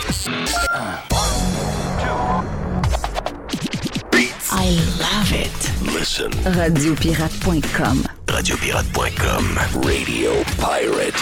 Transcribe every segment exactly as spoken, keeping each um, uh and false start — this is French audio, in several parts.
I love it. Listen. radio pirate point com. radio pirate point com. Radio Pirate.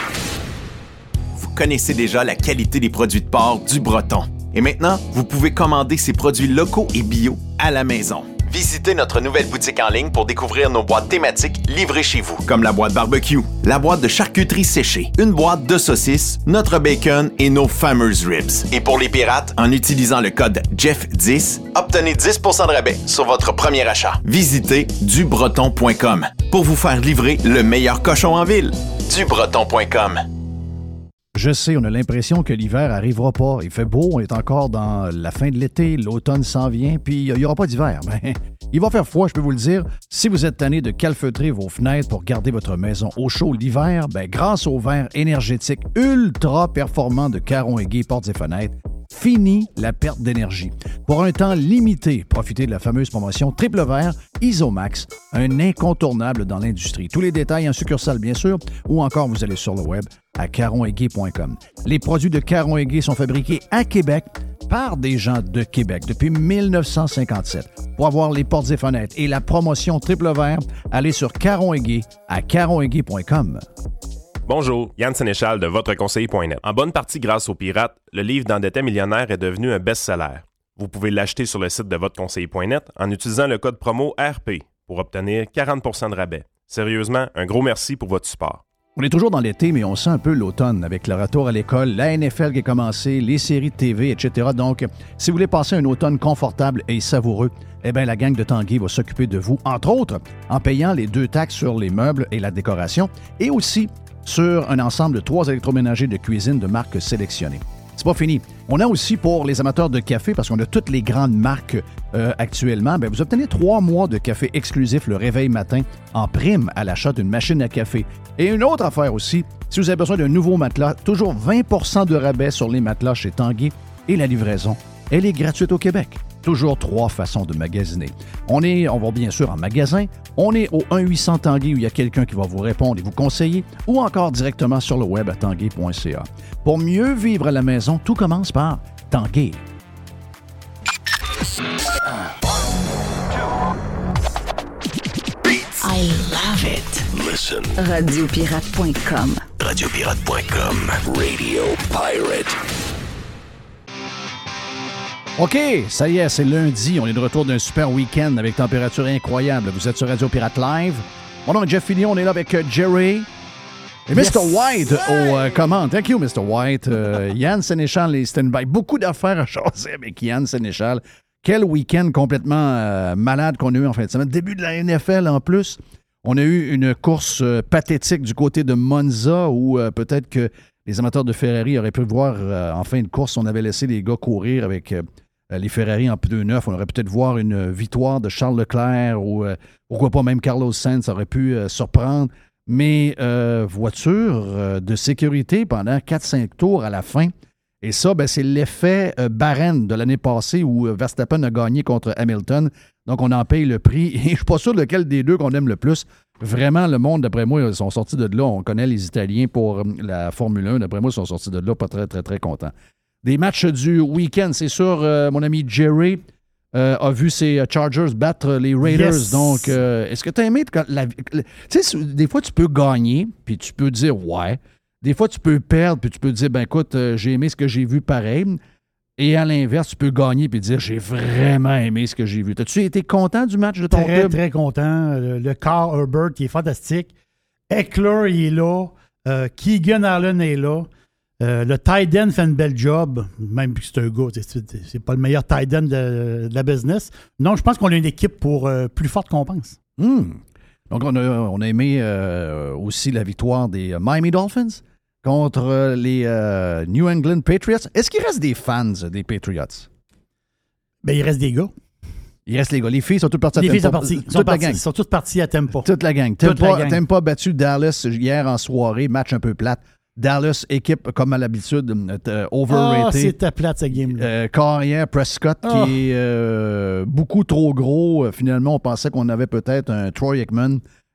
Vous connaissez déjà la qualité des produits de porc du Breton. Et maintenant, vous pouvez commander ces produits locaux et bio à la maison. Visitez notre nouvelle boutique en ligne pour découvrir nos boîtes thématiques livrées chez vous, comme la boîte barbecue, la boîte de charcuterie séchée, une boîte de saucisses, notre bacon et nos fameuses ribs. Et pour les pirates, en utilisant le code Jeff dix, obtenez dix pour cent de rabais sur votre premier achat. Visitez du breton point com pour vous faire livrer le meilleur cochon en ville. du breton point com. Je sais, on a l'impression que l'hiver n'arrivera pas. Il fait beau, on est encore dans la fin de l'été, l'automne s'en vient, puis il n'y aura pas d'hiver. Ben, il va faire froid, je peux vous le dire. Si vous êtes tanné de calfeutrer vos fenêtres pour garder votre maison au chaud l'hiver, ben, grâce au verre énergétique ultra performant de Caron Aiguë Portes et Fenêtres, fini la perte d'énergie. Pour un temps limité, profitez de la fameuse promotion Triple Vert Isomax, un incontournable dans l'industrie. Tous les détails en succursale, bien sûr, ou encore vous allez sur le web à caron aiguë point com. Les produits de Caron Aiguë sont fabriqués à Québec par des gens de Québec depuis dix-neuf cent cinquante-sept. Pour avoir les portes et fenêtres et la promotion Triple Vert, allez sur Caron Aiguë à caron aiguë point com. Bonjour, Yann Sénéchal de votre conseiller point net. En bonne partie grâce aux pirates, le livre d'Endetté millionnaire est devenu un best-seller. Vous pouvez l'acheter sur le site de votre conseiller point net en utilisant le code promo R P pour obtenir quarante pour cent de rabais. Sérieusement, un gros merci pour votre support. On est toujours dans l'été, mais on sent un peu l'automne avec le retour à l'école, la N F L qui a commencé, les séries de T V, et cetera. Donc, si vous voulez passer un automne confortable et savoureux, eh bien, la gang de Tanguy va s'occuper de vous, entre autres, en payant les deux taxes sur les meubles et la décoration, et aussi sur un ensemble de trois électroménagers de cuisine de marques sélectionnées. C'est pas fini. On a aussi pour les amateurs de café, parce qu'on a toutes les grandes marques euh, actuellement, bien, vous obtenez trois mois de café exclusif le réveil matin en prime à l'achat d'une machine à café. Et une autre affaire aussi, si vous avez besoin d'un nouveau matelas, toujours vingt pour cent de rabais sur les matelas chez Tanguy et la livraison, elle est gratuite au Québec. Toujours trois façons de magasiner. On est, on va bien sûr en magasin, on est au un huit cents Tanguy où il y a quelqu'un qui va vous répondre et vous conseiller, ou encore directement sur le web à tanguy point c a. Pour mieux vivre à la maison, tout commence par Tanguy. I love it. Listen. radio pirate point com. radio pirate point com. Radio Pirate. OK, ça y est, c'est lundi. On est de retour d'un super week-end avec température incroyable. Vous êtes sur Radio Pirate Live. Mon nom est Jeff Fillion. On est là avec uh, Jerry et mister Yes. White aux uh, commandes. Thank you, mister White. Uh, Yann Sénéchal et stand-by. Beaucoup d'affaires à jaser avec Yann Sénéchal. Quel week-end complètement euh, malade qu'on a eu en fin de semaine. Début de la N F L en plus. On a eu une course euh, pathétique du côté de Monza où euh, peut-être que les amateurs de Ferrari auraient pu voir euh, en fin de course, on avait laissé les gars courir avec... Euh, les Ferrari en pneus neufs, on aurait peut-être voir une victoire de Charles Leclerc ou euh, pourquoi pas même Carlos Sainz, ça aurait pu euh, surprendre. Mais euh, voiture euh, de sécurité pendant quatre cinq tours à la fin. Et ça, ben, c'est l'effet euh, Bahreïn de l'année passée où euh, Verstappen a gagné contre Hamilton. Donc, on en paye le prix. Et je ne suis pas sûr lequel des deux qu'on aime le plus. Vraiment, le monde, d'après moi, ils sont sortis de là. On connaît les Italiens pour euh, la Formule un. D'après moi, ils sont sortis de là pas très, très, très contents. Des matchs du week-end, c'est sûr, euh, mon ami Jerry euh, a vu ses Chargers battre les Raiders. Yes. Donc, euh, est-ce que tu as aimé... Tu sais, des fois, tu peux gagner, puis tu peux dire « ouais ». Des fois, tu peux perdre, puis tu peux dire « ben écoute, euh, j'ai aimé ce que j'ai vu pareil ». Et à l'inverse, tu peux gagner puis dire « j'ai vraiment aimé ce que j'ai vu ». As-tu été content du match de ton très, club? Très, très content. Le, le Carl Herbert qui est fantastique. Eckler, il est là. Euh, Keegan Allen est là. Euh, le tight end fait un bel job, même si c'est un gars, c'est, c'est, c'est pas le meilleur tight end de, de la business. Non, je pense qu'on a une équipe pour euh, plus forte qu'on pense. Mmh. Donc, on a, on a aimé euh, aussi la victoire des Miami Dolphins contre les euh, New England Patriots. Est-ce qu'il reste des fans des Patriots? Bien, il reste des gars. Il reste les gars. Les filles sont toutes parties à Les Tampa. filles sont parties. Toute sont la parties. gang. sont toutes parties à Tampa. Toute la gang. Toute Tampa, la gang. Tampa a battu Dallas hier en soirée. Match un peu plate. Dallas, équipe, comme à l'habitude, euh, overrated. Ah, c'était plate, cette game-là. Euh, carrière, Prescott, oh. qui est euh, beaucoup trop gros. Finalement, on pensait qu'on avait peut-être un Troy Aikman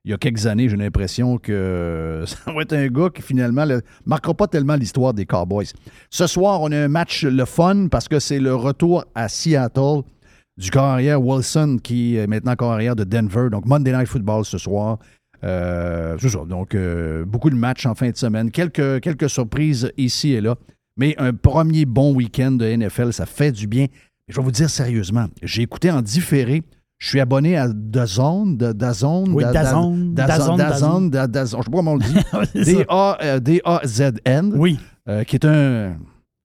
il y a quelques années, j'ai l'impression que ça va être un gars qui, finalement, ne marquera pas tellement l'histoire des Cowboys. Ce soir, on a un match le fun parce que c'est le retour à Seattle du corps arrière Wilson, qui est maintenant corps arrière de Denver. Donc, Monday Night Football ce soir. Euh, c'est ça. Donc, euh, beaucoup de matchs en fin de semaine. Quelques, quelques surprises ici et là. Mais un premier bon week-end de N F L, ça fait du bien. Je vais vous dire sérieusement, j'ai écouté en différé. Je suis abonné à DAZN, DAZN, oui, DAZN, DAZN, DAZN, DAZN, je ne sais pas comment on le dit, D A Z N, oui. Euh, qui est un...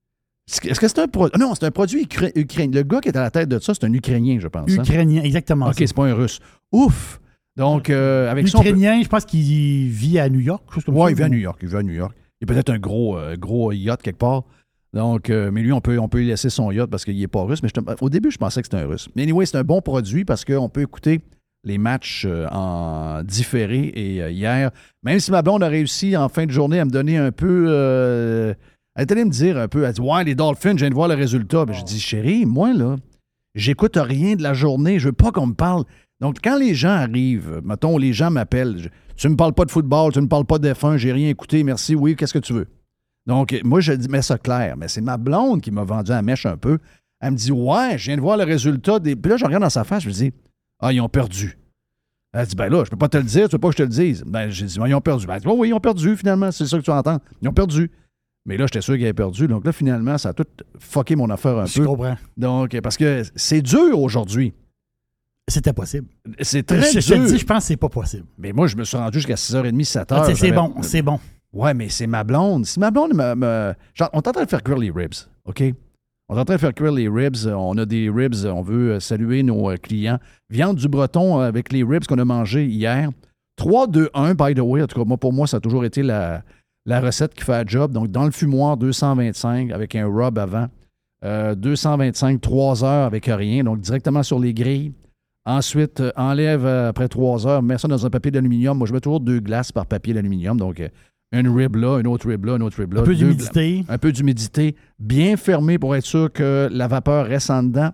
Est-ce que c'est un produit? Non, c'est un produit ukra- ukrainien. Le gars qui est à la tête de ça, c'est un Ukrainien, je pense. Ukrainien, hein? exactement. OK, ça. c'est pas un Russe. Ouf! Donc, euh, avec ça... Ukrainien, peut... je pense qu'il vit à New York. Oui, il vit à New York. Il vit à New York. Il y a peut-être un gros, euh, gros yacht quelque part. Donc, euh, mais lui, on peut, on peut lui laisser son yacht parce qu'il n'est pas russe. Mais je, au début, je pensais que c'était un russe. Mais anyway, c'est un bon produit parce qu'on peut écouter les matchs euh, en différé. Et euh, hier, même si ma blonde a réussi en fin de journée à me donner un peu... Euh, elle est allée me dire un peu, elle dit « Ouais, les Dolphins, je viens de voir le résultat. » Ben, je dis « Chérie, moi, là, j'écoute rien de la journée. Je veux pas qu'on me parle. » Donc, quand les gens arrivent, mettons, les gens m'appellent, je, tu me parles pas de football, tu me parles pas d'F un, j'ai rien écouté, merci, oui, qu'est-ce que tu veux? Donc, moi, je dis, mets ça clair. Mais c'est ma blonde qui m'a vendu la mèche un peu. Elle me dit, ouais, je viens de voir le résultat des. Puis là, je regarde dans sa face, je me dis, ah, ils ont perdu. Elle dit, ben là, je peux pas te le dire, tu veux pas que je te le dise. Ben, j'ai dit, ils ont perdu. Ben, elle dit, oh, oui, ils ont perdu, finalement, c'est ça que tu entends. Ils ont perdu. Mais là, j'étais sûr qu'ils avaient perdu. Donc là, finalement, ça a tout fucké mon affaire un je peu. Je comprends. Donc, parce que c'est dur aujourd'hui. C'était possible. C'est très je, dur. Je te dis, je pense que c'est pas possible. Mais moi, je me suis rendu jusqu'à six heures trente, sept heures. Ah, c'est bon, c'est bon. Ouais, mais c'est ma blonde. Si ma blonde me. me... Genre, on est en train de faire cuire les ribs, OK? On est en train de faire cuire les ribs. On a des ribs. On veut saluer nos clients. Viande du Breton avec les ribs qu'on a mangés hier. trois, deux, un, by the way. En tout cas, moi, pour moi, ça a toujours été la, la recette qui fait la job. Donc, dans le fumoir, deux cent vingt-cinq avec un rub avant. Euh, deux cent vingt-cinq, trois heures avec rien. Donc, directement sur les grilles. Ensuite, euh, enlève euh, après trois heures, mets ça dans un papier d'aluminium. Moi, je mets toujours deux glaces par papier d'aluminium. Donc, euh, une rib là, une autre rib là, une autre rib là. Un peu d'humidité. Gla- un peu d'humidité. Bien fermé pour être sûr que la vapeur reste en dedans.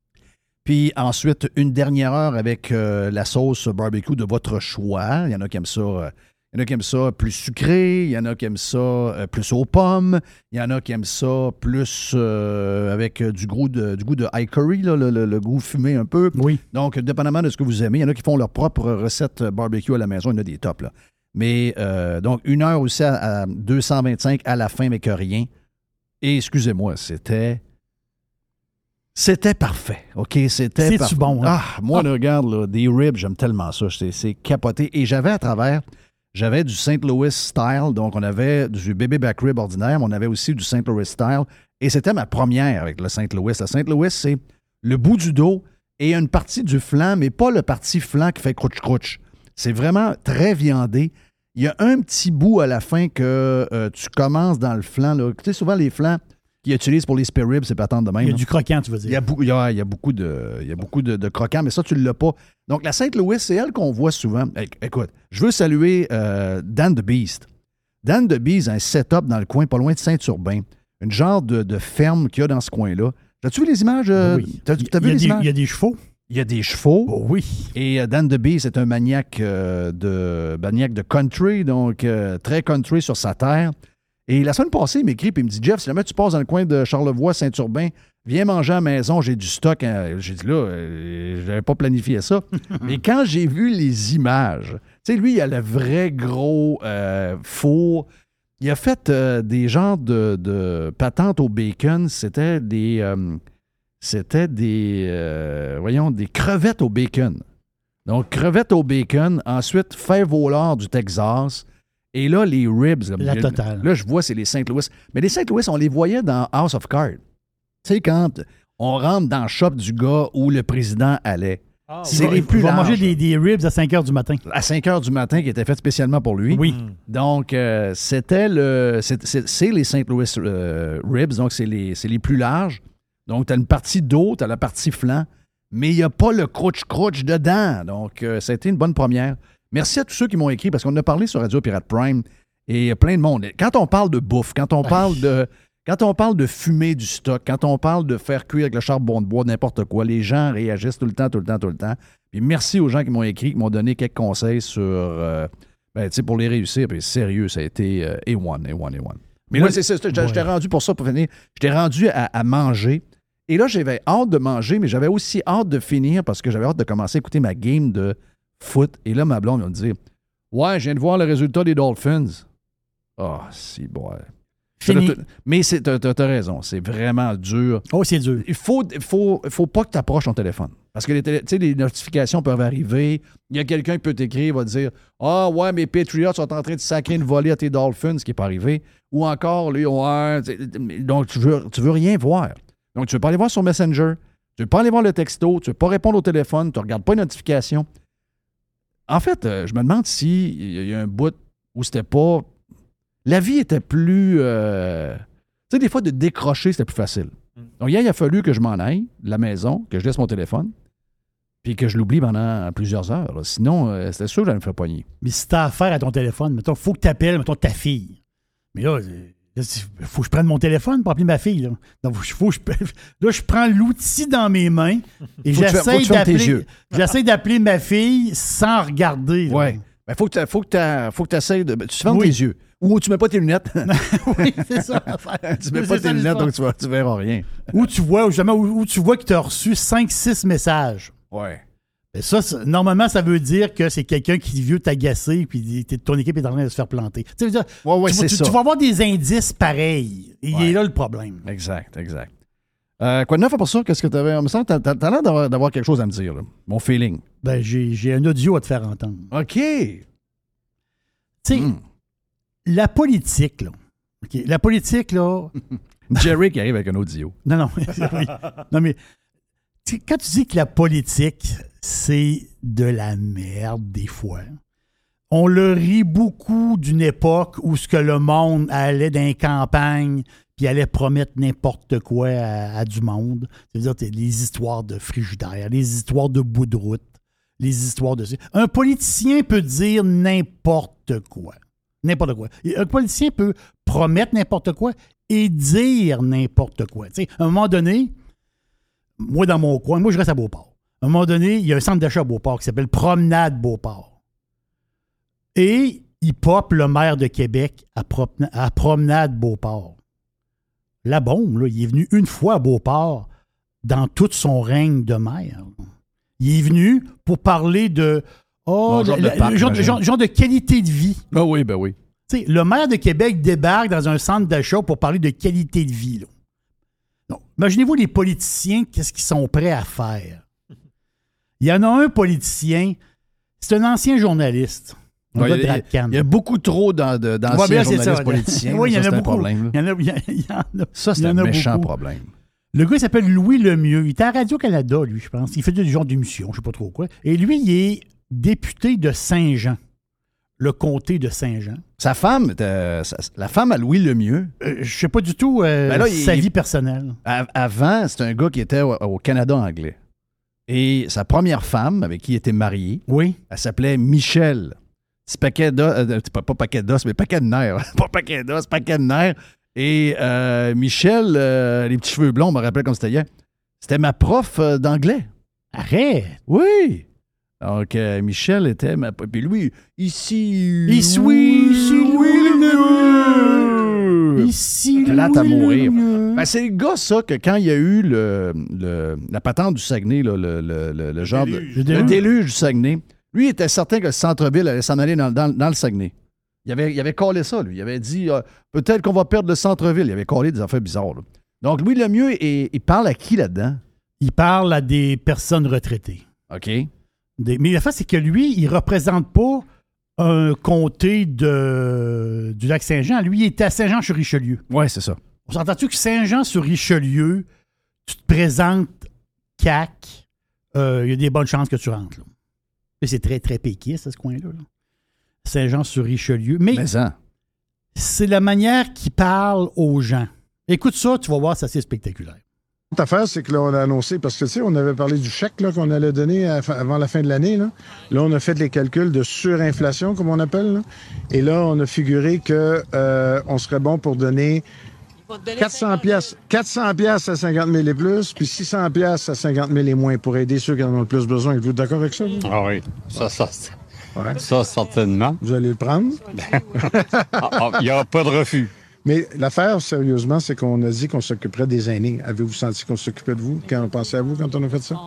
Puis ensuite, une dernière heure avec euh, la sauce barbecue de votre choix. Il y en a qui aiment ça... Euh, Il y en a qui aiment ça plus sucré, il y en a qui aiment ça euh, plus aux pommes, il y en a qui aiment ça plus euh, avec euh, du, goût de, du goût de high curry, là, le, le, le goût fumé un peu. Oui. Donc, dépendamment de ce que vous aimez, il y en a qui font leur propre recette barbecue à la maison, il y en a des tops. Là. Mais euh, donc, une heure aussi à, à deux cent vingt-cinq à la fin avec rien. Et excusez-moi, c'était... C'était parfait, OK? C'était C'est-tu parfait. bon, hein? Ah, moi, là, regarde, là, des ribs, j'aime tellement ça. C'est, c'est capoté. Et j'avais à travers... J'avais du Saint Louis style, donc on avait du bébé back rib ordinaire, mais on avait aussi du Saint Louis style. Et c'était ma première avec le Saint Louis. Le Saint Louis, c'est le bout du dos et une partie du flanc, mais pas le parti flanc qui fait crouch-crouch. C'est vraiment très viandé. Il y a un petit bout à la fin que euh, tu commences dans le flanc. Là. Tu sais, souvent les flancs qu'ils utilisent pour les spare ribs, c'est patente de même. Il y a là. du croquant, tu veux dire. Il y a, bou- il y a, il y a beaucoup, de, il y a beaucoup de, de croquants, mais ça, tu ne l'as pas. Donc, la Saint-Louis, c'est elle qu'on voit souvent. É- Écoute, je veux saluer euh, Dan the Beast. Dan the Beast a un setup dans le coin, pas loin de Saint-Urbain. Une genre de, de ferme qu'il y a dans ce coin-là. As-tu vu les images? euh, Oui. T'as, t'as Il vu y a les des- images? Il y a des chevaux. Il y a des chevaux. Oh oui. Et euh, Dan the Beast est un maniaque, euh, de, maniaque de country, donc euh, très country sur sa terre. Et la semaine passée, il m'écrit et il me dit « Jeff, si jamais tu passes dans le coin de Charlevoix, Saint-Urbain, viens manger à la maison, j'ai du stock. Hein. » J'ai dit là, euh, je n'avais pas planifié ça. Mais quand j'ai vu les images, tu sais, lui, il a le vrai gros euh, four. Il a fait euh, des genres de, de patentes au bacon. C'était des... Euh, c'était des... euh, voyons, des crevettes au bacon. Donc, crevettes au bacon. Ensuite, fèves au lard du Texas. Et là, les ribs. La là, totale. Là, je vois, c'est les Saint Louis. Mais les Saint Louis, on les voyait dans House of Cards. Tu sais, quand on rentre dans le shop du gars où le président allait. C'est Il va- les plus Il va larges. manger des, des ribs à cinq heures du matin. À cinq heures du matin, qui était fait spécialement pour lui. Oui. Donc, euh, c'était le. C'est, c'est- c'est les Saint Louis euh, ribs, donc c'est les, c'est les plus larges. Donc, tu as une partie dos, tu as la partie flanc, mais il n'y a pas le crouch-crouch dedans. Donc, euh, ça a été une bonne première. Merci à tous ceux qui m'ont écrit, parce qu'on a parlé sur Radio Pirate Prime et plein de monde. Quand on parle de bouffe, quand on parle de. Quand on parle de fumer du stock, quand on parle de faire cuire avec le charbon de bois, n'importe quoi, les gens réagissent tout le temps, tout le temps, tout le temps. Puis merci aux gens qui m'ont écrit, qui m'ont donné quelques conseils sur, euh, ben, tu sais, pour les réussir. Puis sérieux, ça a été euh, A un, A un, A un. Mais là, c'est ça, je t'ai rendu pour ça, pour finir. Je t'ai rendu à, à manger. Et là, j'avais hâte de manger, mais j'avais aussi hâte de finir parce que j'avais hâte de commencer à écouter ma game de foot. Et là, ma blonde va me dire « Ouais, je viens de voir le résultat des Dolphins. » Ah, oh, si, bon. Fini. Mais tu as raison, c'est vraiment dur. Oh, c'est dur. Il faut, faut, faut pas que tu approches ton téléphone. Parce que les, télé, les notifications peuvent arriver. Il y a quelqu'un qui peut t'écrire, va te dire « Ah, ouais, mes Patriots sont en train de sacrer une volée à tes Dolphins, ce qui n'est pas arrivé. » Ou encore, lui, ouais. Donc, tu veux, tu veux rien voir. Donc, tu ne veux pas aller voir sur Messenger, tu ne veux pas aller voir le texto, tu ne veux pas répondre au téléphone, tu ne regardes pas les notifications. En fait, euh, je me demande s'il y a un bout où c'était pas... La vie était plus... Euh... Tu sais, des fois, de décrocher, c'était plus facile. Donc, hier, il a fallu que je m'en aille de la maison, que je laisse mon téléphone, puis que je l'oublie pendant plusieurs heures. Là. Sinon, euh, c'était sûr que j'allais me faire poigner. Mais si tu as affaire à ton téléphone, mettons, il faut que tu appelles, mettons, ta fille. Mais là... Il faut que je prenne mon téléphone pour appeler ma fille. Là, donc, faut que je, là je prends l'outil dans mes mains et j'essaie d'appeler, j'essaie d'appeler ma fille sans regarder. Oui. Il ben, faut que tu essaies de... Tu fermes oui. tes yeux. Ou tu mets pas tes lunettes. Oui, c'est ça. Tu mets pas tes lunettes, donc tu, vas, tu verras rien. Ou tu vois, justement, où, où tu vois que tu as reçu cinq six messages. Oui. Et ça, ça, normalement, ça veut dire que c'est quelqu'un qui veut t'agacer puis ton équipe est en train de se faire planter. Tu, sais, dire, ouais, ouais, tu, tu, tu vas avoir des indices pareils. Et ouais. Il est là le problème. Exact, exact. Euh, quoi de neuf pour ça? Qu'est-ce que tu avais? Il me semble que tu as l'air d'avoir, d'avoir quelque chose à me dire. Là. Mon feeling. Ben, j'ai, j'ai un audio à te faire entendre. OK. Tu sais, mm. la politique, là. Okay, la politique, là... Jerry qui arrive avec un audio. Non, non. Oui. Non, mais... Quand tu dis que la politique, c'est de la merde des fois, on le rit beaucoup d'une époque où ce que le monde allait dans les campagnes puis allait promettre n'importe quoi à, à du monde. C'est-à-dire les histoires de frigidaire, les histoires de bout de route, les histoires de... Un politicien peut dire n'importe quoi. N'importe quoi. Un politicien peut promettre n'importe quoi et dire n'importe quoi. Tu sais, à un moment donné... Moi, dans mon coin, moi, je reste à Beauport. À un moment donné, il y a un centre d'achat à Beauport qui s'appelle Promenade Beauport. Et il pop le maire de Québec à, Pro- à Promenade Beauport. La bombe, là, il est venu une fois à Beauport dans tout son règne de maire. Il est venu pour parler de... Oh, genre, la, de parc, genre, genre, genre de qualité de vie. Ah oui, ben oui. Tu sais, le maire de Québec débarque dans un centre d'achat pour parler de qualité de vie, là. Non. Imaginez-vous les politiciens, qu'est-ce qu'ils sont prêts à faire. Il y en a un politicien, c'est un ancien journaliste. Ouais, il, y a, il y a beaucoup trop dans, de, d'anciens ouais, journalistes ça, politiciens. Oui, il y en a beaucoup. Problème, il y en a, il y en a, ça, c'est un méchant beaucoup. Problème. Le gars, il s'appelle Louis Lemieux. Il était à Radio-Canada, lui, je pense. Il fait du genre d'émission, je ne sais pas trop quoi. Et lui, il est député de Saint-Jean. Le comté de Saint-Jean. Sa femme, euh, la femme à Louis Lemieux. Euh, je ne sais pas du tout euh, ben là, sa il, vie personnelle. Avant, c'était un gars qui était au, au Canada anglais. Et sa première femme, avec qui il était marié, oui. Elle s'appelait Michel. C'est paquet d'os, euh, pas, pas paquet d'os, mais paquet de nerfs. Pas paquet d'os, paquet de nerfs. Et euh, Michel, euh, les petits cheveux blonds, on me rappelle comme c'était hier, c'était ma prof euh, d'anglais. Arrête! Oui! Donc, euh, Michel était ma... Puis lui, ici... Ici, oui, ici, Louis Lemieux! Ici, Louis Plate à mourir. Ben, c'est le gars, ça, que quand il y a eu le, le, la patente du Saguenay, là, le, le, le, le genre déluge. de... Le déluge du Saguenay, lui, il était certain que le centre-ville allait s'en aller dans, dans, dans le Saguenay. Il avait, il avait collé ça, lui. Il avait dit, euh, peut-être qu'on va perdre le centre-ville. Il avait collé des affaires bizarres, là. Donc, Louis Lemieux, il, il parle à qui là-dedans? Il parle à des personnes retraitées. OK. Des, mais la face, c'est que lui, il ne représente pas un comté de, du lac Saint-Jean. Lui, il était à Saint-Jean-sur-Richelieu. Oui, c'est ça. On s'entend-tu que Saint-Jean-sur-Richelieu, tu te présentes C A Q, il euh, y a des bonnes chances que tu rentres. Là. Et c'est très, très péquiste, ce coin-là. Là. Saint-Jean-sur-Richelieu. Mais, mais ça. C'est la manière qu'il parle aux gens. Écoute ça, tu vas voir, c'est assez spectaculaire. L'autre affaire, c'est que là, on a annoncé, parce que tu sais, on avait parlé du chèque là, qu'on allait donner à, avant la fin de l'année. Là. là, on a fait les calculs de surinflation, comme on appelle. Là. Et là, on a figuré qu'on euh, serait bon pour donner quatre cents piastres, quatre cents piastres à cinquante mille et plus, puis six cents piastres à cinquante mille et moins pour aider ceux qui en ont le plus besoin. Êtes-vous d'accord avec ça? Vous? Ah oui, ça, ça, ça, Ouais. ça certainement. Vous allez le prendre? Il n'y aura pas de refus. Mais l'affaire, sérieusement, c'est qu'on a dit qu'on s'occuperait des aînés. Avez-vous senti qu'on s'occupait de vous quand on pensait à vous quand on a fait ça?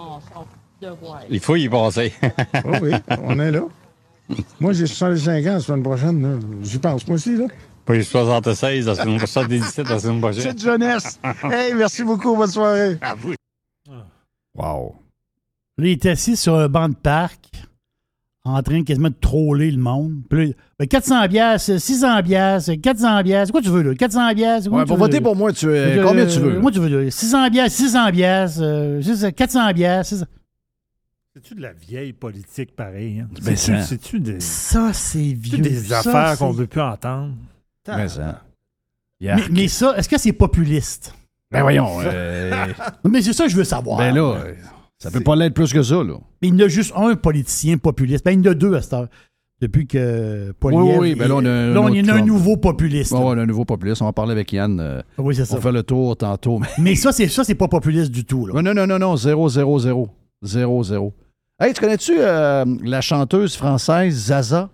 Il faut y penser. Oh oui, on est là. Moi, j'ai soixante-cinq ans la semaine prochaine. Là. J'y pense, moi aussi. Là. Pas les soixante-seize, la semaine soixante-dix-sept la semaine prochaine. Petite jeunesse. Hey, merci beaucoup. Bonne soirée. À vous. Wow. Là, il est assis sur un banc de parc, en train quasiment de troller le monde. Puis là, ben quatre cents piastres, six cents piastres, quatre cents piastres. Quoi tu veux, là? quatre cents piastres? Ouais, pour voter veux? pour moi, tu, euh, Euh, combien tu veux? Moi, tu veux, là? six cents piastres, six cents piastres, euh, quatre cents piastres. six cents. C'est-tu de la vieille politique, pareil? Hein? Ben, C'est-tu, ça. c'est-tu des, Ça, c'est vieux. c'est-tu des Ça, affaires qu'on c'est- veut plus entendre? Mais ça. Mais, Yark. mais ça, est-ce que c'est populiste? Ben voyons. euh, Mais c'est ça que je veux savoir. ben là, euh, ça peut pas l'être plus que ça, là. Mais il y en a juste un politicien populiste. Ben, il y en a deux à cette heure. Depuis que Poilievre... Oui, oui, ben là, on a un là, on autre y en a un club. nouveau populiste. Bon, on a un nouveau populiste. On va parler avec Yann. euh, Oui, c'est on ça. fait le tour tantôt. Mais... Mais ça, c'est ça, c'est pas populiste du tout. Là. Non, non, non, non, non. zéro, zéro, zéro. zéro, zéro. Hey, tu connais-tu euh, la chanteuse française Zaza?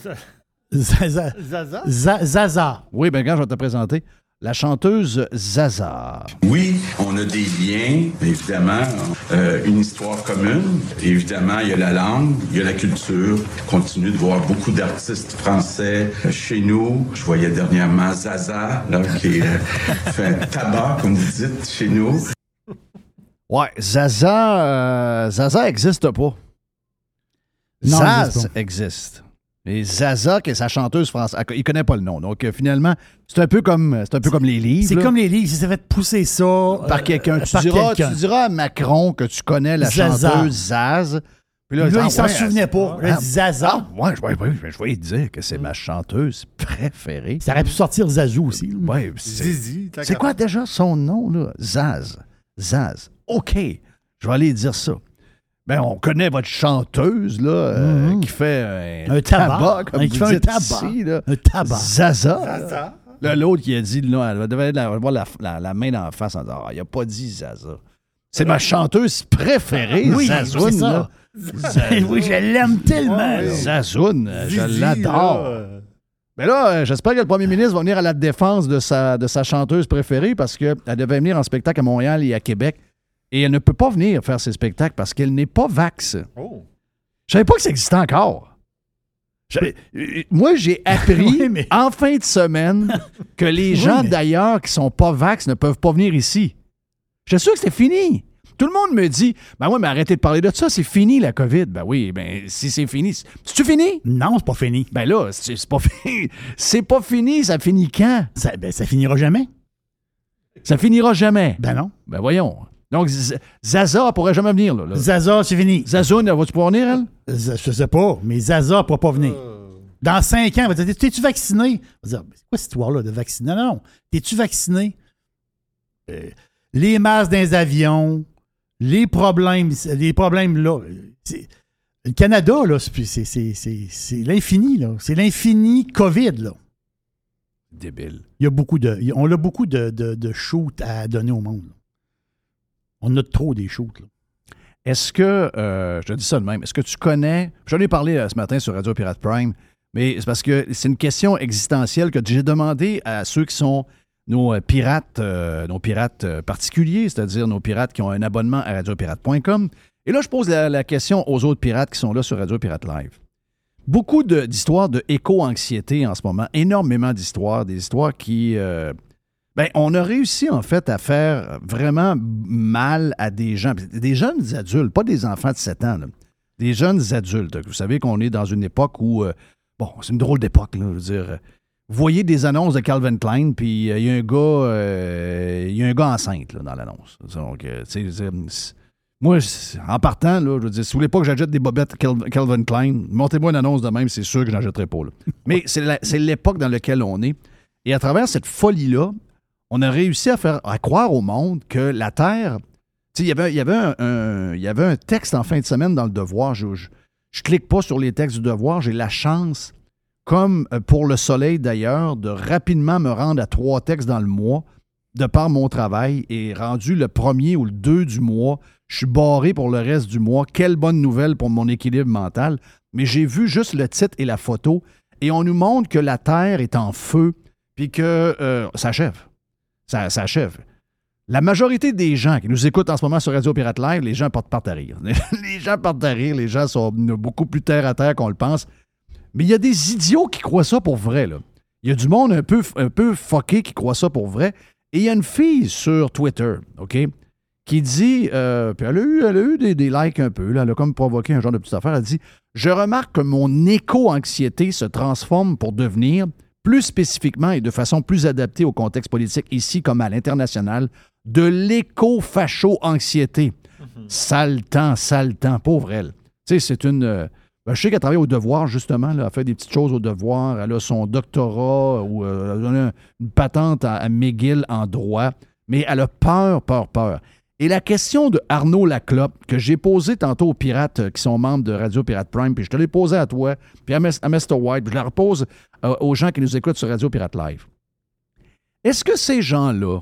Zaza. Zaza? Za- Zaza. Oui, ben quand je vais te présenter. La chanteuse Zaza. Oui, on a des liens, évidemment, euh, une histoire commune. Évidemment, il y a la langue, il y a la culture. On continue de voir beaucoup d'artistes français euh, chez nous. Je voyais dernièrement Zaza, là, qui euh, fait un tabac, comme vous dites, chez nous. Ouais, Zaza, euh, Zaza existe pas. Non, Zaz existe existe. Et Zaza, qui est sa chanteuse française, il connaît pas le nom. Donc, euh, finalement, c'est un peu comme, c'est un peu comme les livres. C'est là. comme les livres. Il s'est fait pousser ça... Par euh, quelqu'un. Tu, par diras, quelqu'un. tu diras à Macron que tu connais la Zaza. chanteuse Zaz. Puis Là, ah, il s'en ouais, souvenait pas. ah, Il a dit Zaza. Ah, ouais, je vais, je vais lui dire que c'est ma chanteuse préférée. Ça aurait pu sortir Zazou aussi. là. Ouais, c'est, Zizi. t'as c'est qu'à- quoi déjà son nom, là? Zaz. Zaz. OK. Je vais aller dire ça. Ben, on connaît votre chanteuse, là, euh, Mhm. qui fait un, Un tabac. comme Hein, vous qui fait un dites tabac. ici, là. Un tabac. Zaza. Zaza. Là, l'autre qui a dit, là, elle devait avoir la, la, la main dans la face en disant, ah, il a pas dit Zaza. C'est ma chanteuse préférée, Oui, Zazoun, c'est ça. là. Oui, je l'aime tellement. là. Zazoun, euh, je Zizi, l'adore. là, euh, Mais là, euh, j'espère que le premier ministre va venir à la défense de sa, de sa chanteuse préférée parce qu'elle devait venir en spectacle à Montréal et à Québec. Et elle ne peut pas venir faire ses spectacles parce qu'elle n'est pas vax. Oh. Je savais pas que ça existait encore. Je- euh, moi, j'ai appris Oui, mais- en fin de semaine que les Oui, gens mais- d'ailleurs qui sont pas vax ne peuvent pas venir ici. J'étais sûr que c'était fini. Tout le monde me dit, ben oui, mais arrêtez de parler de ça, c'est fini la COVID. Ben oui, ben si c'est fini, c'est- c'est-tu fini? Non, c'est pas fini. Ben là, c'est c'est pas fini. C'est pas fini, ça finit quand? Ça, ben, ça finira jamais. Ça finira jamais. Ben non. Ben voyons. Donc, Z- Zaza pourrait jamais venir, là. là. Zaza, c'est fini. Zazoun, elle va-tu pouvoir venir, elle? Z- Je sais pas, mais Zaza ne pourra pas venir. Dans cinq ans, elle va dire t'es-tu vacciné? On va dire c'est quoi cette histoire-là de vacciner? Non, non. T'es-tu vacciné? Euh, les masques dans les avions, les problèmes, les problèmes là. c'est- Le Canada, là, c'est, c'est, c'est, c'est, c'est l'infini, là. C'est l'infini COVID, là. Débile. Il y a beaucoup de. il y a- on a beaucoup de, de, de shoots à donner au monde. là. On a trop des shoots, là. Est-ce que, euh, je te dis ça de même, est-ce que tu connais, j'en ai parlé euh, ce matin sur Radio Pirate Prime, mais c'est parce que c'est une question existentielle que j'ai demandé à ceux qui sont nos euh, pirates, euh, nos pirates euh, particuliers, c'est-à-dire nos pirates qui ont un abonnement à radio pirate point com. Et là, je pose la, la question aux autres pirates qui sont là sur Radio Pirate Live. Beaucoup de- d'histoires de éco-anxiété en ce moment, énormément d'histoires, des histoires qui... euh, ben, on a réussi en fait à faire vraiment mal à des gens, des jeunes adultes, pas des enfants de sept ans, là. Des jeunes adultes. Vous savez qu'on est dans une époque où, euh, bon, c'est une drôle d'époque, là, je veux dire. euh, Vous voyez des annonces de Calvin Klein, puis euh, il y a un gars, euh, il y a un gars enceinte là, dans l'annonce. Donc, euh, tu sais, c'est- c'est- moi, c'est- en partant, là, je veux dire, si vous voulez pas que j'achète des bobettes Cal- Calvin Klein, montez-moi une annonce de même, c'est sûr que je n'en jetterai pas. Là. Mais c'est la- c'est l'époque dans laquelle on est. Et à travers cette folie-là, on a réussi à faire à croire au monde que la Terre. Tu sais, il y avait, il y avait un, un- il y avait un texte en fin de semaine dans le Devoir. Je, je, je clique pas sur les textes du Devoir. J'ai la chance, comme pour le Soleil d'ailleurs, de rapidement me rendre à trois textes dans le mois de par mon travail, et rendu le premier ou le deux du mois, je suis barré pour le reste du mois. Quelle bonne nouvelle pour mon équilibre mental. Mais j'ai vu juste le titre et la photo, et on nous montre que la Terre est en feu, puis que euh, ça achève. Ça, ça achève. La majorité des gens qui nous écoutent en ce moment sur Radio Pirate Live, les gens partent à rire. Les gens partent à rire, les gens sont beaucoup plus terre à terre qu'on le pense. Mais il y a des idiots qui croient ça pour vrai, là. Il y a du monde un peu, un peu fucké qui croit ça pour vrai. Et il y a une fille sur Twitter, OK, qui dit, euh, puis elle a eu, elle a eu des, des likes un peu, là, elle a comme provoqué un genre de petite affaire, elle dit « Je remarque que mon éco-anxiété se transforme pour devenir, plus spécifiquement et de façon plus adaptée au contexte politique ici comme à l'international, de l'éco-facho-anxiété. Mm-hmm. Sale temps, sale temps, pauvre elle. » Tu sais, c'est une... Euh, ben, je sais qu'elle travaille au devoir, justement, là, elle fait des petites choses au devoir, elle a son doctorat, ou euh, elle a donné une patente à, à McGill en droit, mais elle a peur, peur, peur. Et la question de Arnaud Laclope, que j'ai posée tantôt aux pirates qui sont membres de Radio Pirate Prime, puis je te l'ai posée à toi, puis à, M- à mister White, puis je la repose euh, aux gens qui nous écoutent sur Radio Pirate Live. Est-ce que ces gens-là,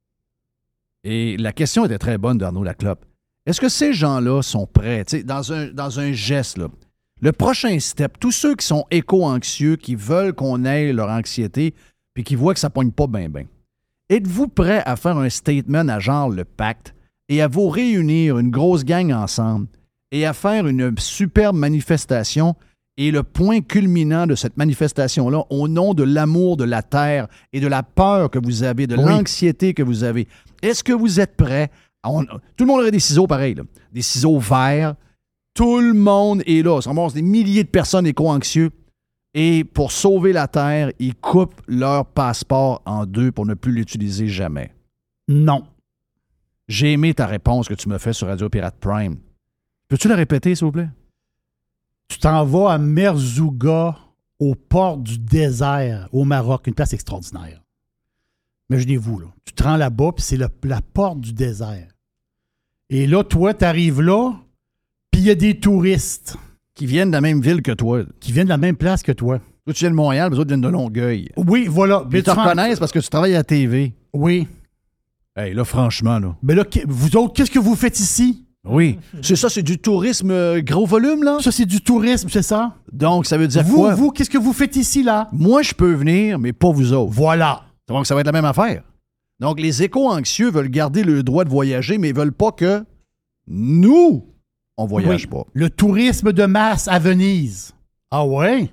et la question était très bonne d'Arnaud Laclope, est-ce que ces gens-là sont prêts, tu sais, dans un, dans un geste, là, le prochain step, tous ceux qui sont éco-anxieux, qui veulent qu'on ait leur anxiété, puis qui voient que ça pogne pas bien, bien, êtes-vous prêts à faire un statement à genre le pacte et à vous réunir une grosse gang ensemble et à faire une superbe manifestation et le point culminant de cette manifestation-là, au nom de l'amour de la terre et de la peur que vous avez, de oui. l'anxiété que vous avez, est-ce que vous êtes prêts? On, tout le monde aurait des ciseaux pareils, là, des ciseaux verts. Tout le monde est là. Ça ramasse des milliers de personnes éco-anxieux. Et pour sauver la Terre, ils coupent leur passeport en deux pour ne plus l'utiliser jamais. Non. J'ai aimé ta réponse que tu me fais sur Radio Pirate Prime. Peux-tu la répéter, s'il vous plaît? Tu t'en vas à Merzouga, au port du désert, au Maroc, une place extraordinaire. Imaginez-vous, là. Tu te rends là-bas, puis c'est le, la porte du désert. Et là, toi, tu arrives là, puis il y a des touristes. Qui viennent de la même ville que toi. Qui viennent de la même place que toi. Toi, tu viens de Montréal, les autres viennent de Longueuil. Oui, voilà. Mais ils te reconnaissent parce que tu travailles à la T V. Oui. Hey, là, franchement, là. Mais là, vous autres, qu'est-ce que vous faites ici? Oui. C'est ça, c'est du tourisme euh, gros volume, là? Ça, c'est du tourisme, c'est ça? Donc, ça veut dire vous, quoi? Vous, qu'est-ce que vous faites ici, là? Moi, je peux venir, mais pas vous autres. Voilà. Donc, ça va être la même affaire. Donc, les éco-anxieux veulent garder le droit de voyager, mais ils veulent pas que nous, on voyage oui. pas. Le tourisme de masse à Venise. Ah ouais?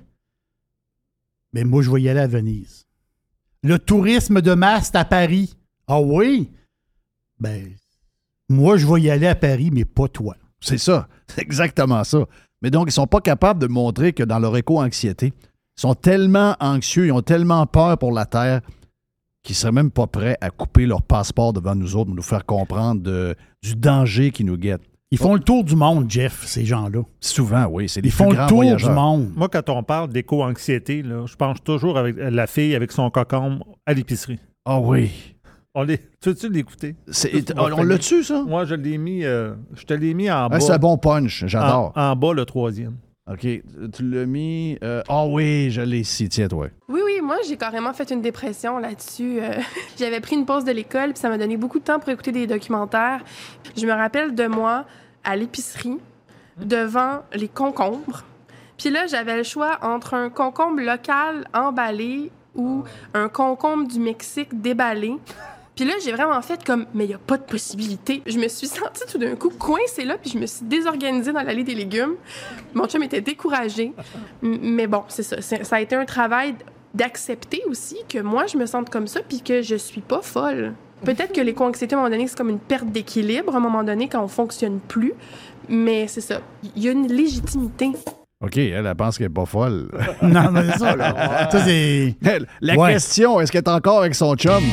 Mais moi, je vais y aller à Venise. Le tourisme de masse à Paris. Ah oui? Ben, moi, je vais y aller à Paris, mais pas toi. C'est ça. C'est exactement ça. Mais donc, ils sont pas capables de montrer que dans leur éco-anxiété, ils sont tellement anxieux, ils ont tellement peur pour la Terre qu'ils seraient même pas prêts à couper leur passeport devant nous autres pour nous faire comprendre de, du danger qui nous guette. Ils font le tour du monde, Jeff, ces gens-là. Souvent, oui. C'est des Ils font plus grands le tour voyageurs. du monde. Moi, quand on parle d'éco-anxiété, là, je pense toujours avec la fille avec son cocombe à l'épicerie. Ah oui. On les... Tu veux-tu l'écouter? C'est... On, on l'a-tu, ça? Moi, je l'ai mis, euh... je te l'ai mis en bas. Ah, c'est un bon punch, j'adore. En, en bas, le troisième. OK. Tu l'as mis... Ah euh... oh oui, je l'ai ici. Tiens, toi. Oui, oui, moi, j'ai carrément fait une dépression là-dessus. Euh, j'avais pris une pause de l'école, puis ça m'a donné beaucoup de temps pour écouter des documentaires. Je me rappelle de moi à l'épicerie, devant les concombres. Puis là, j'avais le choix entre un concombre local emballé ou un concombre du Mexique déballé. Puis là, j'ai vraiment fait comme, mais il n'y a pas de possibilité. Je me suis sentie tout d'un coup coincée là, puis je me suis désorganisée dans l'allée des légumes. Mon chum était découragé. Mais bon, c'est ça. C'est, ça a été un travail d'accepter aussi que moi, je me sente comme ça, puis que je suis pas folle. Peut-être que l'éco-anxiété, à un moment donné, c'est comme une perte d'équilibre, à un moment donné, quand on fonctionne plus. Mais c'est ça. Il y a une légitimité. OK, elle, elle pense qu'elle n'est pas folle. Non, mais c'est ça, là. Ça, c'est... La ouais. question, est-ce qu'elle est encore avec son chum?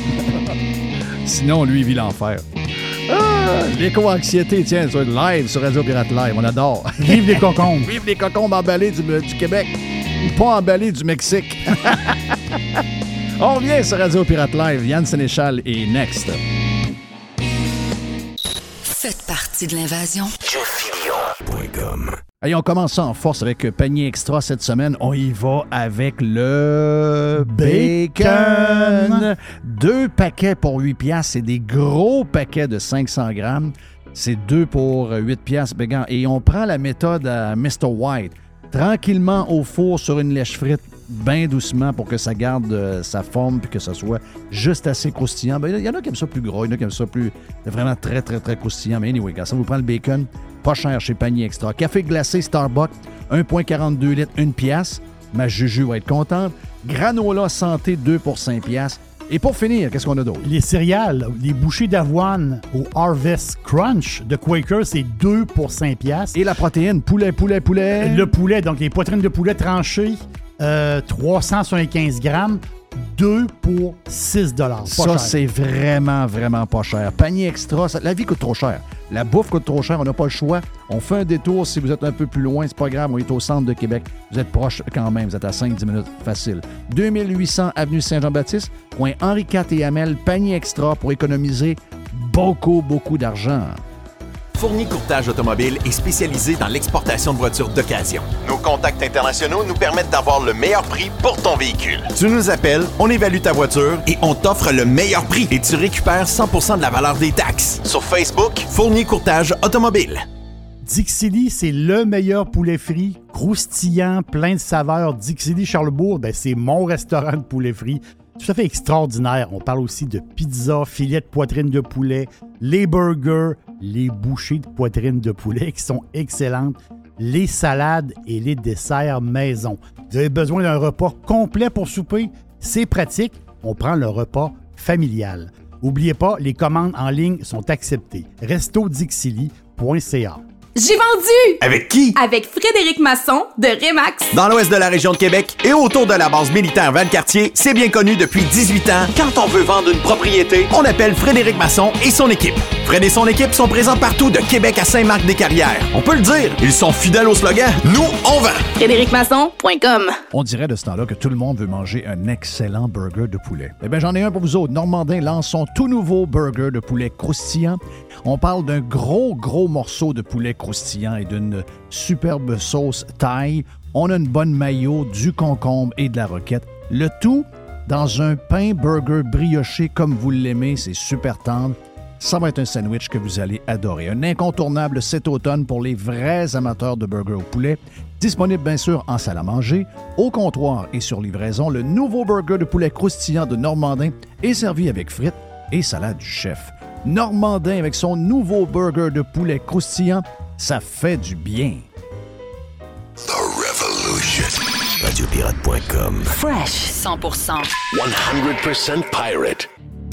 Sinon, lui, il vit l'enfer. Ah, l'éco-anxiété, tiens, sur live, sur Radio Pirate Live, on adore. Vive les cocombes. Vive les cocombes emballés du, du Québec. Pas emballés du Mexique. On revient sur Radio Pirate Live. Yann Sénéchal est next. Faites partie de l'invasion. Jeff Fillion point com Allez, on commence ça en force avec Panier Extra cette semaine. On y va avec le bacon. bacon. Deux paquets pour huit piastres. C'est des gros paquets de cinq cents grammes. C'est deux pour huit piastres. Et on prend la méthode à mister White. Tranquillement au four sur une lèche frite, bien doucement pour que ça garde euh, sa forme et que ça soit juste assez croustillant. Il ben, y en a qui aiment ça plus gros, il y en a qui aiment ça plus vraiment très, très, très croustillant. Mais anyway, quand ça vous prend le bacon, pas cher chez Panier Extra. Café glacé Starbucks, un virgule quarante-deux litres, une pièce. Ma Juju va être contente. Granola Santé, deux pour cinq piastres. Et pour finir, qu'est-ce qu'on a d'autre? Les céréales, les bouchées d'avoine au Harvest Crunch de Quaker, c'est deux pour cinq piastres. Et la protéine, poulet, poulet, poulet. Le poulet, donc les poitrines de poulet tranchées, euh, trois cent soixante-quinze grammes, deux pour six dollars. Ça, cher. C'est vraiment, vraiment pas cher. Panier Extra, ça, la vie coûte trop cher. La bouffe coûte trop cher, on n'a pas le choix. On fait un détour si vous êtes un peu plus loin, c'est pas grave, on est au centre de Québec. Vous êtes proche quand même, vous êtes à cinq à dix minutes, facile. deux mille huit cents avenue Saint-Jean-Baptiste, coin Henri quatre et Hamel, Panier Extra pour économiser beaucoup, beaucoup d'argent. Fournier Courtage Automobile est spécialisé dans l'exportation de voitures d'occasion. Nos contacts internationaux nous permettent d'avoir le meilleur prix pour ton véhicule. Tu nous appelles, on évalue ta voiture et on t'offre le meilleur prix. Et tu récupères cent pour cent de la valeur des taxes. Sur Facebook, Fournier Courtage Automobile. Dixili, c'est le meilleur poulet frit, croustillant, plein de saveurs. Dixili Charlebourg, ben, c'est mon restaurant de poulet frit. Tout à fait extraordinaire. On parle aussi de pizza, filet de poitrine de poulet, les burgers, les bouchées de poitrine de poulet qui sont excellentes, les salades et les desserts maison. Vous avez besoin d'un repas complet pour souper? C'est pratique. On prend le repas familial. N'oubliez pas, les commandes en ligne sont acceptées. resto dixili point c a. J'ai vendu! Avec qui? Avec Frédéric Masson de Remax. Dans l'ouest de la région de Québec et autour de la base militaire Valcartier, c'est bien connu depuis dix-huit ans. Quand on veut vendre une propriété, on appelle Frédéric Masson et son équipe. Fred et son équipe sont présents partout de Québec à Saint-Marc-des-Carrières. On peut le dire, ils sont fidèles au slogan « Nous, on vend ». Frédéric Masson point com. On dirait de ce temps-là que tout le monde veut manger un excellent burger de poulet. Eh bien, j'en ai un pour vous autres. Normandin lance son tout nouveau burger de poulet croustillant. On parle d'un gros, gros morceau de poulet croustillant et d'une superbe sauce thaï. On a une bonne mayo, du concombre et de la roquette. Le tout dans un pain burger brioché comme vous l'aimez. C'est super tendre. Ça va être un sandwich que vous allez adorer. Un incontournable cet automne pour les vrais amateurs de burger au poulet. Disponible bien sûr en salle à manger, au comptoir et sur livraison. Le nouveau burger de poulet croustillant de Normandin est servi avec frites et salade du chef. Normandin avec son nouveau burger de poulet croustillant, ça fait du bien. The Revolution. radio pirate point com. Fresh cent pour cent. one hundred percent pirate.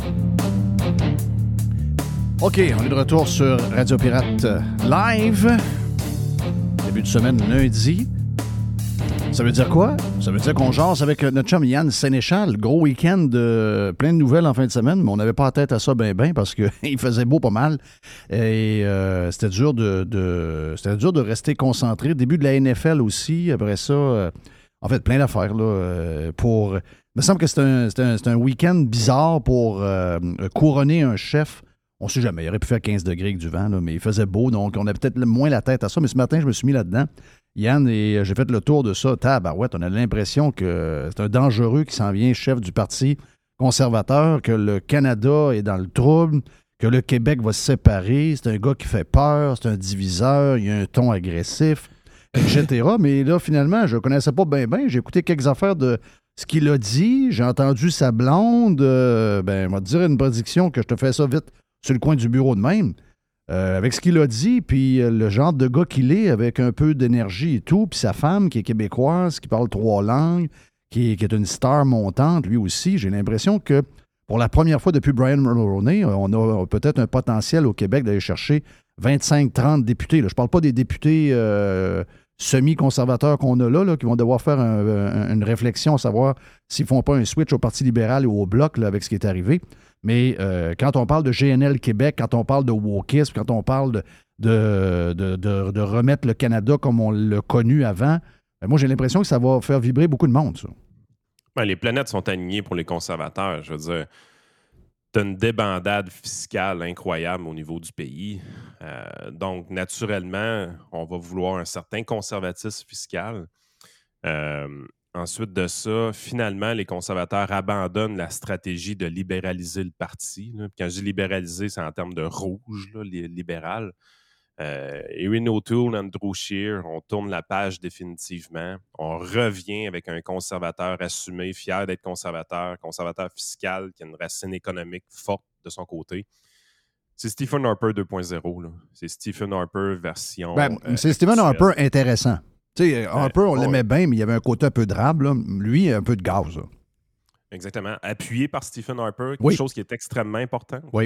OK, on est de retour sur Radio Pirate Live. Début de semaine lundi. Ça veut dire quoi? Ça veut dire qu'on jase avec notre chum Yann Sénéchal. Gros week-end, euh, plein de nouvelles en fin de semaine, mais on n'avait pas la tête à ça ben ben parce qu'il faisait beau pas mal. Et euh, c'était dur de, de c'était dur de rester concentré. Début de la N F L aussi. Après ça, euh, en fait, plein d'affaires là, euh, pour... Il me semble que c'est un, c'est un, c'est un week-end bizarre pour euh, couronner un chef. On ne sait jamais, il aurait pu faire quinze degrés avec du vent, là, mais il faisait beau, donc on a peut-être moins la tête à ça. Mais ce matin, je me suis mis là-dedans. Yann, et j'ai fait le tour de ça. Tabarouette, on a l'impression que c'est un dangereux qui s'en vient chef du Parti conservateur, que le Canada est dans le trouble, que le Québec va se séparer. C'est un gars qui fait peur, c'est un diviseur, il a un ton agressif, et cetera. Mais là, finalement, je ne connaissais pas bien, bien. J'ai écouté quelques affaires de ce qu'il a dit. J'ai entendu sa blonde. Euh, ben, on va te dire une prédiction que je te fais ça vite sur le coin du bureau de même, euh, avec ce qu'il a dit, puis euh, le genre de gars qu'il est, avec un peu d'énergie et tout, puis sa femme qui est québécoise, qui parle trois langues, qui est, qui est une star montante, lui aussi, j'ai l'impression que pour la première fois depuis Brian Mulroney, on a peut-être un potentiel au Québec d'aller chercher vingt-cinq trente députés. Là. Je parle pas des députés euh, semi-conservateurs qu'on a là, là, qui vont devoir faire un, un, une réflexion à savoir s'ils font pas un switch au Parti libéral ou au Bloc là, avec ce qui est arrivé. Mais euh, quand on parle de G N L Québec, quand on parle de wokisme, quand on parle de, de, de, de, de remettre le Canada comme on l'a connu avant, ben moi, j'ai l'impression que ça va faire vibrer beaucoup de monde, ça. Ben, les planètes sont alignées pour les conservateurs. Je veux dire, tu as une débandade fiscale incroyable au niveau du pays. Euh, donc, naturellement, on va vouloir un certain conservatisme fiscal. Euh, ensuite de ça, finalement, les conservateurs abandonnent la stratégie de libéraliser le parti. Là. Quand je dis libéraliser, c'est en termes de rouge, là, libéral. Euh, Erin O'Toole, Andrew Scheer, on tourne la page définitivement. On revient avec un conservateur assumé, fier d'être conservateur, conservateur fiscal, qui a une racine économique forte de son côté. C'est Stephen Harper deux point zéro. Là. C'est Stephen Harper version... Ben, euh, c'est Stephen actuelle. Harper intéressant. Tu sais, Harper, on ouais. l'aimait bien, mais il y avait un côté un peu drabe. Là. Lui, un peu de gaz. Là. Exactement. Appuyé par Stephen Harper, quelque oui. chose qui est extrêmement important. Oui.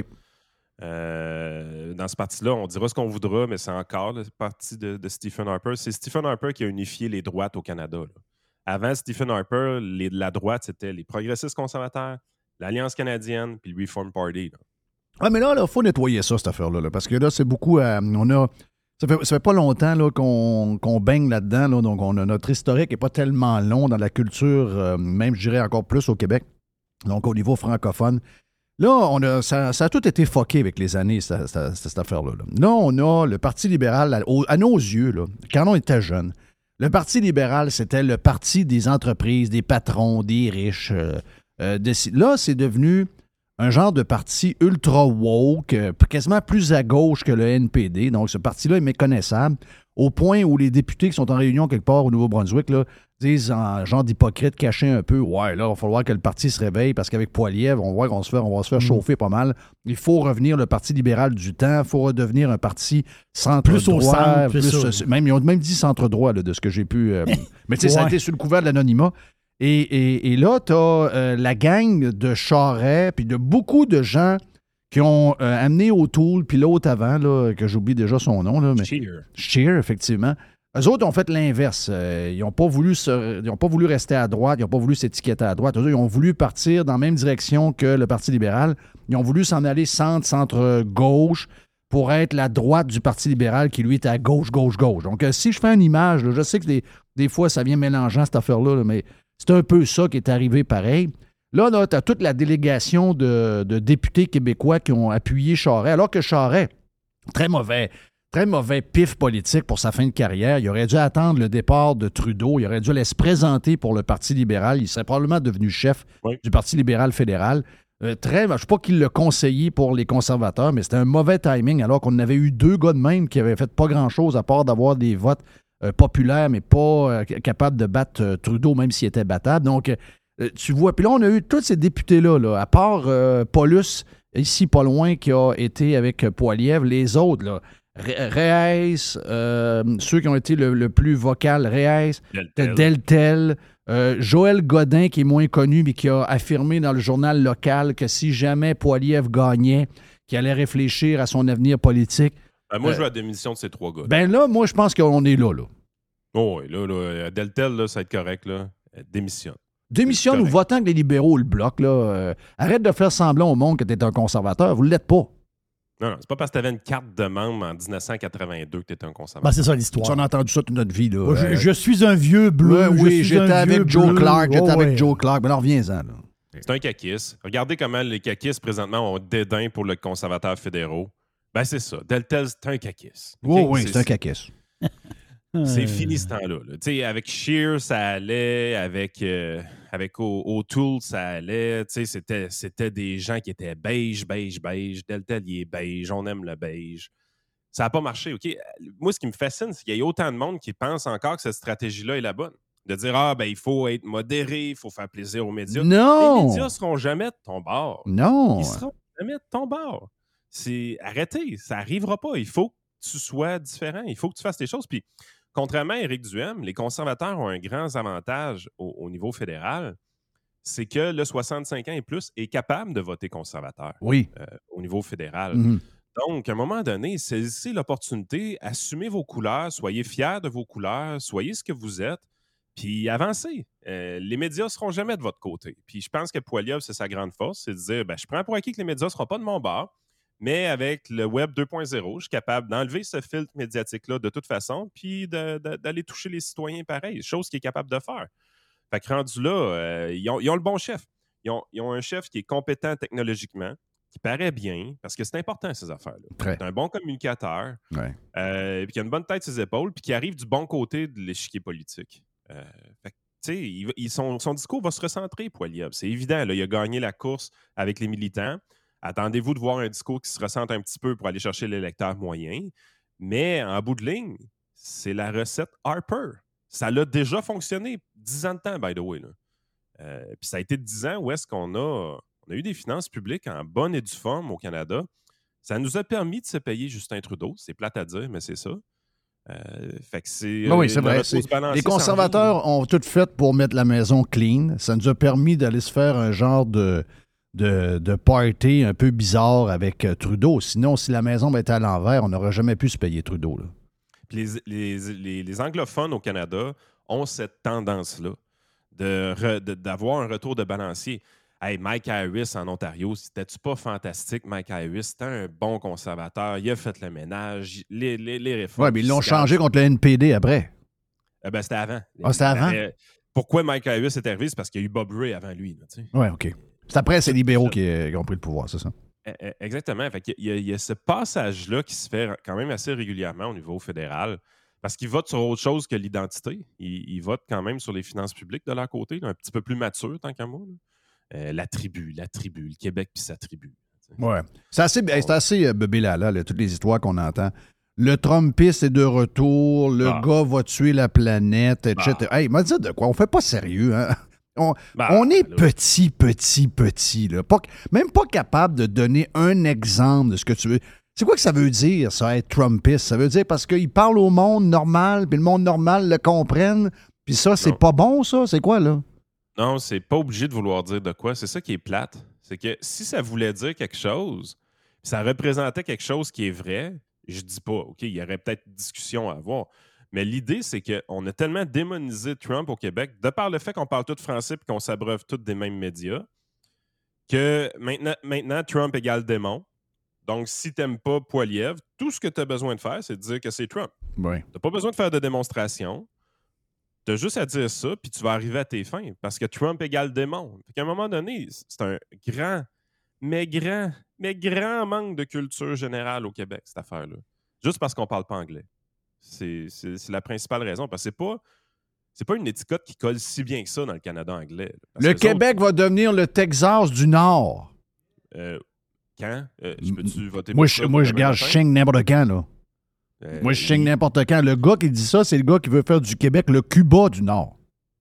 Euh, dans ce parti-là, on dira ce qu'on voudra, mais c'est encore le parti de, de Stephen Harper. C'est Stephen Harper qui a unifié les droites au Canada. Là. Avant Stephen Harper, les, la droite, c'était les progressistes conservateurs, l'Alliance canadienne, puis le Reform Party. Là. Ah, mais là, il faut nettoyer ça, cette affaire-là. Là, parce que là, c'est beaucoup... Euh, on a... Ça fait, ça fait pas longtemps là, qu'on, qu'on baigne là-dedans. Là, donc, on a, notre historique n'est pas tellement long dans la culture, euh, même, je dirais, encore plus au Québec. Donc, au niveau francophone. Là, on a, ça, ça a tout été fucké avec les années, cette, cette, cette affaire-là. Là. là, on a le Parti libéral, à, à nos yeux, là, quand on était jeune, le Parti libéral, c'était le parti des entreprises, des patrons, des riches. Euh, euh, de, là, c'est devenu un genre de parti ultra woke, euh, quasiment plus à gauche que le N P D. Donc, ce parti-là est méconnaissable, au point où les députés qui sont en réunion quelque part au Nouveau-Brunswick là, disent en genre d'hypocrite caché un peu, ouais, là, il va falloir que le parti se réveille parce qu'avec Poilievre, on voit qu'on se fait, on va se faire chauffer pas mal. Il faut revenir le Parti libéral du temps, il faut redevenir un parti centre-droit. Plus au centre, plus, plus même, ils ont même dit centre-droit, là, de ce que j'ai pu... Euh, mais tu sais, ouais. Ça a été sous le couvert de l'anonymat. Et, et, et là, tu as euh, la gang de Charest, puis de beaucoup de gens qui ont euh, amené O'Toole, puis l'autre avant, là, que j'oublie déjà son nom. Là, mais... Scheer. Scheer, effectivement. Eux autres ont fait l'inverse. Euh, ils n'ont pas voulu se, ils ont pas voulu rester à droite, ils n'ont pas voulu s'étiqueter à droite. Eux autres, ils ont voulu partir dans la même direction que le Parti libéral. Ils ont voulu s'en aller centre, centre-gauche pour être la droite du Parti libéral qui, lui, est à gauche, gauche, gauche. Donc, euh, si je fais une image, là, je sais que des, des fois, ça vient mélangeant, cette affaire-là, là, mais c'est un peu ça qui est arrivé pareil. Là, là tu as toute la délégation de, de députés québécois qui ont appuyé Charest, alors que Charest, très mauvais, très mauvais pif politique pour sa fin de carrière. Il aurait dû attendre le départ de Trudeau. Il aurait dû aller se présenter pour le Parti libéral. Il serait probablement devenu chef oui. du Parti libéral fédéral. Euh, très, je ne sais pas qui l'a conseillé pour les conservateurs, mais c'était un mauvais timing, alors qu'on avait eu deux gars de même qui avaient fait pas grand-chose à part d'avoir des votes Euh, populaire, mais pas euh, capable de battre euh, Trudeau, même s'il était battable. Donc, euh, tu vois, puis là, on a eu tous ces députés-là, là, à part euh, Paulus, ici pas loin, qui a été avec euh, Poilievre, les autres, là, Reyes, euh, ceux qui ont été le, le plus vocal, Reyes, Deltel, Deltel euh, Joël Godin, qui est moins connu, mais qui a affirmé dans le journal local que si jamais Poilievre gagnait, qu'il allait réfléchir à son avenir politique. Ben moi, euh, je veux la démission de ces trois gars. Ben là, moi, je pense qu'on est là, là. Oh, oui, là, là, Deltel, là, ça va être correct, là. Démissionne. Démissionne ou votant que les libéraux le bloquent, là. Euh, arrête de faire semblant au monde que tu es un conservateur. Vous ne l'êtes pas. Non, non, c'est pas parce que tu avais une carte de membre en dix-neuf cent quatre-vingt-deux que tu étais un conservateur. Ben, c'est ça l'histoire. On a entendu ça toute notre vie, là. Ouais, je, je suis un vieux bleu. Ouais, oui, j'étais avec Joe bleu. Clark. J'étais oh, avec ouais. Joe Clark. Mais alors, reviens-en, là. C'est un caquiste. Regardez comment les caquistes, présentement, ont dédain pour le conservateur fédéraux. Ben, c'est ça. Deltel, c'est un caquiste. Okay? Oui, oui, c'est, c'est un caquiste. C'est fini ce temps-là. Là. Tu sais, avec Scheer, ça allait. Avec, euh, avec O'Toole, ça allait. Tu sais, c'était, c'était des gens qui étaient beige, beige, beige. Deltel, il est beige. On aime le beige. Ça n'a pas marché, OK? Moi, ce qui me fascine, c'est qu'il y a autant de monde qui pense encore que cette stratégie-là est la bonne. De dire, ah, ben, il faut être modéré, il faut faire plaisir aux médias. Non! Les médias ne seront jamais de ton bord. Non! Ils seront jamais de ton bord. C'est arrêtez, ça n'arrivera pas. Il faut que tu sois différent. Il faut que tu fasses tes choses. Puis, contrairement à Éric Duhem, les conservateurs ont un grand avantage au, au niveau fédéral. C'est que le soixante-cinq ans et plus est capable de voter conservateur. Oui. Euh, au niveau fédéral. Mm-hmm. Donc, à un moment donné, saisissez l'opportunité, assumez vos couleurs, soyez fiers de vos couleurs, soyez ce que vous êtes, puis avancez. Euh, les médias ne seront jamais de votre côté. Puis je pense que Poilievre, c'est sa grande force, c'est de dire, ben, je prends pour acquis que les médias ne seront pas de mon bord, mais avec le Web deux point zéro, je suis capable d'enlever ce filtre médiatique-là de toute façon, puis de, de, d'aller toucher les citoyens pareil, chose qu'il est capable de faire. Fait que rendu là, euh, ils, ont, ils ont le bon chef. Ils ont, ils ont un chef qui est compétent technologiquement, qui paraît bien, parce que c'est important, ces affaires-là. Très. C'est un bon communicateur, Ouais. euh, puis qui a une bonne tête sur ses épaules, puis qui arrive du bon côté de l'échiquier politique. Euh, fait que, tu sais, il, il, son, son discours va se recentrer, Poilievre. C'est évident, là, il a gagné la course avec les militants. Attendez-vous de voir un discours qui se ressente un petit peu pour aller chercher l'électeur moyen. Mais en bout de ligne, c'est la recette Harper. Ça l'a déjà fonctionné dix ans de temps, by the way. Là. Euh, puis ça a été dix ans où est-ce qu'on a, on a eu des finances publiques en bonne et due forme au Canada. Ça nous a permis de se payer Justin Trudeau. C'est plate à dire, mais c'est ça. Euh, fait que c'est, ben oui, c'est le vrai. retour se balancer Les conservateurs ont tout fait pour mettre la maison clean. Ça nous a permis d'aller se faire un genre de, de, de party un peu bizarre avec euh, Trudeau. Sinon, si la maison était à l'envers, on n'aurait jamais pu se payer Trudeau. Là. Puis les, les, les, les anglophones au Canada ont cette tendance-là de re, de, d'avoir un retour de balancier. Hey, Mike Harris en Ontario, c'était-tu pas fantastique, Mike Harris? C'était un bon conservateur, il a fait le ménage, les, les, les réformes. Oui, mais ils l'ont changé contre le N P D après. Eh ben, c'était avant. Ah, c'était avant? Euh, pourquoi Mike Harris est arrivé? C'est parce qu'il y a eu Bob Rae avant lui. Oui, OK. C'est après, c'est les libéraux qui, qui ont pris le pouvoir, c'est ça? Exactement. Fait qu'il y a, il y a ce passage-là qui se fait quand même assez régulièrement au niveau fédéral. Parce qu'ils votent sur autre chose que l'identité. Ils, ils votent quand même sur les finances publiques de leur côté, là, un petit peu plus mature, tant qu'à moi. Euh, la tribu, la tribu, le Québec puis sa tribu. Ouais. C'est assez, c'est assez euh, bébé là, là, toutes les histoires qu'on entend. Le Trumpiste est de retour, le ah. gars va tuer la planète, et cetera. Ah. Hey, m'a dit de quoi? On fait pas sérieux, hein? On, bah, on est là. petit, petit, petit. Là. Pas, même pas capable de donner un exemple de ce que tu veux. C'est quoi que ça veut dire, ça, être Trumpiste? Ça veut dire parce qu'il parle au monde normal, puis le monde normal le comprenne, puis ça, c'est non. pas bon, ça? C'est quoi, là? Non, c'est pas obligé de vouloir dire de quoi. C'est ça qui est plate. C'est que si ça voulait dire quelque chose, ça représentait quelque chose qui est vrai, je dis pas, OK, il y aurait peut-être une discussion à avoir. Mais l'idée, c'est qu'on a tellement démonisé Trump au Québec, de par le fait qu'on parle tout français et qu'on s'abreuve tous des mêmes médias, que maintenant, maintenant Trump égale démon. Donc, si t'aimes pas Poilievre, tout ce que tu as besoin de faire, c'est de dire que c'est Trump. Oui. T'as pas besoin de faire de démonstration. Tu as juste à dire ça, puis tu vas arriver à tes fins. Parce que Trump égale démon. Fait qu'à un moment donné, c'est un grand, mais grand, mais grand manque de culture générale au Québec, cette affaire-là. Juste parce qu'on parle pas anglais. C'est, c'est, c'est la principale raison. Parce que c'est pas, c'est pas une étiquette qui colle si bien que ça dans le Canada anglais. Le Québec autres, va devenir le Texas du Nord. Euh, quand? Euh, je peux-tu voter moi, pour je, ça? Moi, je garde ching n'importe quand, là. Euh, moi, je ching il... n'importe quand. Le gars qui dit ça, c'est le gars qui veut faire du Québec le Cuba du Nord.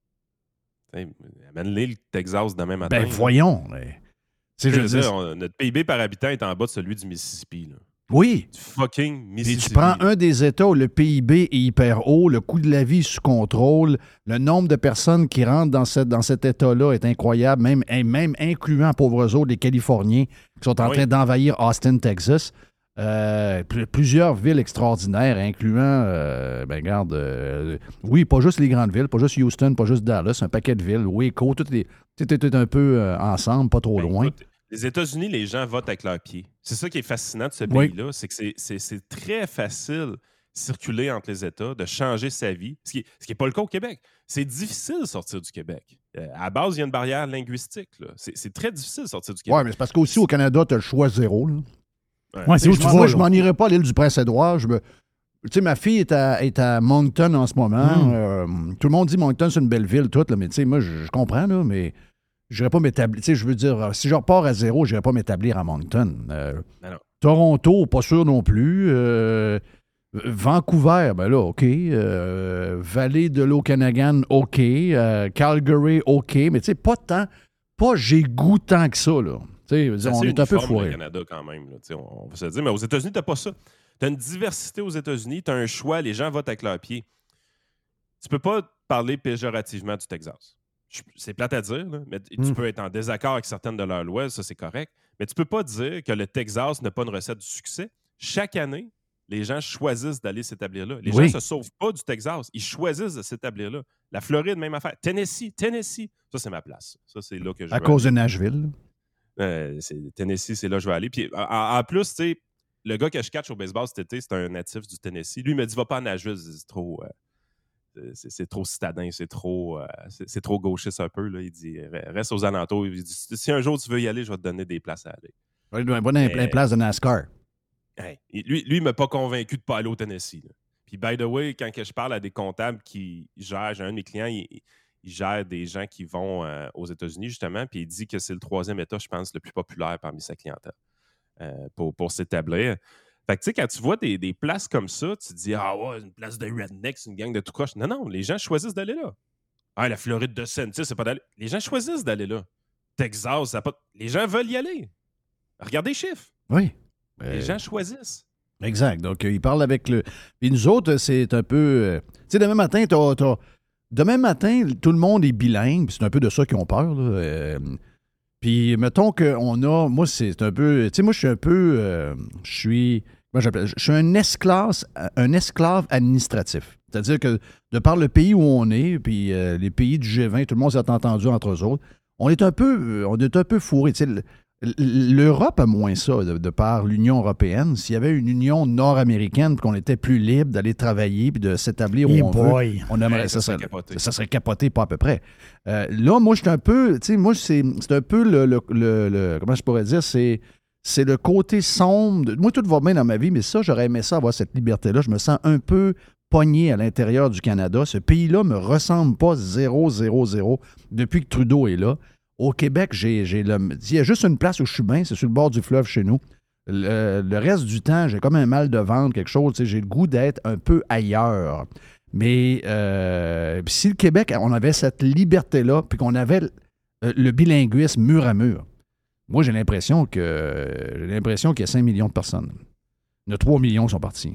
Hey, amène-les le Texas demain matin. Ben, voyons. Mais... C'est, je veux dire, on, notre P I B par habitant est en bas de celui du Mississippi. Là. Oui. Du fucking Mississippi. Puis tu prends un des États où le P I B est hyper haut, le coût de la vie est sous contrôle, le nombre de personnes qui rentrent dans, cette, dans cet État-là est incroyable, même, même incluant, pauvres autres, les Californiens qui sont en oui. train d'envahir Austin, Texas. Euh, pl- plusieurs villes extraordinaires, incluant, euh, ben regarde, euh, oui, pas juste les grandes villes, pas juste Houston, pas juste Dallas, un paquet de villes, Waco, tout est, tout est, tout est un peu euh, ensemble, pas trop ben, loin. Écoute, les États-Unis, les gens votent avec leurs pieds. C'est ça qui est fascinant de ce pays-là, oui. c'est que c'est, c'est, c'est très facile de circuler entre les États, de changer sa vie, ce qui n'est pas le cas au Québec. C'est difficile de sortir du Québec. Euh, à la base, il y a une barrière linguistique. Là. C'est, c'est très difficile de sortir du Québec. Oui, mais c'est parce qu'aussi au Canada, tu as le choix zéro. Là. Ouais, ouais, c'est où tu vas, moi, je m'en irais pas à l'île du Prince-Édouard. Je me... Tu sais, ma fille est à, est à Moncton en ce moment. Mm. Euh, tout le monde dit Moncton, c'est une belle ville, toute, là, mais tu sais, moi, je, je comprends, là, mais je n'irais pas m'établir. Tu sais, je veux dire, si je repars à zéro, je n'irais pas m'établir à Moncton. Euh, non, non. Toronto, pas sûr non plus. Euh, Vancouver, ben là, OK. Euh, Vallée de l'Okanagan, OK. Euh, Calgary, OK. Mais tu sais, pas tant, pas j'ai goût tant que ça, là. T'sais, on est un peu fourré. Au Canada quand même, là, on, on va se le dire. Mais aux États-Unis, tu n'as pas ça. Tu as une diversité aux États-Unis, tu as un choix, les gens votent avec leurs pieds. Tu peux pas parler péjorativement du Texas. C'est plate à dire, là, mais mm. tu peux être en désaccord avec certaines de leurs lois, ça c'est correct. Mais tu peux pas dire que le Texas n'a pas une recette du succès. Chaque année, les gens choisissent d'aller s'établir là. Les oui. gens ne se sauvent pas du Texas, ils choisissent de s'établir là. La Floride, même affaire. Tennessee, Tennessee, ça c'est ma place. Ça c'est là que je À cause aller. de Nashville. Euh, c'est, Tennessee, c'est là que je vais aller. Puis, en, en plus, tu sais, le gars que je catch au baseball cet été, c'est un natif du Tennessee. Lui, il me dit, va pas à Nashville, c'est trop, euh, c'est, c'est trop citadin, c'est trop, euh, c'est, c'est trop gauchiste un peu. Là. Il dit, reste aux alentours. Il dit, si un jour tu veux y aller, je vais te donner des places à aller. Une bonne euh, place de NASCAR. Hey, lui, lui, il ne m'a pas convaincu de ne pas aller au Tennessee. Là. Puis, by the way, quand que je parle à des comptables qui gèrent, j'ai un de mes clients, il, il gère des gens qui vont euh, aux États-Unis, justement, puis il dit que c'est le troisième État, je pense, le plus populaire parmi sa clientèle euh, pour, pour s'établir. Fait que, tu sais, quand tu vois des, des places comme ça, tu te dis, ah ouais, une place de rednecks, une gang de tout croche. Non, non, les gens choisissent d'aller là. Ah, la Floride de Seine, tu sais, c'est pas d'aller. Les gens choisissent d'aller là. Texas, ça pas. Les gens veulent y aller. Regardez les chiffres. Oui. Les euh... gens choisissent. Exact. Donc, euh, il parle avec le. Puis nous autres, c'est un peu. Euh... Tu sais, demain matin, t'as, t'as... demain matin, tout le monde est bilingue. C'est un peu de ça qu'ils ont peur. Là. Euh... Puis, mettons qu'on a. Moi, c'est un peu. Tu sais, moi, je suis un peu. Euh... Je suis. Moi, j'appelle. Je suis un esclave, un esclave administratif. C'est-à-dire que, de par le pays où on est, puis euh, les pays du G vingt, tout le monde s'est entendu entre eux autres, on est un peu, on est un peu fourré. Tu sais, l'Europe a moins ça, de, de par l'Union européenne. S'il y avait une Union nord-américaine, puis qu'on était plus libre d'aller travailler puis de s'établir hey où on boy. veut, on aimerait ouais, ça. Ça, ça, serait ça, ça serait capoté, pas à peu près. Euh, là, moi, je suis un peu, tu sais, moi, c'est, c'est un peu le, le, le, le, comment je pourrais dire, c'est, c'est le côté sombre. De, moi, tout va bien dans ma vie, mais ça, j'aurais aimé ça, avoir cette liberté-là. Je me sens un peu pogné à l'intérieur du Canada. Ce pays-là me ressemble pas zéro, zéro, zéro depuis que Trudeau est là. Au Québec, j'ai, j'ai le, il y a juste une place où je suis bien, c'est sur le bord du fleuve chez nous. Le, le reste du temps, j'ai comme un mal de ventre, quelque chose. J'ai le goût d'être un peu ailleurs. Mais euh, si le Québec, on avait cette liberté-là, puis qu'on avait le, le bilinguisme mur à mur, moi, j'ai l'impression que j'ai l'impression qu'il y a cinq millions de personnes. Il y en a trois millions qui sont partis.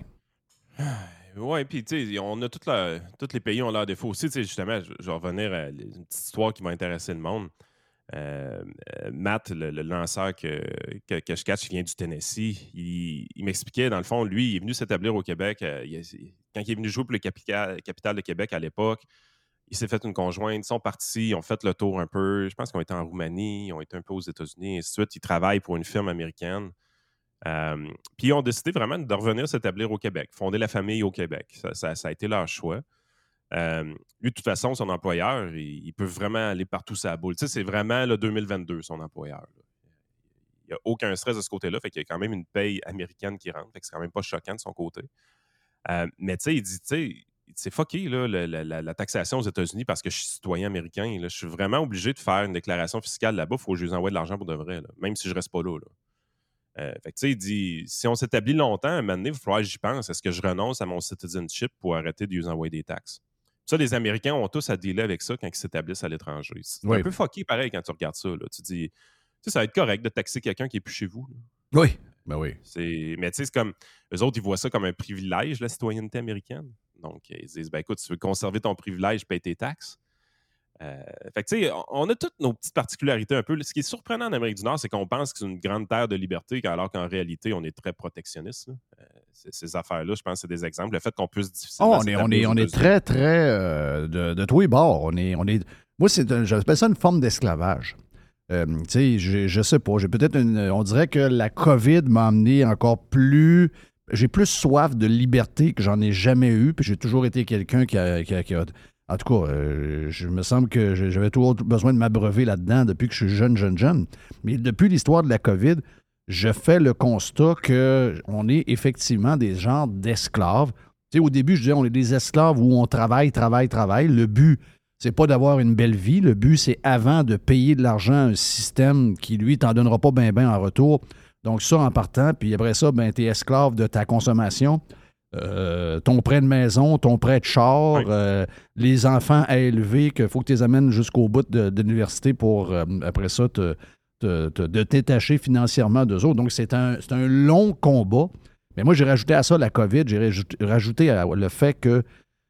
Oui, puis tu sais, on a toute la, tous les pays ont leur défaut aussi. Tu sais, justement, je, je vais revenir à une petite histoire qui va intéresser le monde. Euh, Matt, le, le lanceur que, que, que je catch, qui vient du Tennessee, il, il m'expliquait, dans le fond, lui, il est venu s'établir au Québec. Euh, il, quand il est venu jouer pour le capital, capital de Québec à l'époque, il s'est fait une conjointe, ils sont partis, ils ont fait le tour un peu. Je pense qu'ils ont été en Roumanie, ils ont été un peu aux États-Unis, et ainsi de suite. Ils travaillent pour une firme américaine. Euh, puis ils ont décidé vraiment de revenir s'établir au Québec, fonder la famille au Québec. Ça, ça, ça a été leur choix. Euh, lui, de toute façon, son employeur, il, il peut vraiment aller partout sa boule. Tu sais, c'est vraiment le deux mille vingt-deux, son employeur. Là. Il n'y a aucun stress de ce côté-là. Fait qu'il y a quand même une paye américaine qui rentre. Fait que c'est quand même pas choquant de son côté. Euh, mais tu sais, il dit, tu sais, c'est fucké, là, la, la, la taxation aux États-Unis parce que je suis citoyen américain. Là, je suis vraiment obligé de faire une déclaration fiscale là-bas. Il faut que je lui envoie de l'argent pour de vrai, là, même si je reste pas là. là. Euh, fait que, tu sais, il dit, si on s'établit longtemps, à un moment donné, il va falloir que j'y pense. Est-ce que je renonce à mon citizenship pour arrêter de lui envoyer des taxes? Ça, les Américains ont tous à dealer avec ça quand ils s'établissent à l'étranger. C'est oui. un peu fucké pareil quand tu regardes ça. Là. Tu dis, tu sais, ça va être correct de taxer quelqu'un qui n'est plus chez vous. Là. Oui, ben oui. C'est... Mais tu sais, c'est comme, eux autres, ils voient ça comme un privilège, la citoyenneté américaine. Donc, ils disent, ben écoute, tu veux conserver ton privilège, paye tes taxes. Euh, fait que, tu sais, on a toutes nos petites particularités un peu. Ce qui est surprenant en Amérique du Nord, c'est qu'on pense que c'est une grande terre de liberté, alors qu'en réalité, on est très protectionniste. Euh, ces affaires-là, je pense que c'est des exemples. Le fait qu'on puisse difficilement... Oh, on est, on est, on est très, très euh, de, de tous les bords. On est, on est, moi, c'est un, j'appelle ça une forme d'esclavage. Euh, tu sais, je, je sais pas. J'ai peut-être une... On dirait que la COVID m'a amené encore plus... J'ai plus soif de liberté que j'en ai jamais eu. Puis j'ai toujours été quelqu'un qui a... Qui a, qui a En tout cas, euh, je me semble que j'avais toujours besoin de m'abreuver là-dedans depuis que je suis jeune, jeune, jeune. Mais depuis l'histoire de la COVID, je fais le constat qu'on est effectivement des genres d'esclaves. Tu sais, au début, je disais, on est des esclaves où on travaille, travaille, travaille. Le but, c'est pas d'avoir une belle vie. Le but, c'est avant de payer de l'argent à un système qui, lui, t'en donnera pas bien, bien en retour. Donc ça, en partant, puis après ça, ben, t'es esclave de ta consommation. Euh, ton prêt de maison, ton prêt de char, oui. euh, les enfants à élever, qu'il faut que tu les amènes jusqu'au bout de, de l'université pour, euh, après ça, te, te, te, de détacher financièrement d'eux autres. Donc, c'est un, c'est un long combat. Mais moi, j'ai rajouté à ça la COVID, j'ai rajouté, rajouté à, le fait que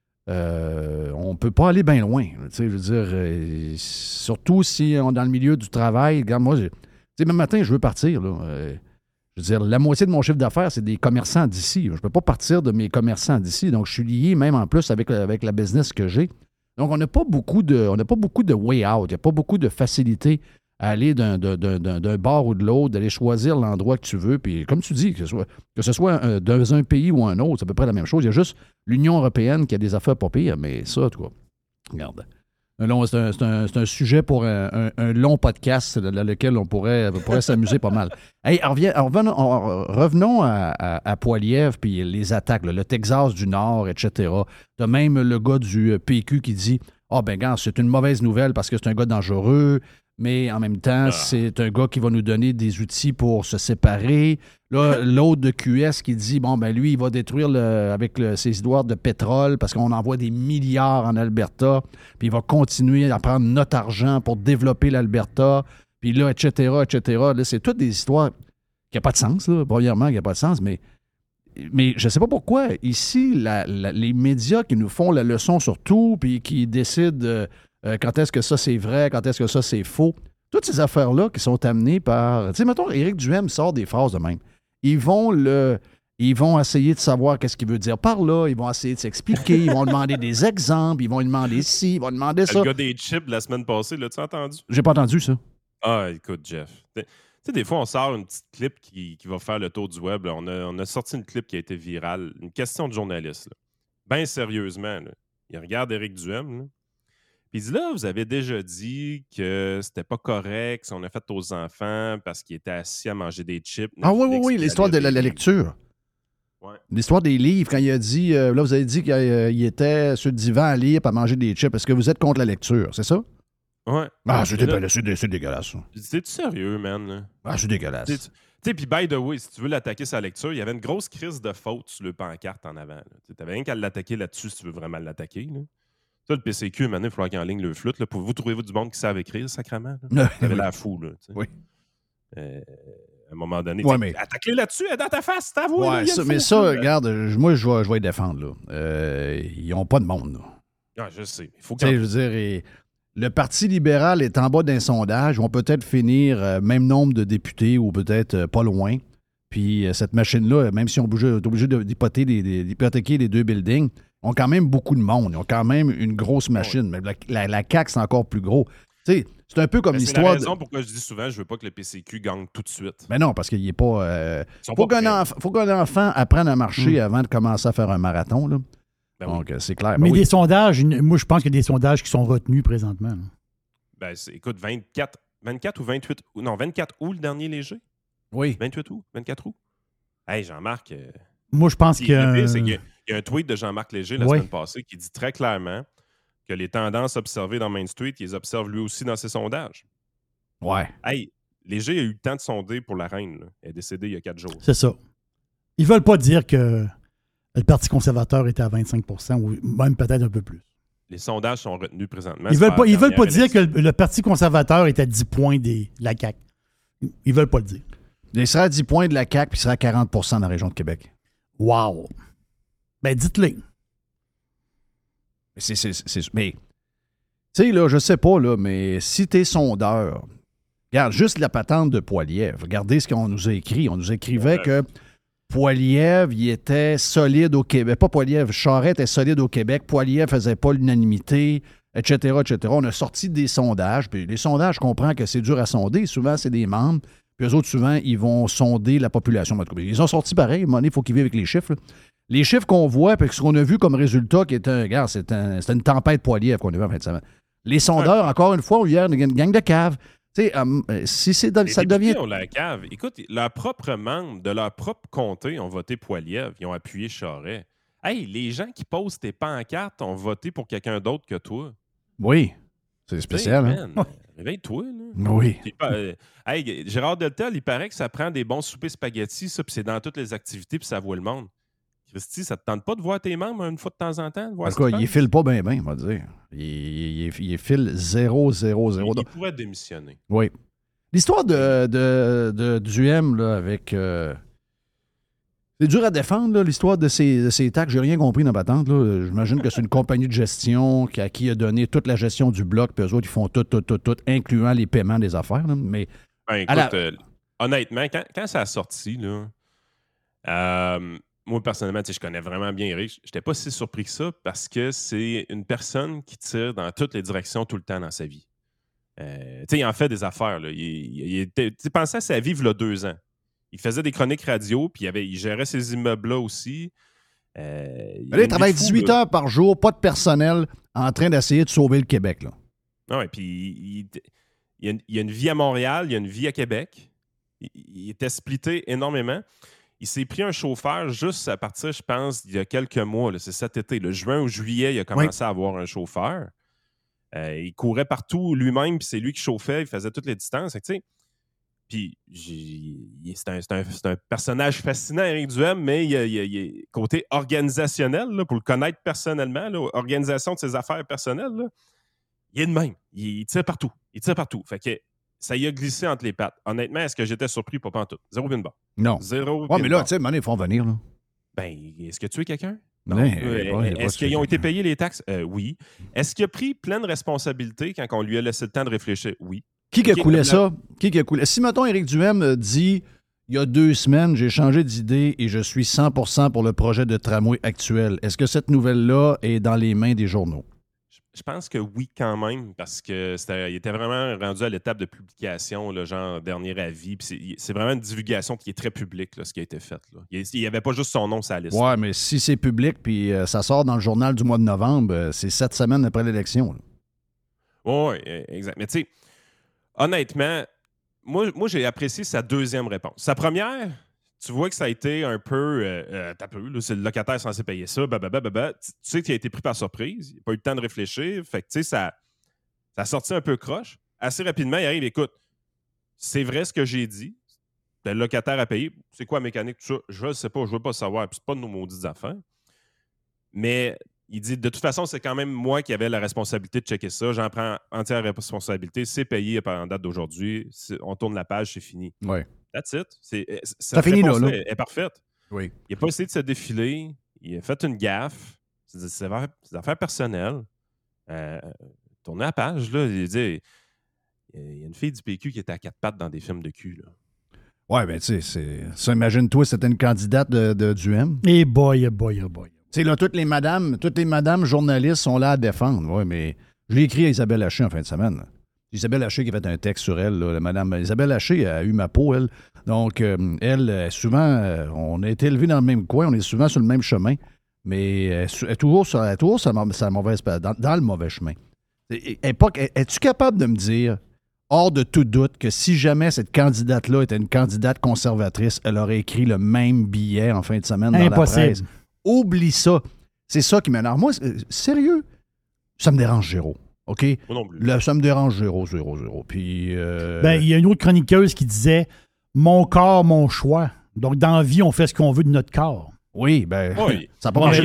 euh, on ne peut pas aller bien loin. Tu sais, je veux dire, euh, surtout si on est dans le milieu du travail. Regarde, moi, tu sais, même matin, je veux partir, là. Euh, Je veux dire, la moitié de mon chiffre d'affaires, c'est des commerçants d'ici. Je ne peux pas partir de mes commerçants d'ici. Donc, je suis lié même en plus avec, avec la business que j'ai. Donc, on n'a pas beaucoup de on n'a pas beaucoup de way out. Il n'y a pas beaucoup de facilité à aller d'un, d'un, d'un, d'un bar ou de l'autre, d'aller choisir l'endroit que tu veux. Puis, comme tu dis, que ce soit, que ce soit un, dans un pays ou un autre, c'est à peu près la même chose. Il y a juste l'Union européenne qui a des affaires pas pires, mais ça, toi, regarde. Un long, c'est, un, c'est, un, c'est un sujet pour un, un, un long podcast dans lequel on pourrait, on pourrait s'amuser pas mal. Hey, revient, revenons, revenons à, à, à Poilievre puis les attaques, là, le Texas du Nord, et cetera. T'as même le gars du P Q qui dit « Ah, oh, ben, gars, c'est une mauvaise nouvelle parce que c'est un gars dangereux. » Mais en même temps, ah. c'est un gars qui va nous donner des outils pour se séparer. Là, l'autre de Q S qui dit, bon, ben lui, il va détruire le, avec le, ses histoires de pétrole parce qu'on envoie des milliards en Alberta, puis il va continuer à prendre notre argent pour développer l'Alberta, puis là, et cetera, et cetera. Là, c'est toutes des histoires qui n'ont pas de sens, là, premièrement, qui n'ont pas de sens, mais, mais je ne sais pas pourquoi. Ici, la, la, les médias qui nous font la leçon sur tout, puis qui décident... Euh, Euh, quand est-ce que ça, c'est vrai? Quand est-ce que ça, c'est faux? Toutes ces affaires-là qui sont amenées par... Tu sais, mettons, Éric Duhem sort des phrases de même. Ils vont le... Ils vont essayer de savoir qu'est-ce qu'il veut dire par là. Ils vont essayer de s'expliquer. Ils vont demander des exemples. Ils vont lui demander ci. Ils vont demander ça. Le gars des chips de la semaine passée, l'as-tu entendu? J'ai pas entendu ça. Ah, écoute, Jeff. Tu sais, des fois, on sort une petite clip qui, qui va faire le tour du web. Là. On, a, on a sorti une clip qui a été virale. Une question de journaliste. Bien sérieusement. Là. Il regarde Éric Duhem, là. Puis il dit là, vous avez déjà dit que c'était pas correct si on a fait aux enfants parce qu'ils étaient assis à manger des chips. Ah oui, oui, oui, l'histoire de la, la lecture. Ouais. L'histoire des livres, quand il a dit, euh, là, vous avez dit qu'il euh, était sur le divan à lire et à manger des chips. Est-ce que vous êtes contre la lecture, c'est ça? Ouais. Ah, c'est, dé- c'est, c'est dégueulasse, ça. C'est-tu sérieux, man? Là? Ah, c'est dégueulasse. Tu sais, puis by the way, si tu veux l'attaquer sa lecture, il y avait une grosse crise de faute sur le pancarte en avant. Tu n'avais rien qu'à l'attaquer là-dessus si tu veux vraiment l'attaquer, là. Ça, le P C Q, maintenant, il faut qu'il en ligne le flûte. Là. Pouvez-vous trouver du monde qui savent écrire, sacrément? Vous avez la fou, là. Oui. Euh, à un moment donné, ouais, mais... attaque-le là-dessus, elle est dans ta face, c'est à vous. Ouais, là, ça, mais ça, regarde, moi, je vais, je vais les défendre. Là. Euh, ils n'ont pas de monde. Là. Ah, je sais. Il faut que. Je veux dire, et le Parti libéral est en bas d'un sondage. Ils vont peut-être finir euh, même nombre de députés ou peut-être euh, pas loin. Puis euh, cette machine-là, même si on est obligé d'hypothéquer les, d'hypothéquer les deux buildings, ont quand même beaucoup de monde. Ils ont quand même une grosse machine. Mais la, la, la C A Q, c'est encore plus gros. Tu sais, c'est un peu comme ben, l'histoire... C'est la raison de... pourquoi je dis souvent je veux pas que le P C Q gagne tout de suite. Mais non, parce qu'il n'est pas... Euh... Faut, pas qu'un enf... faut qu'un enfant apprenne à marcher mmh. avant de commencer à faire un marathon. Là. Ben Donc, oui. c'est clair. Ben mais oui. des sondages, moi, je pense qu'il y a des sondages qui sont retenus présentement. Là. Ben, c'est, écoute, vingt-quatre, vingt-quatre ou vingt-huit... Non, vingt-quatre août, le dernier léger? Oui. vingt-huit août? vingt-quatre août? Hey, Jean-Marc... Euh... Moi, je pense qu'il que... Le pire, c'est qu'il y a, il y a un tweet de Jean-Marc Léger la oui. semaine passée qui dit très clairement que les tendances observées dans Main Street, il les observe lui aussi dans ses sondages. Ouais. Hey, Léger a eu le temps de sonder pour la reine. Là. Elle est décédée il y a quatre jours. C'est ça. Ils veulent pas dire que le Parti conservateur était à vingt-cinq pour cent ou même peut-être un peu plus. Les sondages sont retenus présentement. Ils veulent pas, ils veulent pas dire que le, le Parti conservateur est à dix points de la C A Q. Ils veulent pas le dire. Il sera à dix points de la C A Q puis il sera à quarante pour cent dans la région de Québec. Wow! Ben, dites-le. Mais c'est... c'est, c'est mais, tu sais, là, je sais pas, là, mais si t'es sondeur, regarde, juste la patente de Poilievre, regardez ce qu'on nous a écrit. On nous écrivait ouais. que Poilievre, il était solide au Québec. Pas Poilievre, Charest était solide au Québec. Poilievre faisait pas l'unanimité, et cetera, et cetera. On a sorti des sondages. Puis les sondages, je comprends que c'est dur à sonder. Souvent, c'est des membres. Puis eux autres, souvent, ils vont sonder la population. Ils ont sorti pareil. À un moment donné, il faut qu'ils vivent avec les chiffres. Là. Les chiffres qu'on voit, puis ce qu'on a vu comme résultat, qui est un, regarde, c'est, un, c'est une tempête Poilievre qu'on a vu en fin de semaine. Les sondeurs, ouais. encore une fois, hier, une gang de caves. Tu sais, um, si c'est dans, ça devient. Ont la cave. Écoute, leurs propres membres de leur propre comté ont voté Poilievre. Ils ont appuyé Charest. Hey, les gens qui posent tes pancartes ont voté pour quelqu'un d'autre que toi. Oui. C'est spécial, hey, hein? Man, réveille-toi, là. Oui. Pas, euh, hey, Gérard Deltel, il paraît que ça prend des bons soupers spaghettis, ça, puis c'est dans toutes les activités, puis ça voit le monde. Christy, ça te tente pas de voir tes membres une fois de temps en temps? En tout cas, il file pas bien, bien, on va dire. Il, il, il file zéro, zéro, zéro. Il, il pourrait démissionner. Oui. L'histoire de, de, de Duhem, là, avec... Euh... C'est dur à défendre, là, l'histoire de ces, de ces taxes. J'ai rien compris dans ma patente. Là. J'imagine que c'est une compagnie de gestion qui, à qui a donné toute la gestion du bloc, puis eux autres, ils font tout, tout, tout, tout, incluant les paiements des affaires. Là. Mais, ben, écoute, la... euh, honnêtement, quand, quand ça a sorti, là... Euh, moi, personnellement, je connais vraiment bien Eric. Je n'étais pas si surpris que ça parce que c'est une personne qui tire dans toutes les directions tout le temps dans sa vie. Euh, il en fait des affaires. Là. Il, il, il, il pensait à sa vie il y a deux ans. Il faisait des chroniques radio, puis il, avait, il gérait ses immeubles-là aussi. Euh, il, là, il travaille dix-huit heures par jour, pas de personnel, en train d'essayer de sauver le Québec. Là. Ah ouais, puis il, il, il, y a une, il y a une vie à Montréal, il y a une vie à Québec. Il, il était splitté énormément. Il s'est pris un chauffeur juste à partir, je pense, il y a quelques mois. Là, c'est cet été. Le juin ou juillet, il a commencé oui. à avoir un chauffeur. Euh, il courait partout lui-même, puis c'est lui qui chauffait, il faisait toutes les distances. Tu sais, puis c'est un, c'est, un, c'est un personnage fascinant, Éric Duhem, mais il y a, il y a, il y a côté organisationnel, là, pour le connaître personnellement, là, organisation de ses affaires personnelles, là, il est de même. Il, il tire partout. Il tire partout. Fait que ça y a glissé entre les pattes. Honnêtement, est-ce que j'étais surpris? Pas en tout. Zéro pin bar. Non. Zéro ouais, mais là, tu sais, ils font venir. Là. Ben, est-ce que tu es quelqu'un? Non. Mais, euh, ouais, est-ce qu'ils ont été payés les taxes? Euh, oui. Est-ce qu'il a pris pleine responsabilité quand on lui a laissé le temps de réfléchir? Oui. Qui qui a coulé ça? Qui qui a coulé? Si, mettons, Éric Duhem dit il y a deux semaines, j'ai changé d'idée et je suis cent pour cent pour le projet de tramway actuel, est-ce que cette nouvelle-là est dans les mains des journaux? Je pense que oui, quand même, parce que c'était, il était vraiment rendu à l'étape de publication, là, genre dernier avis. Puis c'est, c'est vraiment une divulgation qui est très publique, là, ce qui a été fait. Là. Il n'y avait pas juste son nom sur la liste. Ouais, mais si c'est public puis euh, ça sort dans le journal du mois de novembre, euh, c'est sept semaines après l'élection. Oui, exact. Mais tu sais, honnêtement, moi, moi, j'ai apprécié sa deuxième réponse. Sa première, tu vois que ça a été un peu... Euh, euh, t'as peu, là, c'est le locataire censé payer ça, bababa, bababa. Tu sais qu'il a été pris par surprise. Il n'a pas eu le temps de réfléchir. Fait que, tu sais, ça, ça a sorti un peu croche. Assez rapidement, il arrive, écoute, c'est vrai ce que j'ai dit. Le locataire a payé. C'est quoi la mécanique, tout ça? Je ne sais pas, je ne veux pas savoir. Puis c'est pas de nos maudites affaires. Mais il dit, de toute façon, c'est quand même moi qui avais la responsabilité de checker ça. J'en prends entière responsabilité. C'est payé en date d'aujourd'hui. C'est, on tourne la page, c'est fini. Oui. That's it. C'est, ça finit là, là. Est, est parfaite. Oui. Il n'a pas essayé de se défiler. Il a fait une gaffe. C'est, c'est, des affaires personnelles. Euh, tourner la page, là. Il dit, il y a une fille du P Q qui était à quatre pattes dans des films de cul, là. Ouais, ben, tu sais, c'est... ça, imagine-toi, c'était une candidate de, de Duhem. Et boy, boy, boy. Tu sais, là, toutes les madames, toutes les madames journalistes sont là à défendre. Oui, mais je l'ai écrit à Isabelle Haché en fin de semaine. Là. Isabelle Haché qui a fait un texte sur elle. Là, la madame Isabelle Haché a eu ma peau, elle. Donc, euh, elle, souvent, euh, on a été élevés dans le même coin, on est souvent sur le même chemin, mais elle est toujours sur, elle est toujours sur la, sur la mauvaise, dans, dans le mauvais chemin. Es-tu capable de me dire, hors de tout doute, que si jamais cette candidate-là était une candidate conservatrice, elle aurait écrit le même billet en fin de semaine dans Impossible. La presse? Oublie ça. C'est ça qui m'énerve. Moi, sérieux, ça me dérange zéro. OK? Non plus. Là, ça me dérange zéro, zéro, zéro. Puis. Euh... Ben, il y a une autre chroniqueuse qui disait mon corps, mon choix. Donc, dans la vie, on fait ce qu'on veut de notre corps. Oui, ben. Oui. Ça n'a pas marché.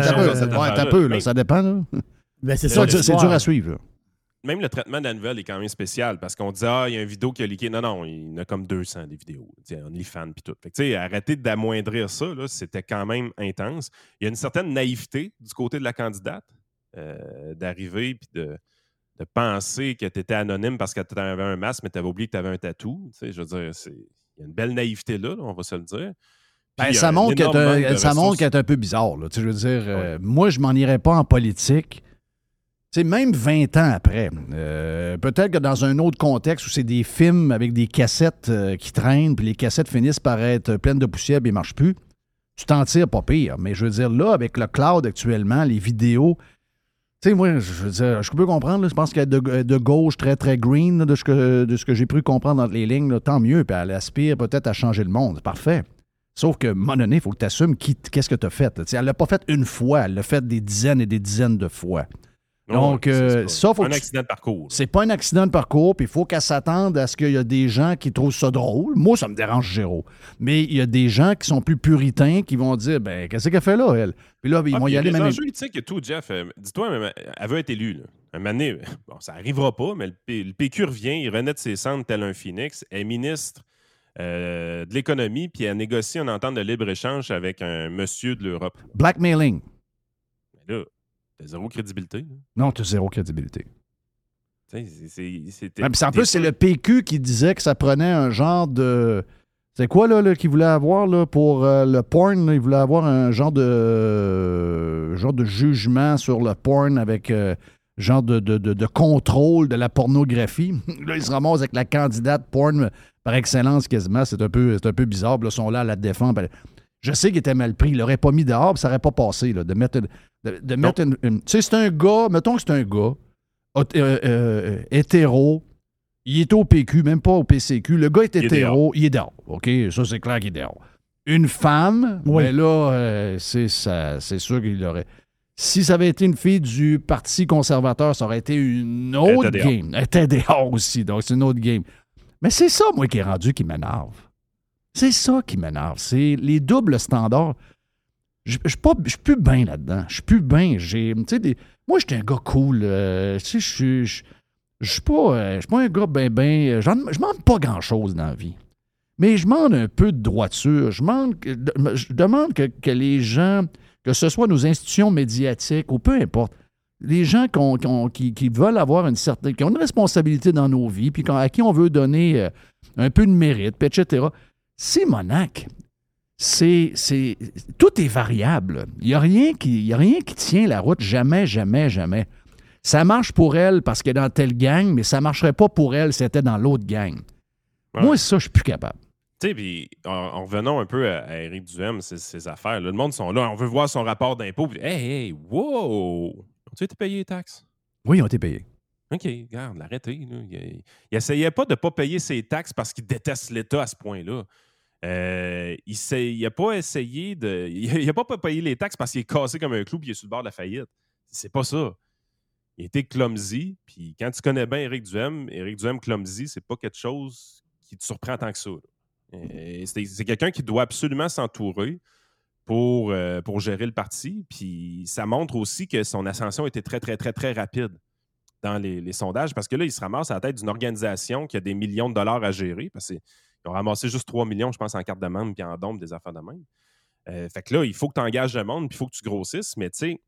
Un peu, là. Ça dépend, là. Ben, c'est ça. C'est, c'est dur à suivre, là. Même le traitement de la nouvelle est quand même spécial parce qu'on dit ah, il y a une vidéo qui a leaké. Non, non, il y en a comme deux cents des vidéos. OnlyFans puis tout. Fait que, tu sais, arrêter d'amoindrir ça, là, c'était quand même intense. Il y a une certaine naïveté du côté de la candidate euh, d'arriver puis de, de penser que tu étais anonyme parce que tu avais un masque, mais tu avais oublié que tu avais un tatou. Tu sais, je veux dire, c'est... il y a une belle naïveté là, là on va se le dire. Ben, ça montre qu'elle ça montre qu'elle est un peu bizarre. Là. Tu sais, je veux dire, euh, moi, je m'en irais pas en politique. C'est même vingt ans après. Euh, peut-être que dans un autre contexte où c'est des films avec des cassettes euh, qui traînent, puis les cassettes finissent par être pleines de poussière et ne marchent plus, tu t'en tires pas pire. Mais je veux dire, là, avec le cloud actuellement, les vidéos, tu sais, moi, je veux dire, je peux comprendre, là, je pense qu'elle est de, de gauche, très, très green, là, de, ce que, de ce que j'ai pu comprendre dans les lignes, là, tant mieux, puis elle aspire peut-être à changer le monde. Parfait. Sauf que, à un moment donné, il faut que tu assumes qui, qu'est-ce que tu as fait. Elle ne l'a pas fait une fois, elle l'a fait des dizaines et des dizaines de fois. Donc, euh, ça, faut un que tu... accident de parcours. C'est pas un accident de parcours, puis il faut qu'elle s'attende à ce qu'il y a des gens qui trouvent ça drôle. Moi, ça me dérange zéro. Mais il y a des gens qui sont plus puritains qui vont dire, ben, qu'est-ce qu'elle fait là, elle? Puis là, ils ah, vont y aller les même. enjeux éthiques et tout, Jeff. Euh, dis-toi, elle veut être élue. Là. Un moment donné, bon, ça n'arrivera pas, mais le, P- le P Q revient, il renaît de ses cendres tel un phénix. Elle est ministre euh, de l'économie, puis elle négocie une entente de libre-échange avec un monsieur de l'Europe. Blackmailing. Mais là, t'as zéro crédibilité. Là. Non, t'as zéro crédibilité. C'est, c'est, c'est, ouais, en plus, c'est le P Q qui disait que ça prenait un genre de... C'est quoi, là, là qu'il voulait avoir, là, pour euh, le porn? Là, il voulait avoir un genre de euh, genre de jugement sur le porn avec euh, genre de, de, de, de contrôle de la pornographie. Là, ils se ramassent avec la candidate porn par excellence quasiment. C'est un peu, c'est un peu bizarre. Là, ils sont là à la défendre. Je sais qu'il était mal pris. Il l'aurait pas mis dehors, puis ça n'aurait pas passé, là, de mettre... De, de mettre une, une... Tu sais, c'est un gars, mettons que c'est un gars, euh, euh, hétéro, il est au P Q, même pas au P C Q. Le gars est Il est hétéro, dehors. il est dehors. OK? Ça, c'est clair qu'il est dehors. Une femme, Oui. ben là, euh, c'est, ça, c'est sûr qu'il aurait... Si ça avait été une fille du Parti conservateur, ça aurait été une autre Elle était game. Elle était dehors aussi, donc c'est une autre game. Mais c'est ça, moi, qui est rendu qui m'énerve. C'est ça qui m'énerve. C'est les doubles standards. Je je suis pas- je suis plus bien là-dedans. Je suis plus bien. J'ai, tu sais, des- moi, j'étais un gars cool. euh, tu sais, je suis... Je je suis pas, euh, je suis pas un gars ben ben... j'en- Je demande pas grand-chose dans la vie. Mais je demande un peu de droiture. Je demande, que- je demande que, que les gens, que ce soit nos institutions médiatiques ou peu importe, les gens qu'on- qu'on- qui, qui veulent avoir une certaine... qui ont une responsabilité dans nos vies, puis qu'on- à qui on veut donner euh, un peu de mérite, puis et cetera. C'est Monac. C'est, c'est, tout est variable. Il n'y a, rien qui- il y a rien qui tient la route. Jamais, jamais, jamais. Ça marche pour elle parce qu'elle est dans telle gang, mais ça ne marcherait pas pour elle si elle était dans l'autre gang. Ouais. Moi, ça, je suis plus capable. Tu sais, puis en, en revenant un peu à, à Éric Duhem, ses, ses affaires, là, le monde sont là, on veut voir son rapport d'impôt. Puis, hey, hey, wow! Ont-tu été payé les taxes? Oui, ils ont été payés. OK, regarde, l'arrêtez. là. Il, il essayait pas de ne pas payer ses taxes parce qu'il déteste l'État à ce point-là. Euh, il n'a pas essayé de. Il n'a pas payé les taxes parce qu'il est cassé comme un clou et il est sur le bord de la faillite. C'est pas ça. Il était clumsy, puis quand tu connais bien Éric Duhem, Éric Duhem clumsy, c'est pas quelque chose qui te surprend tant que ça. là. Euh, C'est c'est quelqu'un qui doit absolument s'entourer pour, euh, pour gérer le parti, puis ça montre aussi que son ascension était très, très, très, très rapide dans les, les sondages, parce que là, il se ramasse à la tête d'une organisation qui a des millions de dollars à gérer, parce qu'ils ont ramassé juste trois millions, je pense, en carte de membre puis en dôme, des affaires de même. Euh, fait que là, il faut que tu engages le monde, puis il faut que tu grossisses, mais tu sais,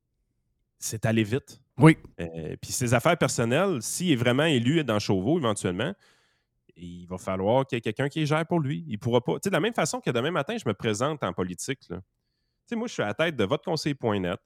c'est allé vite. Oui. Euh, puis ses affaires personnelles, s'il est vraiment élu dans Chauveau, éventuellement, il va falloir qu'il y ait quelqu'un qui les gère pour lui. Il pourra pas. Tu sais, de la même façon que demain matin, je me présente en politique, là. Tu sais, moi, je suis à la tête de votre conseiller point net.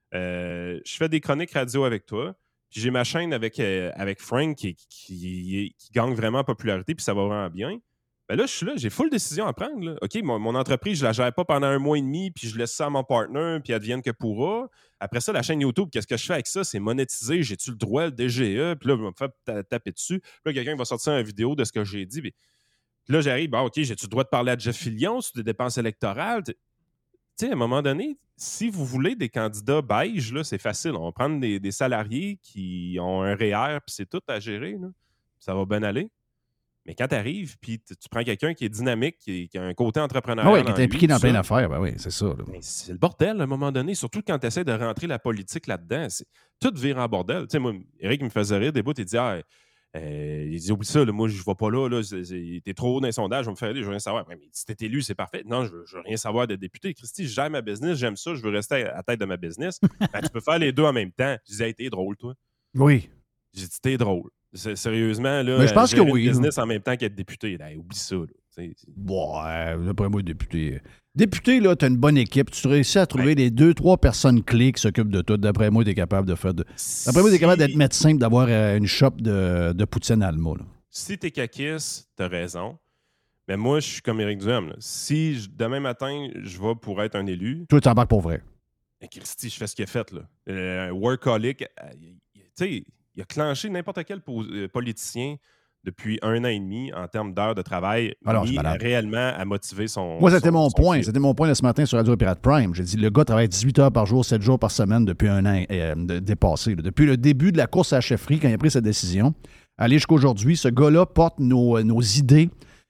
Euh, je fais des chroniques radio avec toi. Puis j'ai ma chaîne avec, euh, avec Frank qui, qui, qui, qui gagne vraiment en popularité, puis ça va vraiment bien. Ben là, je suis là, j'ai full décision à prendre. Là. OK, mon, mon entreprise, je la gère pas pendant un mois et demi, puis je laisse ça à mon partner, puis advienne que pourra. Après ça, la chaîne YouTube, qu'est-ce que je fais avec ça? C'est monétiser, j'ai-tu le droit, le D G E? Puis là, je vais me faire ta- taper dessus. Puis là, quelqu'un va sortir une vidéo de ce que j'ai dit. Puis là, j'arrive, bon, OK, j'ai-tu le droit de parler à Jeff Fillion sur des dépenses électorales? Tu sais, à un moment donné, si vous voulez des candidats beige, là, c'est facile. On va prendre des, des salariés qui ont un R E E R, puis c'est tout à gérer. Là. Ça va bien aller. Mais quand tu arrives, puis tu prends quelqu'un qui est dynamique, qui, qui a un côté entrepreneurial. Ah oui, qui est en impliqué lui, dans tout plein ça, d'affaires. Ben oui, c'est ça. là. mais c'est le bordel à un moment donné, surtout quand tu essaies de rentrer la politique là-dedans. C'est, tout vire en bordel. Tu sais, moi, Éric me faisait rire des bouts, il dit ah, euh, il dit oublie ça, là, moi je vais pas là, là c'est, c'est, t'es trop haut dans les sondages, je vais me faire aider, je veux rien savoir. Ouais, mais si t'es élu, c'est parfait. Non, je veux, je veux rien savoir de député. Christy, je gère ma business, j'aime ça, je veux rester à la tête de ma business. Ben, tu peux faire les deux en même temps. Je disais, hey, t'es drôle, toi. Oui. J'ai dit, t'es drôle. C'est, sérieusement, là, Mais je pense gérer que oui, une là. business en même temps qu'être député, là, oublie ça. Là. C'est, c'est... Ouais, d'après moi, député. Député, là, t'as une bonne équipe. Tu réussis à trouver ouais. les deux, trois personnes clés qui s'occupent de tout. D'après moi, t'es capable de faire de. D'après moi, t'es capable d'être médecin et d'avoir euh, une shop de, de poutine à Alma. Là. Si t'es caquiste, t'as raison. Mais moi, je suis comme Éric Duhem. Là. Si je, demain matin, je vais pour être un élu. Toi, t'embarques pour vrai. Et Christy, je fais ce qu'il a fait. Là. Euh, un workaholic, euh, tu sais, il a clenché n'importe quel po- euh, politicien depuis un an et demi en termes d'heures de travail, Alors, mis réellement à motiver son. Moi, c'était son, mon son point. fil. C'était mon point de ce matin sur Radio Pirate Prime. J'ai dit, le gars travaille dix-huit heures par jour, sept jours par semaine depuis un an euh, dépassé. Là. Depuis le début de la course à la chefferie, quand il a pris sa décision, aller jusqu'à aujourd'hui, ce gars-là porte nos, nos idées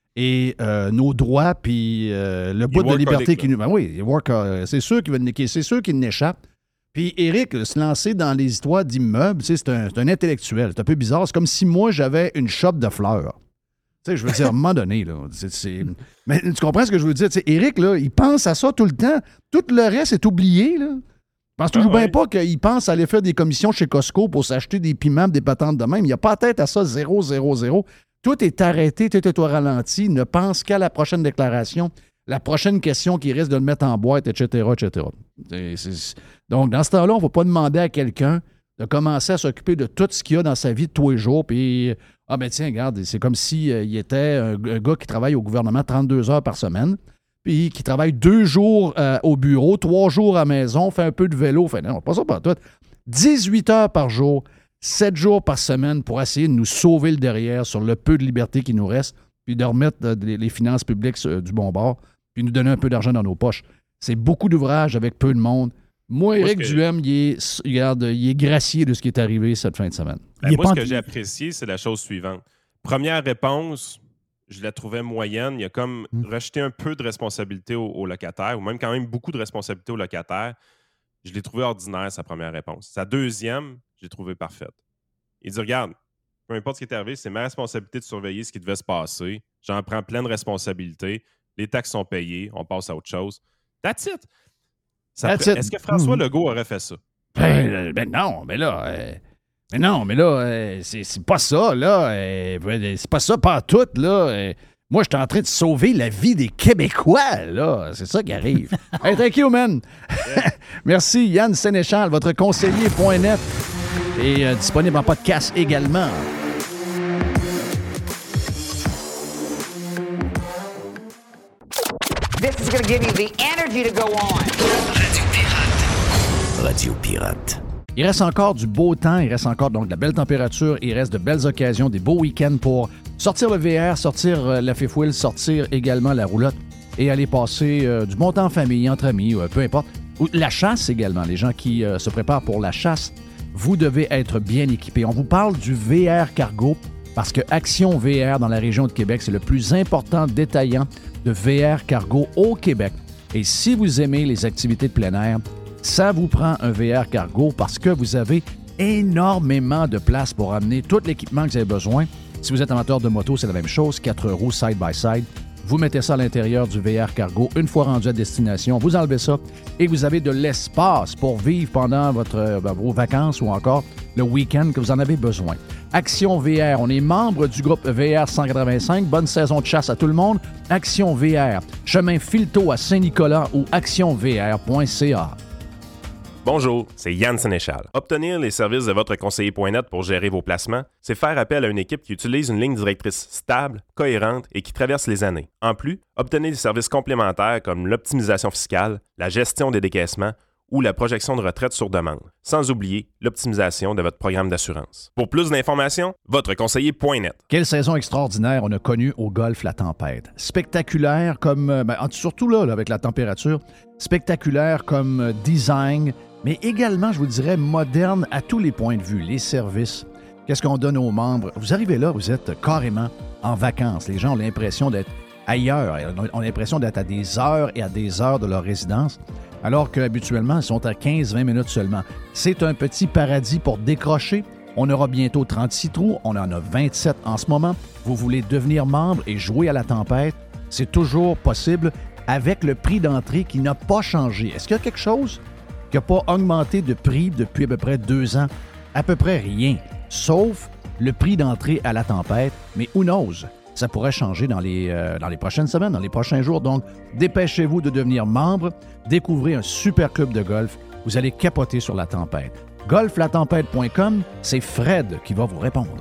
et euh, nos droits, puis euh, le bout de liberté qui nous. Ben oui, work, euh, c'est sûr qu'il va niquer, c'est sûr qu'il n'échappe. Puis Éric, là, se lancer dans les histoires d'immeubles, tu sais, c'est un, c'est un intellectuel. C'est un peu bizarre. C'est comme si moi, j'avais une shop de fleurs. Tu sais, je veux dire, à un moment donné, là, c'est, c'est... Mais tu comprends ce que je veux dire? Tu sais, Éric, là, il pense à ça tout le temps. Tout le reste est oublié, là. Je pense toujours ah, bien ouais. pas qu'il pense à aller faire des commissions chez Costco pour s'acheter des piments, des patentes de même. Il n'a pas tête à ça, zéro, zéro, zéro. Tout est arrêté, tout est au ralenti. Il ne pense qu'à la prochaine déclaration, la prochaine question qui risque de le mettre en boîte, et cetera, et cetera. C'est, c'est... Donc, dans ce temps-là, on ne va pas demander à quelqu'un de commencer à s'occuper de tout ce qu'il y a dans sa vie de tous les jours. Puis, ah ben tiens, regarde, c'est comme s'il euh, il était un, un gars qui travaille au gouvernement trente-deux heures par semaine, puis qui travaille deux jours euh, au bureau, trois jours à la maison, fait un peu de vélo. Fait non, pas ça par tout. dix-huit heures par jour, sept jours par semaine pour essayer de nous sauver le derrière sur le peu de liberté qui nous reste, puis de remettre euh, les finances publiques euh, du bon bord, puis nous donner un peu d'argent dans nos poches. C'est beaucoup d'ouvrages avec peu de monde. Moi, Éric que... Duhem, il est, regarde, il est gracié de ce qui est arrivé cette fin de semaine. Ben, moi, ce que j'ai apprécié, c'est la chose suivante. Première réponse, je la trouvais moyenne. Il a comme mmh. rejeté un peu de responsabilité aux, aux locataires, ou même quand même beaucoup de responsabilité aux locataires. Je l'ai trouvé ordinaire, sa première réponse. Sa deuxième, je l'ai trouvé parfaite. Il dit, regarde, peu importe ce qui est arrivé, c'est ma responsabilité de surveiller ce qui devait se passer. J'en prends pleine responsabilité. Les taxes sont payées. On passe à autre chose. That's it. Ça That's pr- it. Est-ce que François mmh. Legault aurait fait ça? Ben, ben non, mais là... Euh... Mais non, mais là, euh, c'est, c'est pas ça, là. Euh, c'est pas ça, pas tout, là. Euh, moi, je suis en train de sauver la vie des Québécois, là. C'est ça qui arrive. Hey, thank you, man. Yeah. Merci, Yann Sénéchal, votre conseiller point net. Et euh, disponible en podcast également. This is going to give you the energy to go on. Radio Pirate. Radio Pirate. Il reste encore du beau temps, il reste encore donc de la belle température, il reste de belles occasions, des beaux week-ends pour sortir le V R, sortir euh, la fifouille, sortir également la roulotte et aller passer euh, du bon temps en famille, entre amis, euh, peu importe. Ou la chasse également, les gens qui euh, se préparent pour la chasse, vous devez être bien équipés. On vous parle du V R Cargo parce que Action V R dans la région de Québec, c'est le plus important détaillant de V R Cargo au Québec. Et si vous aimez les activités de plein air, ça vous prend un V R Cargo parce que vous avez énormément de place pour amener tout l'équipement que vous avez besoin. Si vous êtes amateur de moto, c'est la même chose, quatre roues side-by-side. Vous mettez ça à l'intérieur du V R Cargo. Une fois rendu à destination, vous enlevez ça et vous avez de l'espace pour vivre pendant votre, ben, vos vacances ou encore le week-end que vous en avez besoin. Action V R, on est membre du groupe V R cent quatre-vingt-cinq. Bonne saison de chasse à tout le monde. Action V R, chemin Filteau à Saint-Nicolas ou action v r point c a. Bonjour, c'est Yann Sénéchal. Obtenir les services de votre conseiller point net pour gérer vos placements, c'est faire appel à une équipe qui utilise une ligne directrice stable, cohérente et qui traverse les années. En plus, obtenez des services complémentaires comme l'optimisation fiscale, la gestion des décaissements ou la projection de retraite sur demande, sans oublier l'optimisation de votre programme d'assurance. Pour plus d'informations, votre conseiller point net. Quelle saison extraordinaire on a connue au golf La Tempête. Spectaculaire comme, ben, surtout là, là, avec la température, spectaculaire comme design, mais également, je vous dirais, moderne à tous les points de vue, les services. Qu'est-ce qu'on donne aux membres? Vous arrivez là, vous êtes carrément en vacances. Les gens ont l'impression d'être ailleurs, ont l'impression d'être à des heures et à des heures de leur résidence, alors qu'habituellement, ils sont à quinze à vingt minutes seulement. C'est un petit paradis pour décrocher. On aura bientôt trente-six trous, on en a vingt-sept en ce moment. Vous voulez devenir membre et jouer à la tempête? C'est toujours possible avec le prix d'entrée qui n'a pas changé. Est-ce qu'il y a quelque chose qui n'a pas augmenté de prix depuis à peu près deux ans? À peu près rien, sauf le prix d'entrée à la tempête. Mais who knows? Ça pourrait changer dans les, euh, dans les prochaines semaines, dans les prochains jours. Donc, dépêchez-vous de devenir membre. Découvrez un super club de golf. Vous allez capoter sur la tempête. golf la tempête point com, c'est Fred qui va vous répondre.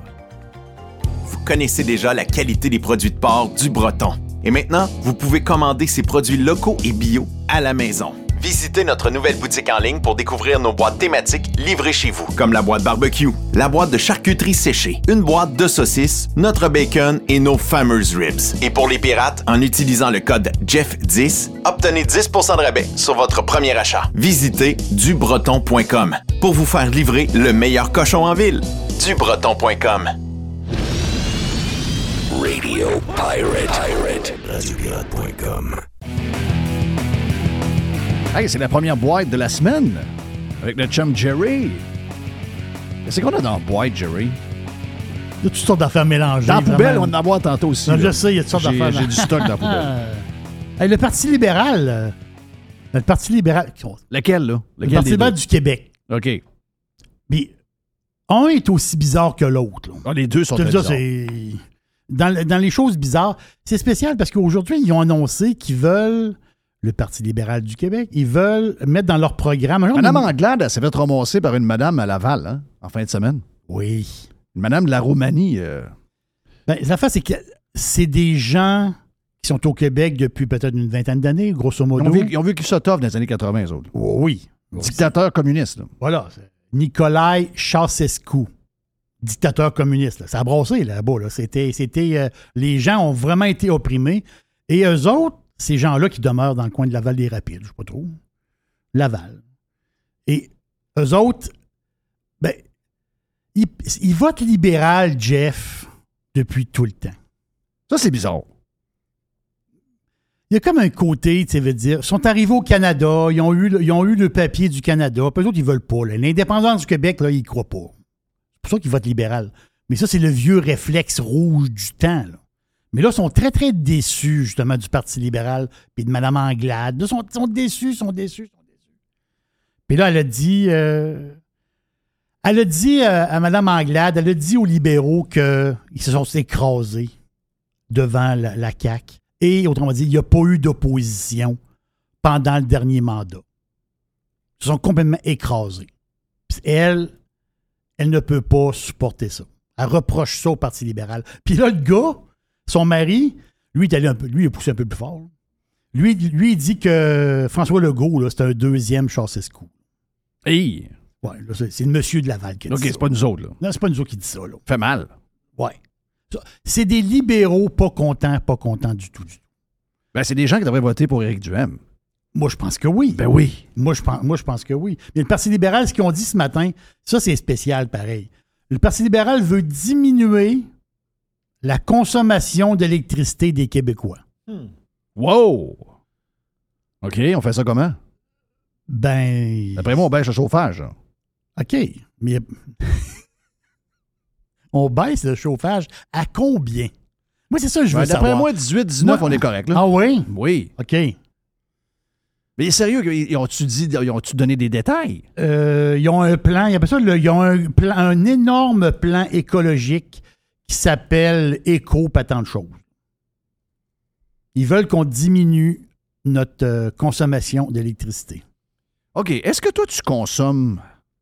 Vous connaissez déjà la qualité des produits de porc du Breton. Et maintenant, vous pouvez commander ces produits locaux et bio à la maison. Visitez notre nouvelle boutique en ligne pour découvrir nos boîtes thématiques livrées chez vous, comme la boîte barbecue, la boîte de charcuterie séchée, une boîte de saucisses, notre bacon et nos fameuses ribs. Et pour les pirates, en utilisant le code Jeff dix, obtenez dix pour cent de rabais sur votre premier achat. Visitez du breton point com pour vous faire livrer le meilleur cochon en ville. du breton point com. Radio Pirate. Pirate. radio pirate point com. Hey, c'est la première boîte de la semaine avec notre chum Jerry. Qu'est-ce qu'on a dans la boîte, Jerry? Il y a toutes sortes d'affaires mélangées. Dans la poubelle, vraiment. on en a boire tantôt aussi. Non, là. je sais, il y a toutes sortes J'ai, d'affaires. j'ai du stock dans la poubelle. Hey, le Parti libéral, euh, le Parti libéral... Lequel, là? Lequel le Parti des libéral deux? du Québec. OK. Puis, un est aussi bizarre que l'autre. là. Ah, les deux sont Je te très le dis, bizarres. c'est... Dans, dans les choses bizarres, c'est spécial parce qu'aujourd'hui, ils ont annoncé qu'ils veulent... Le Parti libéral du Québec, ils veulent mettre dans leur programme... Madame Anglade, elle s'est fait ramasser par une madame à Laval, hein, en fin de semaine. Oui. Une madame de la Roumanie. Euh... Ben, l'affaire, c'est que c'est des gens qui sont au Québec depuis peut-être une vingtaine d'années, grosso modo. Ils ont vécu, ils ont vécu ça tough dans les années quatre-vingt, eux autres. Oui. Dictateur communiste. Là. Voilà. Nicolaï Ceausescu. dictateur communiste. Là. Ça a brassé là-bas. Là. C'était, c'était, euh, les gens ont vraiment été opprimés. Et eux autres, ces gens-là qui demeurent dans le coin de Laval-des-Rapides, je ne sais pas trop, Laval. Et eux autres, ben, ils, ils votent libéral, Jeff, depuis tout le temps. Ça, c'est bizarre. Il y a comme un côté, tu veux dire, ils sont arrivés au Canada, ils ont eu, ils ont eu le papier du Canada, puis eux autres, ils veulent pas. Là. L'indépendance du Québec, là, ils ne croient pas. C'est pour ça qu'ils votent libéral. Mais ça, c'est le vieux réflexe rouge du temps. Là. Mais là, ils sont très, très déçus, justement, du Parti libéral puis de Mme Anglade. Ils sont, sont déçus, sont déçus, sont déçus. Puis là, elle a dit... Euh, elle a dit euh, à Mme Anglade, elle a dit aux libéraux qu'ils se sont écrasés devant la, la C A Q. Et, autrement dit, il n'y a pas eu d'opposition pendant le dernier mandat. Ils se sont complètement écrasés. Puis elle, elle ne peut pas supporter ça. Elle reproche ça au Parti libéral. Puis là, le gars, son mari, lui, il est allé un peu, lui, il a poussé un peu plus fort. Lui, lui il dit que François Legault, là, c'est un deuxième Ceausescu. Hey! Ouais, là, c'est, c'est le monsieur de Laval qui a dit OK, ça. c'est pas nous autres, là. Non, c'est pas nous autres qui dit ça, là. Fait mal. Ouais. C'est des libéraux pas contents, pas contents du tout, du tout. Ben, c'est des gens qui devraient voter pour Éric Duhaime. Moi, je pense que oui. Ben oui. Moi, je pense, moi, je pense que oui. Mais le Parti libéral, ce qu'ils ont dit ce matin, ça, c'est spécial, pareil. Le Parti libéral veut diminuer la consommation d'électricité des Québécois. Hmm. Wow! OK, on fait ça comment? Ben... D'après moi, on baisse le chauffage. Là. OK, mais... on baisse le chauffage à combien? Moi, c'est ça que je veux ben, savoir. D'après moi, dix-huit dix-neuf, on est correct. Là. Ah oui? Oui. OK. Mais sérieux, ils ont-tu dit, ils ont-tu donné des détails? Euh, ils ont un plan, ils appellent ça, le, ils ont un, plan, un énorme plan écologique qui s'appelle Éco, pas tant de choses. Ils veulent qu'on diminue notre euh, consommation d'électricité. OK. Est-ce que toi, tu consommes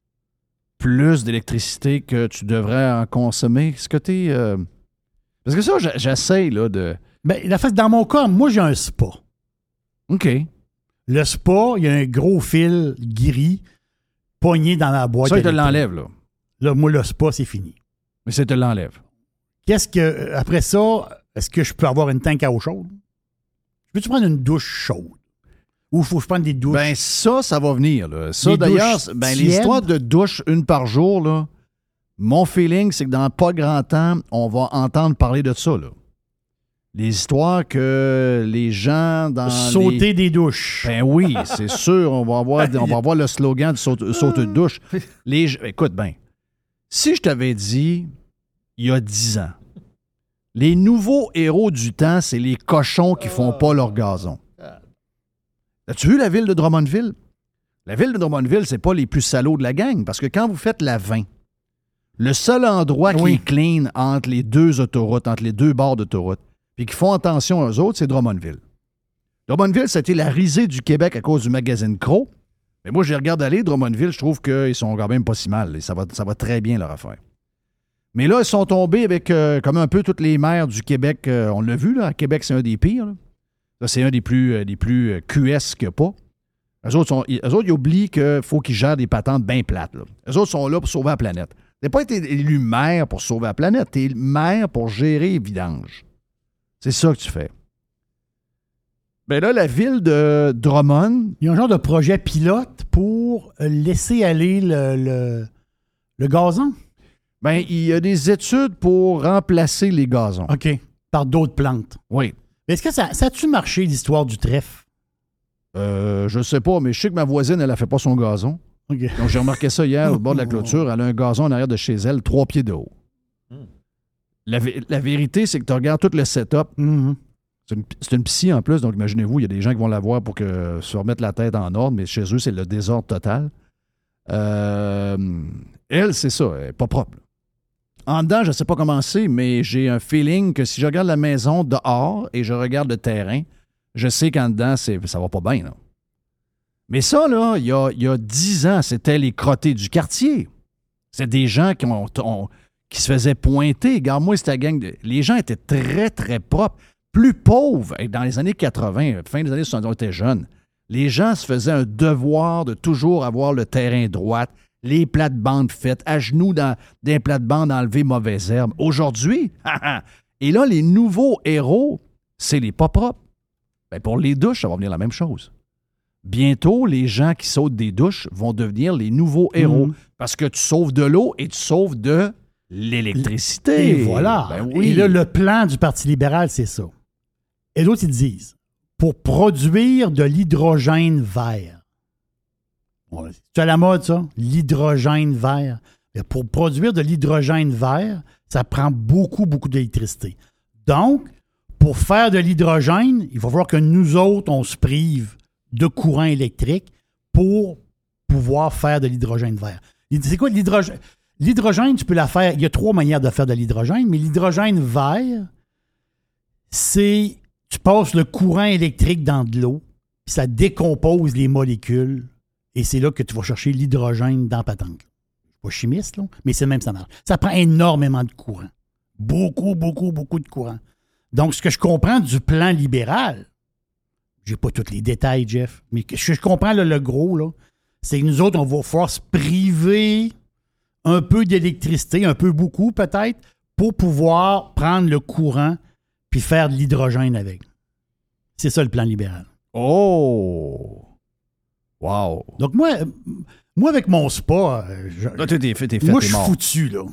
plus d'électricité que tu devrais en consommer? Est-ce que tu es... Euh... Parce que ça, j'essaie là, de... Ben, la fait, dans mon cas, moi, j'ai un spa. OK. Le spa, il y a un gros fil gris pogné dans la boîte. Ça, il te l'enlève, là. Là, moi, le spa, c'est fini. Mais ça te l'enlève. Qu'est-ce que... Après ça, est-ce que je peux avoir une tank à eau chaude? Peux-tu prendre une douche chaude? Ou il faut que je prenne des douches? Ben ça, ça va venir. Là. Ça, des d'ailleurs, ben, tièdes? l'histoire de douche une par jour, là, mon feeling, c'est que dans pas grand temps, on va entendre parler de ça. Là. Les histoires que les gens dans Sauter les... des douches. Ben oui, c'est sûr. On va avoir, on va avoir le slogan de saute, sauter de douche. Les... Écoute, ben, si je t'avais dit, il y a dix ans, les nouveaux héros du temps, c'est les cochons qui font pas leur gazon. As-tu vu la ville de Drummondville? La ville de Drummondville, c'est pas les plus salauds de la gang, parce que quand vous faites la vingt, le seul endroit oui. qui est clean entre les deux autoroutes, entre les deux bords d'autoroute, puis qui font attention aux autres, c'est Drummondville. Drummondville, c'était la risée du Québec à cause du magazine Crow. Mais moi, je les regarde aller, Drummondville, je trouve qu'ils sont quand même pas si mal. Et ça va, ça va très bien, leur affaire. Mais là, ils sont tombés avec euh, comme un peu toutes les maires du Québec. Euh, on l'a vu, là. À Québec, c'est un des pires. Là, là c'est un des plus, euh, des plus euh, Q S qu'il n'y a pas. Eux autres, sont, eux autres, ils oublient qu'il faut qu'ils gèrent des patentes bien plates. Là. Eux autres sont là pour sauver la planète. Tu n'as pas été élu maire pour sauver la planète. Tu es maire pour gérer les vidanges. C'est ça que tu fais. Ben là, la ville de Drummond... Il y a un genre de projet pilote pour laisser aller le, le, le gazon. Ben, il y a des études pour remplacer les gazons. OK. Par d'autres plantes. Oui. Mais est-ce que ça, ça a-tu marché, l'histoire du trèfle? Euh, je sais pas, mais je sais que ma voisine, elle a fait pas son gazon. Okay. Donc, j'ai remarqué ça hier au bord de la clôture. Elle a un gazon en arrière de chez elle, trois pieds de haut. Mm. La, la vérité, c'est que tu regardes tout le setup. Mm-hmm. C'est une, c'est une psy en plus, donc imaginez-vous, il y a des gens qui vont la voir pour que, se remettre la tête en ordre, mais chez eux, c'est le désordre total. Euh, elle, c'est ça, elle n'est pas propre. En dedans, je ne sais pas comment c'est, mais j'ai un feeling que si je regarde la maison dehors et je regarde le terrain, je sais qu'en dedans, c'est, ça va pas bien. Là. Mais ça, là, il y a, il y a dix ans, c'était les crottés du quartier. C'est des gens qui, ont, ont, qui se faisaient pointer. Regarde-moi, c'était la gang de... Les gens étaient très, très propres. Plus pauvres. Et dans les années quatre-vingts, fin des années soixante-dix, on était jeunes. Les gens se faisaient un devoir de toujours avoir le terrain droit, les plates-bandes faites, à genoux dans des plates-bandes enlevées mauvaises herbes. Aujourd'hui, et là, les nouveaux héros, c'est les pas propres. Ben pour les douches, ça va venir la même chose. Bientôt, les gens qui sautent des douches vont devenir les nouveaux héros mmh. parce que tu sauves de l'eau et tu sauves de l'électricité. Et voilà. Ben oui. Et là, le plan du Parti libéral, c'est ça. Et d'autres, ils disent, pour produire de l'hydrogène vert. C'est à la mode, ça? L'hydrogène vert. Mais pour produire de l'hydrogène vert, ça prend beaucoup, beaucoup d'électricité. Donc, pour faire de l'hydrogène, il va falloir que nous autres, on se prive de courant électrique pour pouvoir faire de l'hydrogène vert. C'est quoi l'hydrogène? L'hydrogène, tu peux la faire. Il y a trois manières de faire de l'hydrogène, mais l'hydrogène vert, c'est tu passes le courant électrique dans de l'eau, puis ça décompose les molécules, et c'est là que tu vas chercher l'hydrogène dans patente. Je ne suis pas chimiste, là, mais c'est le même ça marche. Ça prend énormément de courant. Beaucoup, beaucoup, beaucoup de courant. Donc, ce que je comprends du plan libéral, j'ai pas tous les détails, Jeff, mais ce que je comprends, là, le gros, là, c'est que nous autres, on va falloir se priver un peu d'électricité, un peu beaucoup peut-être, pour pouvoir prendre le courant puis faire de l'hydrogène avec. C'est ça le plan libéral. Oh! Wow! Donc moi, moi avec mon spa, je, là, t'es, t'es fait, t'es moi fait, je suis foutu, là.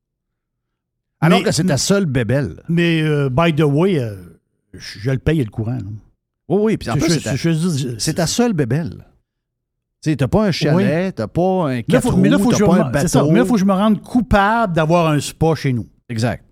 Alors mais, que c'est ta seule bébelle. Mais, euh, by the way, euh, je, je le paye le courant. Là. Oui, oui, puis en plus, je, c'est, ta, je, je, c'est ta seule bébelle. Tu sais, t'as pas un chalet, oui. t'as pas un quatre roues, mais là, faut t'as que pas je, un bateau. C'est ça, mais là, il faut que je me rende coupable d'avoir un spa chez nous. Exact.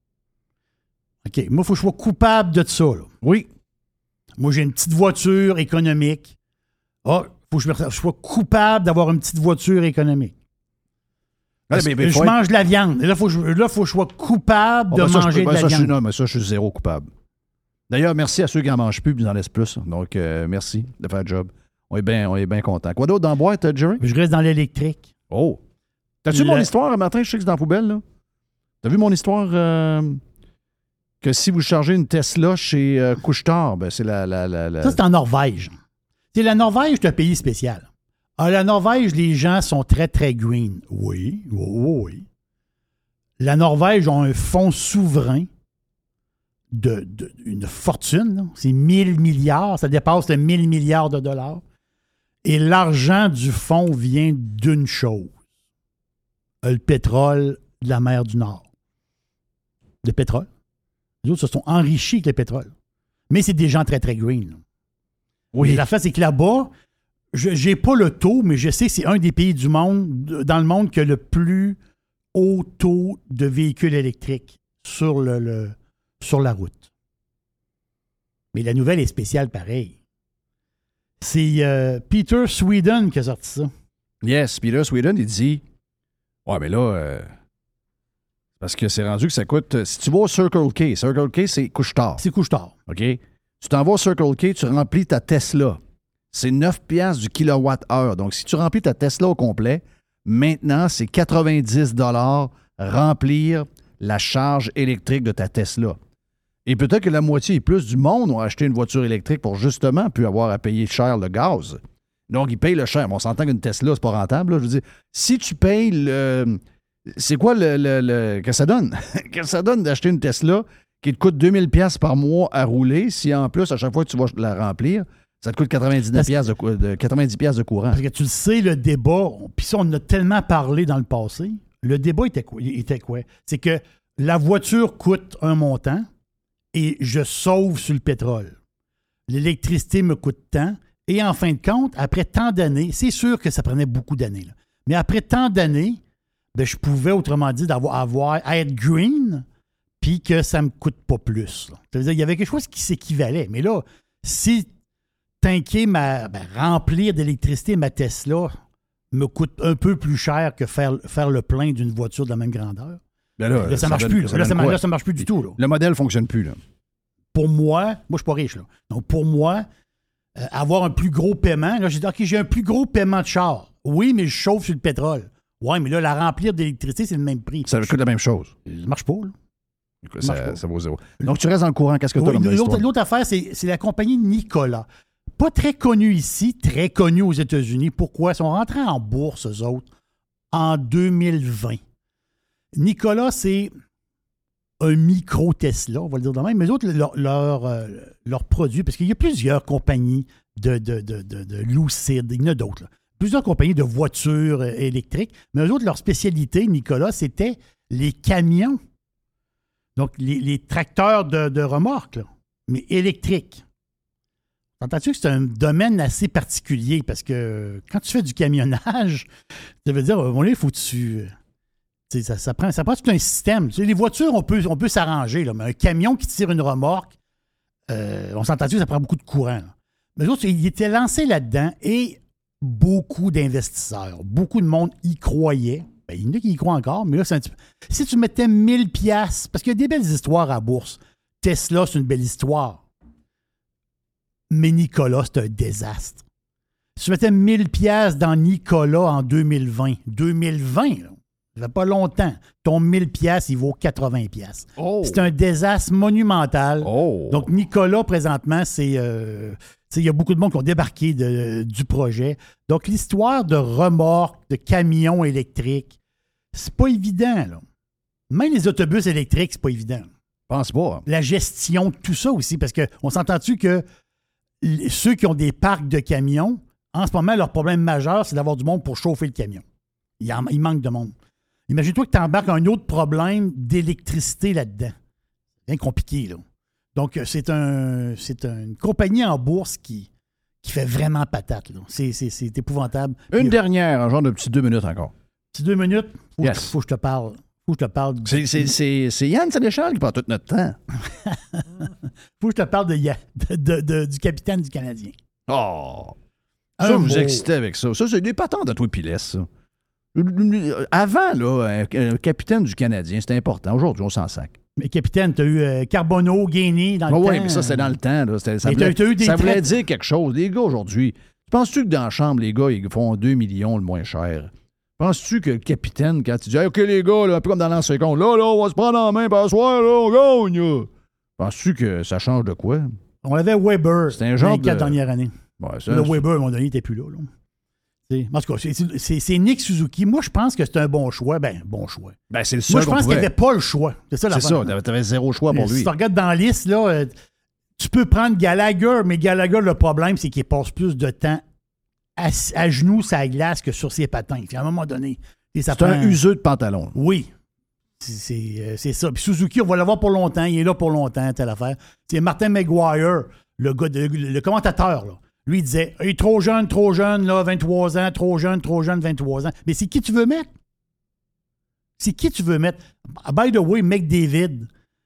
OK, moi, il faut que je sois coupable de ça. Là. Oui. Moi, j'ai une petite voiture économique. Ah, il faut que je, me, je sois coupable d'avoir une petite voiture économique. Ouais, mais, mais je être... mange de la viande. Et là, il faut, faut que je sois coupable oh, de ben ça, manger je, ben de la ça, viande. Je, non, mais ça, je suis zéro coupable. D'ailleurs, merci à ceux qui n'en mangent plus et qui en laissent plus. Donc, euh, merci de faire le job. On est bien bien contents. Quoi d'autre dans la boîte, Jerry? Je reste dans l'électrique. Oh! T'as-tu Le... mon histoire un matin? Je sais que c'est dans la poubelle, là. T'as vu mon histoire euh, que si vous chargez une Tesla chez euh, Couche-Tard, ben c'est la, la, la, la... Ça, c'est en Norvège. C'est la Norvège, c'est un pays spécial. En la Norvège, les gens sont très, très green. Oui, oui, oui. La Norvège a un fonds souverain de, de une fortune. Là. C'est mille milliards. Ça dépasse le mille milliards de dollars. Et l'argent du fonds vient d'une chose. Le pétrole de la mer du Nord. Le pétrole. Les autres se sont enrichis avec le pétrole. Mais c'est des gens très, très green. Là. Oui. La fait, c'est que là-bas, je n'ai pas le taux, mais je sais que c'est un des pays du monde, dans le monde qui a le plus haut taux de véhicules électriques sur, le, le, sur la route. Mais la nouvelle est spéciale pareil. C'est euh, Peter Sweden qui a sorti ça. Yes, Peter Sweden, il dit ouais, mais là, euh, parce que c'est rendu que ça coûte. Si tu vas au Circle K, Circle K, c'est Couche-Tard. C'est Couche-Tard. OK? Tu t'en vas au Circle K, tu remplis ta Tesla. C'est neuf piastres du kilowatt-heure. Donc, si tu remplis ta Tesla au complet, maintenant, c'est quatre-vingt-dix dollars remplir la charge électrique de ta Tesla. Et peut-être que la moitié et plus du monde ont acheté une voiture électrique pour justement plus avoir à payer cher le gaz. Donc, ils payent le cher. Bon, on s'entend qu'une Tesla, c'est pas rentable. Là. Je veux dire, si tu payes le... C'est quoi le... le, le que ça donne? que ça donne d'acheter une Tesla qui te coûte deux mille dollars par mois à rouler, si en plus, à chaque fois que tu vas la remplir, ça te coûte quatre-vingt-dix dollars de, de, quatre-vingt-dix dollars de courant. Parce que tu le sais, le débat, puis ça, on en a tellement parlé dans le passé, le débat était quoi? Était quoi? C'est que la voiture coûte un montant et je sauve sur le pétrole. L'électricité me coûte tant. Et en fin de compte, après tant d'années, c'est sûr que ça prenait beaucoup d'années, là, mais après tant d'années, ben, je pouvais, autrement dit, d'avoir, avoir, être green, puis que ça ne me coûte pas plus. Là. C'est-à-dire, il y avait quelque chose qui s'équivalait. Mais là, si tanker ma, ben, remplir d'électricité ma Tesla me coûte un peu plus cher que faire, faire le plein d'une voiture de la même grandeur, ben là, là, ça ne marche plus. Ça là, ça, là, ça marche plus du tout. Là. Le modèle ne fonctionne plus. Là. Pour moi, moi, je ne suis pas riche. Là. Donc, pour moi, euh, avoir un plus gros paiement, là, j'ai dit, OK, j'ai un plus gros paiement de char. Oui, mais je chauffe sur le pétrole. Oui, mais là, la remplir d'électricité, c'est le même prix. Ça coûte la même chose. Ça ne marche pas, là. Écoute, ça, ça, ça vaut zéro. Donc, tu restes dans le courant. Qu'est-ce que tu as oui, comme l'autre, histoire? l'autre affaire, c'est, c'est la compagnie Nikola. Pas très connue ici, très connue aux États-Unis. Pourquoi? Ils sont rentrés en bourse, eux autres, en deux mille vingt. Nikola, c'est un micro-Tesla, on va le dire de même, mais les autres, leurs leur, euh, leur produits, parce qu'il y a plusieurs compagnies de, de, de, de, de Lucid, il y en a d'autres, là. Plusieurs compagnies de voitures euh, électriques, mais eux autres, leur spécialité, Nikola, c'était les camions. Donc, les, les tracteurs de, de remorques, là, mais électriques. Entends-tu que c'est un domaine assez particulier parce que quand tu fais du camionnage, ça veut dire, à un moment donné, il faut que tu. Ça, ça, prend, ça prend tout un système. Tu sais, les voitures, on peut, on peut s'arranger, là, mais un camion qui tire une remorque, euh, on s'entend-tu que ça prend beaucoup de courant. Là. Mais eux autres, ils étaient lancés là-dedans et beaucoup d'investisseurs, beaucoup de monde y croyait. Ben, il y en a qui y croient encore, mais là, c'est un petit peu. Si tu mettais mille piastres, parce qu'il y a des belles histoires à la bourse. Tesla, c'est une belle histoire. Mais Nikola, c'est un désastre. Si tu mettais mille piastres dans Nikola en deux mille vingt, deux mille vingt, là, ça fait pas longtemps, ton mille piastres, il vaut quatre-vingts piastres. Oh. C'est un désastre monumental. Oh. Donc, Nikola, présentement, c'est... Euh, il y a beaucoup de monde qui ont débarqué de, du projet. Donc, l'histoire de remorques, de camions électriques, c'est pas évident, là. Même les autobus électriques, c'est pas évident. Je pense pas. Hein. La gestion, tout ça aussi, parce qu'on s'entend-tu que ceux qui ont des parcs de camions, en ce moment, leur problème majeur, c'est d'avoir du monde pour chauffer le camion. Il, en, il manque de monde. Imagine-toi que tu embarques un autre problème d'électricité là-dedans. C'est bien compliqué, là. Donc, c'est, un, c'est une compagnie en bourse qui, qui fait vraiment patate, là. C'est, c'est, c'est épouvantable. Une Puis, dernière, un genre de petit deux minutes encore. Petit deux minutes? Faut, yes. que, faut que je te parle. Faut que je te parle. De... C'est, c'est, c'est, c'est Yann Sénéchal qui prend tout notre temps. Faut que je te parle de, de, de, de, du capitaine du Canadien. Oh! Ça, vous excitez avec ça. Ça, c'est des patentes à toi Piles, ça. Avant, là, un capitaine du Canadien, c'était important. Aujourd'hui, on s'en sac. Mais capitaine, tu as eu euh, Carbonneau, Gagné dans le oh, temps. Oui, mais ça, c'était dans le temps. Là. C'était, ça et voulait, t'as, t'as eu des ça voulait traites... dire quelque chose. Les gars, aujourd'hui, penses-tu que dans la chambre, les gars, ils font deux millions le moins cher? Penses-tu que le capitaine, quand tu dis hey, « OK, les gars, là, un peu comme dans l'ancien compte, là, là, on va se prendre en main, par soir, là, on gagne! » Penses-tu que ça change de quoi? On avait Weber c'était un genre dans les quatre de... dernières années. Ouais, ça, le Weber, à un moment donné, il n'était plus là. là. En tout cas, c'est, c'est, c'est Nick Suzuki. Moi, je pense que c'est un bon choix. Ben, bon choix. Ben, c'est le seul Moi, je pense pouvait. qu'il n'y avait pas le choix. C'est ça, la C'est ça, t'avais, t'avais zéro choix pour si lui. Si tu regardes dans la liste, là, euh, tu peux prendre Gallagher, mais Gallagher, le problème, c'est qu'il passe plus de temps à, à genoux sur la glace que sur ses patins. Puis à un moment donné, ça c'est prend... un useux de pantalon. Oui. C'est, c'est, euh, c'est ça. Puis Suzuki, on va l'avoir pour longtemps. Il est là pour longtemps, telle affaire. C'est Martin McGuire, le gars, de, le, le commentateur, là. Lui, il disait hey, trop jeune, trop jeune, là, vingt-trois ans, trop jeune, trop jeune, vingt-trois ans. Mais c'est qui tu veux mettre? C'est qui tu veux mettre? By the way, McDavid.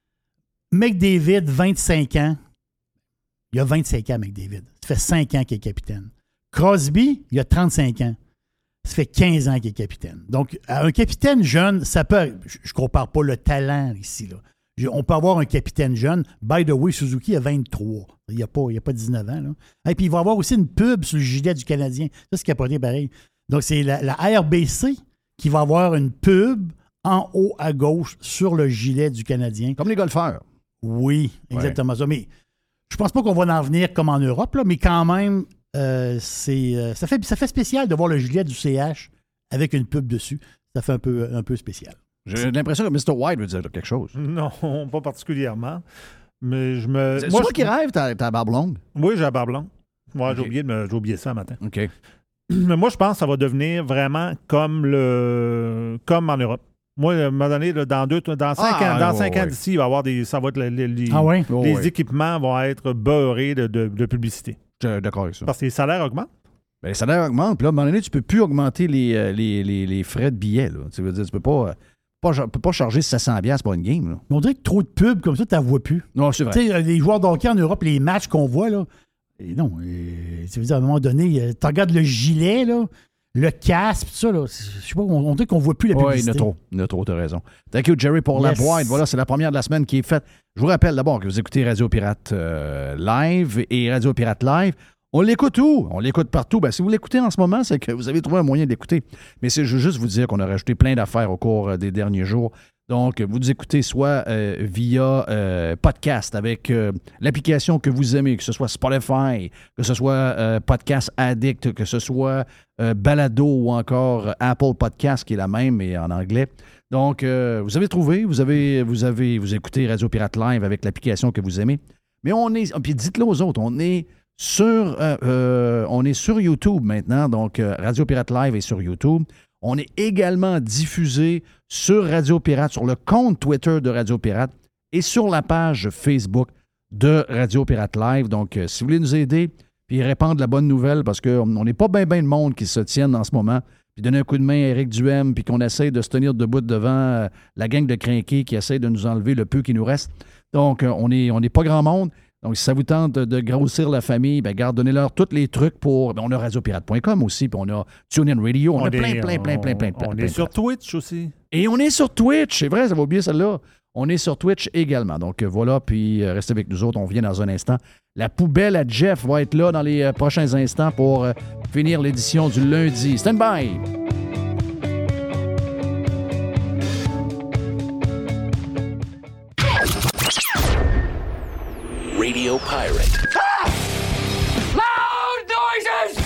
McDavid, vingt-cinq ans. Il a vingt-cinq ans, McDavid. Ça fait cinq ans qu'il est capitaine. Crosby, il a trente-cinq ans. Ça fait quinze ans qu'il est capitaine. Donc, un capitaine jeune, ça peut... Je ne compare pas le talent ici, là. On peut avoir un capitaine jeune. By the way, Suzuki a vingt-trois. Il n'y a, a pas dix-neuf ans. Là. Et puis, il va avoir aussi une pub sur le gilet du Canadien. Ça, c'est capoté pareil. Donc, c'est la, la R B C qui va avoir une pub en haut à gauche sur le gilet du Canadien. Comme les golfeurs. Oui, exactement ouais. ça. Mais je pense pas qu'on va en venir comme en Europe, là, mais quand même, euh, c'est, euh, ça, fait, ça fait spécial de voir le gilet du C H avec une pub dessus. Ça fait un peu, un peu spécial. J'ai l'impression que mister White veut dire quelque chose. Non, pas particulièrement. Mais je me. C'est moi, toi je... qui rêve, t'as ta barbe longue? Oui, j'ai la barbe longue. Ouais, okay. j'ai, oublié de me... j'ai oublié ça un matin. OK. Mais moi, je pense que ça va devenir vraiment comme le comme en Europe. Moi, à un moment donné, là, dans deux, dans cinq ah, ans, dans ouais, cinq ouais. ans d'ici, il va y avoir des. Ça va être les, les, ah, ouais? les oh, ouais. équipements vont être beurrés de, de, de publicité. Je suis d'accord avec ça. Parce que les salaires augmentent. Ben, les salaires augmentent. Puis là, à un moment donné, tu ne peux plus augmenter les, les, les, les frais de billets. Là. Tu veux dire, tu peux pas. Tu peux pas charger sept cents dollars pour une game. Là. On dirait que trop de pubs comme ça, tu ne vois plus. Non, c'est vrai. Tu sais, les joueurs d'hockey en Europe, les matchs qu'on voit, là, et non, et, ça veut dire à un moment donné, tu regardes le gilet, là, le casque, tout ça, là, je sais pas, on, on dirait qu'on ne voit plus la publicité. Oui, il y en a trop. Il y en a trop, tu as raison. Thank you, Jerry, pour yes. la boîte. Voilà, c'est la première de la semaine qui est faite. Je vous rappelle d'abord que vous écoutez Radio Pirate euh, Live et Radio Pirate Live. On l'écoute où? On l'écoute partout. Ben, si vous l'écoutez en ce moment, c'est que vous avez trouvé un moyen d'écouter. Mais c'est, je veux juste vous dire qu'on a rajouté plein d'affaires au cours des derniers jours Donc, vous nous écoutez soit euh, via euh, podcast avec euh, l'application que vous aimez, que ce soit Spotify, que ce soit euh, Podcast Addict, que ce soit euh, Balado ou encore Apple Podcast, qui est la même, mais en anglais. Donc, euh, vous avez trouvé, vous avez, vous avez, vous écoutez Radio Pirate Live avec l'application que vous aimez. Mais on est, puis dites-le aux autres, on est sur, euh, euh, on est sur YouTube maintenant, donc euh, Radio Pirate Live est sur YouTube. On est également diffusé sur Radio Pirate, sur le compte Twitter de Radio Pirate et sur la page Facebook de Radio Pirate Live. Donc, euh, si vous voulez nous aider puis répandre la bonne nouvelle, parce qu'on n'est pas bien bien de monde qui se tiennent en ce moment, puis donner un coup de main à Éric Duhem, puis qu'on essaie de se tenir debout devant euh, la gang de crinqués qui essaie de nous enlever le peu qui nous reste. Donc, euh, on n'est on est pas grand monde. Donc, si ça vous tente de grossir la famille, bien, garde, donnez-leur tous les trucs pour... Bien, on a radio pirate point com aussi, puis on a TuneIn Radio, on, on a plein, est, plein, plein, plein, plein, plein. On plein, est sur plein. Twitch aussi. Et on est sur Twitch, c'est vrai, ça va oublier celle-là. On est sur Twitch également. Donc, euh, voilà, puis euh, restez avec nous autres, on revient dans un instant. La poubelle à Jeff va être là dans les euh, prochains instants pour euh, finir l'édition du lundi. Stand by! Radio Pirate. Ah! Loud noises!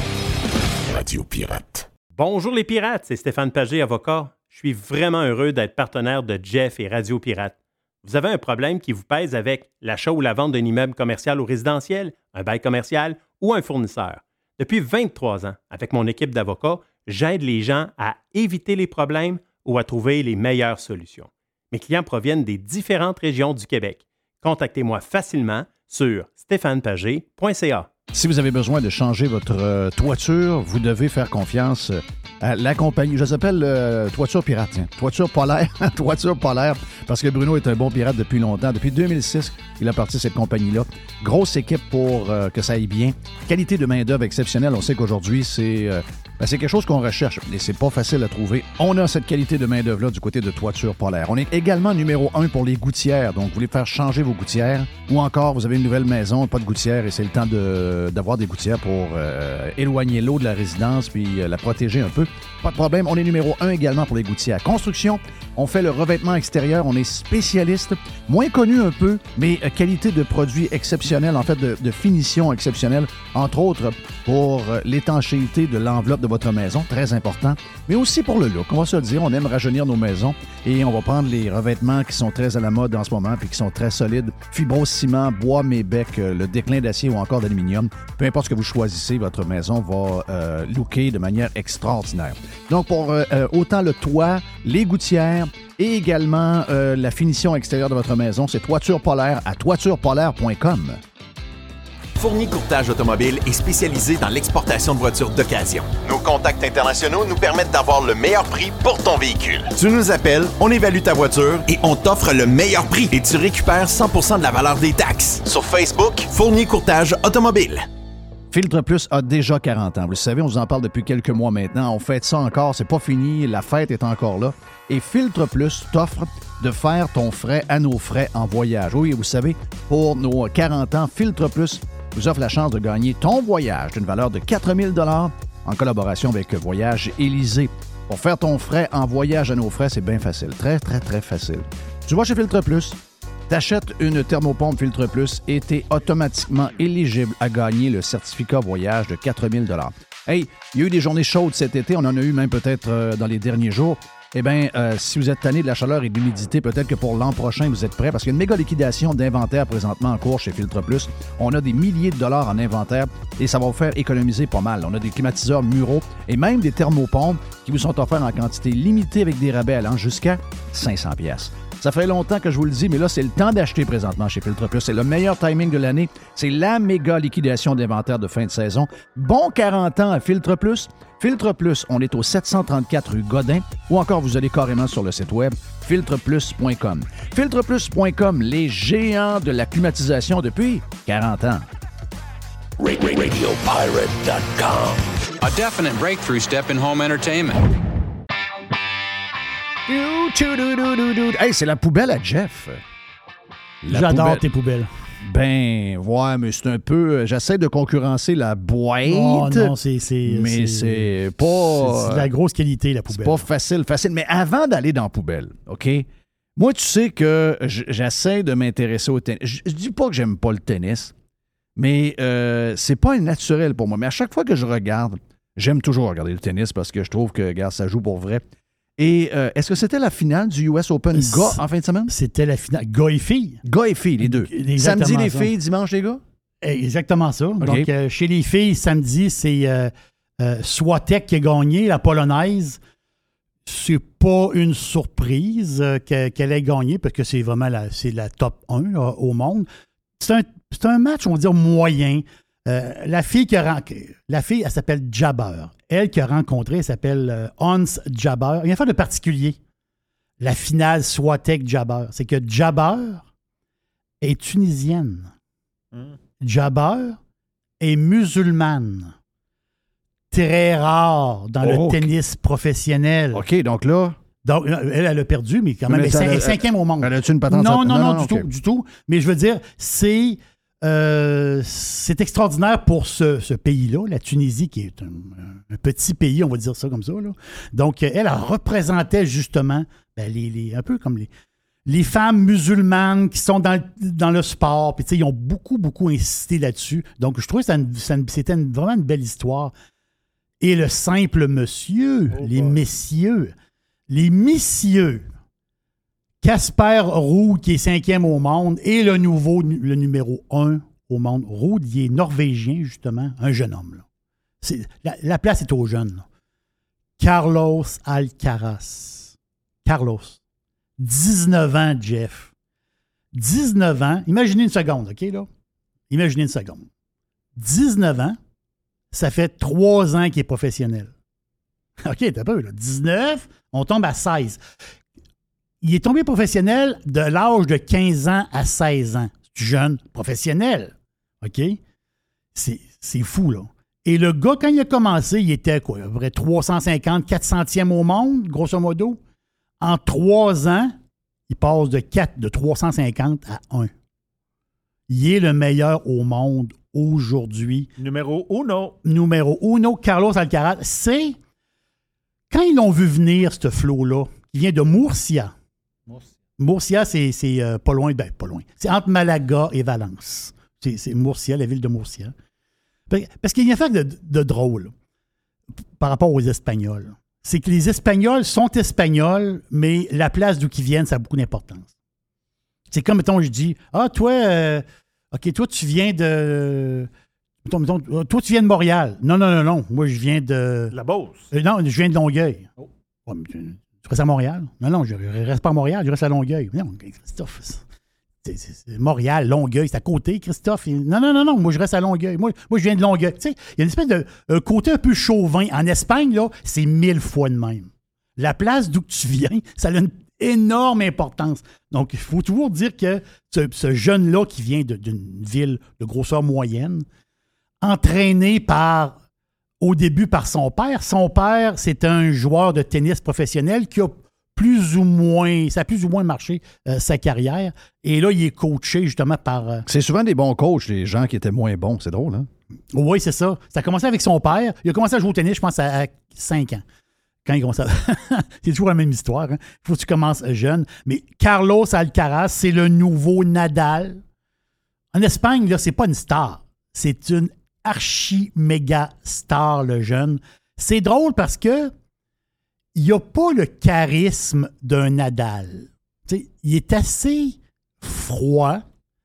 Radio Pirate. Bonjour les pirates, c'est Stéphane Pagé, avocat. Je suis vraiment heureux d'être partenaire de Jeff et Radio Pirate. Vous avez un problème qui vous pèse avec l'achat ou la vente d'un immeuble commercial ou résidentiel, un bail commercial ou un fournisseur. Depuis vingt-trois ans, avec mon équipe d'avocats, j'aide les gens à éviter les problèmes ou à trouver les meilleures solutions. Mes clients proviennent des différentes régions du Québec. Contactez-moi facilement sur stéphane pagé point c a. Si vous avez besoin de changer votre euh, toiture, vous devez faire confiance à la compagnie. Je s'appelle euh, Toiture Pirate, tiens. Toiture Polaire. Toiture Polaire, parce que Bruno est un bon pirate depuis longtemps. Depuis deux mille six, il a parti cette compagnie-là. Grosse équipe pour euh, que ça aille bien. Qualité de main-d'œuvre exceptionnelle. On sait qu'aujourd'hui, c'est, euh, ben, c'est quelque chose qu'on recherche, mais c'est pas facile à trouver. On a cette qualité de main-d'œuvre-là du côté de Toiture Polaire. On est également numéro un pour les gouttières. Donc, vous voulez faire changer vos gouttières, ou encore, vous avez une nouvelle maison, pas de gouttière, et c'est le temps de, d'avoir des gouttières pour euh, éloigner l'eau de la résidence puis euh, la protéger un peu. Pas de problème. On est numéro un également pour les gouttières. Construction, on fait le revêtement extérieur. On est spécialiste, moins connu un peu, mais euh, qualité de produit exceptionnelle, en fait, de, de finition exceptionnelle, entre autres pour euh, l'étanchéité de l'enveloppe de votre maison, très important, mais aussi pour le look. On va se le dire, on aime rajeunir nos maisons et on va prendre les revêtements qui sont très à la mode en ce moment puis qui sont très solides. Fibro-ciment, bois, mébec, euh, le déclin d'acier ou encore d'aluminium. Peu importe ce que vous choisissez, votre maison va euh, looker de manière extraordinaire. Donc, pour euh, euh, autant le toit, les gouttières et également euh, la finition extérieure de votre maison, c'est Toiture Polaire à toiture polaire point com. Fournier Courtage Automobile est spécialisé dans l'exportation de voitures d'occasion. Nos contacts internationaux nous permettent d'avoir le meilleur prix pour ton véhicule. Tu nous appelles, on évalue ta voiture et on t'offre le meilleur prix et tu récupères cent pour cent de la valeur des taxes. Sur Facebook, Fournier Courtage Automobile. Filtre Plus a déjà quarante ans. Vous le savez, on vous en parle depuis quelques mois maintenant. On fête ça encore, c'est pas fini, la fête est encore là. Et Filtre Plus t'offre de faire ton frais à nos frais en voyage. Oui, vous savez, pour nos quarante ans, Filtre Plus vous offre la chance de gagner ton voyage d'une valeur de quatre mille dollars en collaboration avec Voyage Élysée. Pour faire ton frais en voyage à nos frais, c'est bien facile. Très, très, très facile. Tu vas chez Filtre Plus, t'achètes une thermopompe Filtre Plus et t'es automatiquement éligible à gagner le certificat voyage de quatre mille dollars. Hey, il y a eu des journées chaudes cet été, on en a eu même peut-être euh, dans les derniers jours. Eh bien, euh, si vous êtes tanné de la chaleur et de l'humidité, peut-être que pour l'an prochain, vous êtes prêts parce qu'il y a une méga liquidation d'inventaire présentement en cours chez Filtre Plus. On a des milliers de dollars en inventaire et ça va vous faire économiser pas mal. On a des climatiseurs muraux et même des thermopompes qui vous sont offerts en quantité limitée avec des rabais allant jusqu'à cinq cents dollars. Ça fait longtemps que je vous le dis, mais là, c'est le temps d'acheter présentement chez Filtre Plus. C'est le meilleur timing de l'année. C'est la méga liquidation d'inventaire de fin de saison. Bon quarante ans à Filtre Plus. Filtre Plus, on est au sept cent trente-quatre rue Godin ou encore vous allez carrément sur le site web filtre plus point com. filtre plus point com, les géants de la climatisation depuis quarante ans. radio pirate dot com. A definite breakthrough step in home entertainment. Hey, c'est la poubelle à Jeff. La J'adore poubelle. tes poubelles. Ben, ouais, mais c'est un peu... J'essaie de concurrencer la boîte. Non, non, c'est... c'est mais c'est, c'est pas... C'est de la grosse qualité, la poubelle. C'est pas facile, facile. Mais avant d'aller dans la poubelle, OK? Moi, tu sais que j'essaie de m'intéresser au tennis. Je, je dis pas que j'aime pas le tennis, mais euh, c'est pas naturel pour moi. Mais à chaque fois que je regarde, j'aime toujours regarder le tennis parce que je trouve que, regarde, ça joue pour vrai. Et euh, est-ce que c'était la finale du U S Open gars en fin de semaine? C'était la finale. Gars et filles. Gars et filles, les deux. Exactement samedi, les ça. filles, dimanche, les gars? Exactement ça. Okay. Donc, euh, chez les filles, samedi, c'est euh, euh, Swiatek qui a gagné, la polonaise. C'est pas une surprise euh, qu'elle, qu'elle ait gagné parce que c'est vraiment la, c'est la top un là, au monde. C'est un, c'est un match, on va dire, moyen. Euh, la fille qui a la fille, elle s'appelle Jabber. Elle qui a rencontré, elle s'appelle euh, Hans Jabber. Il y a une affaire de particulier. La finale Swiatek-Jabber. C'est que Jabber est tunisienne. Mm. Jabber est musulmane. Très rare dans oh, le tennis professionnel. OK, donc là... Donc, elle, elle a perdu, mais quand même, mais elle, elle est cinquième au monde. Elle a-tu une patente? Non, non, non, non, du okay. tout, du tout. Mais je veux dire, c'est... Euh, c'est extraordinaire pour ce, ce pays-là, la Tunisie, qui est un, un petit pays, on va dire ça comme ça. Là. Donc, elle, elle représentait justement ben, les, les, un peu comme les, les femmes musulmanes qui sont dans, dans le sport. Puis, ils ont beaucoup, beaucoup insisté là-dessus. Donc, je trouvais que c'était une, vraiment une belle histoire. Et le simple monsieur, oh les boy. messieurs, les messieurs, Casper Ruud, qui est cinquième au monde, et le nouveau, le numéro un au monde. Ruud, il est norvégien, justement, un jeune homme. Là. C'est, la, la place est aux jeunes. Là. Carlos Alcaraz. Carlos. dix-neuf ans, Jeff. dix-neuf ans. Imaginez une seconde, OK, là? Imaginez une seconde. dix-neuf ans, ça fait trois ans qu'il est professionnel. OK, t'as peu, là. dix-neuf, on tombe à seize. Il est tombé professionnel de l'âge de quinze ans à seize ans. C'est jeune professionnel. OK? C'est, c'est fou, là. Et le gars, quand il a commencé, il était quoi? À peu près trois cent cinquante, quatre centièmes au monde, grosso modo. En trois ans, il passe de, quatre, de trois cent cinquante à un. Il est le meilleur au monde aujourd'hui. Numéro uno. Numéro uno, Carlos Alcaraz. C'est, quand ils l'ont vu venir, ce flot-là, il vient de Murcia. Murcia, c'est, c'est euh, pas loin, ben pas loin. C'est entre Malaga et Valence. C'est, c'est Murcia, la ville de Murcia. Parce qu'il y a une affaire de, de drôle par rapport aux Espagnols. C'est que les Espagnols sont Espagnols, mais la place d'où ils viennent, ça a beaucoup d'importance. C'est comme, mettons, je dis, ah, toi, euh, OK, toi, tu viens de... Mettons, mettons, toi, tu viens de Montréal. Non, non, non, non. Moi, je viens de... La Beauce. Euh, non, je viens de Longueuil. Oh. Ouais, mais tu, tu restes à Montréal? Non, non, je ne reste pas à Montréal, je reste à Longueuil. Non, Christophe, c'est, c'est, c'est Montréal, Longueuil, c'est à côté, Christophe. Non, non, non, non, moi, je reste à Longueuil. Moi, moi je viens de Longueuil. Tu sais, il y a une espèce de un côté un peu chauvin. En Espagne, là, c'est mille fois de même. La place d'où tu viens, ça a une énorme importance. Donc, il faut toujours dire que ce, ce jeune-là qui vient de, d'une ville de grosseur moyenne, entraîné par, au début par son père. Son père, c'est un joueur de tennis professionnel qui a plus ou moins, ça a plus ou moins marché euh, sa carrière. Et là, il est coaché justement par... Euh, c'est souvent des bons coachs, les gens qui étaient moins bons. C'est drôle, hein? Oui, c'est ça. Ça a commencé avec son père. Il a commencé à jouer au tennis, je pense, à, à cinq ans. Quand il commence à... c'est toujours la même histoire. Il hein? faut que tu commences jeune. Mais Carlos Alcaraz, c'est le nouveau Nadal. En Espagne, là, c'est pas une star. C'est une archi-méga star, le jeune. C'est drôle parce que il n'a pas le charisme d'un Nadal. T'sais, il est assez froid,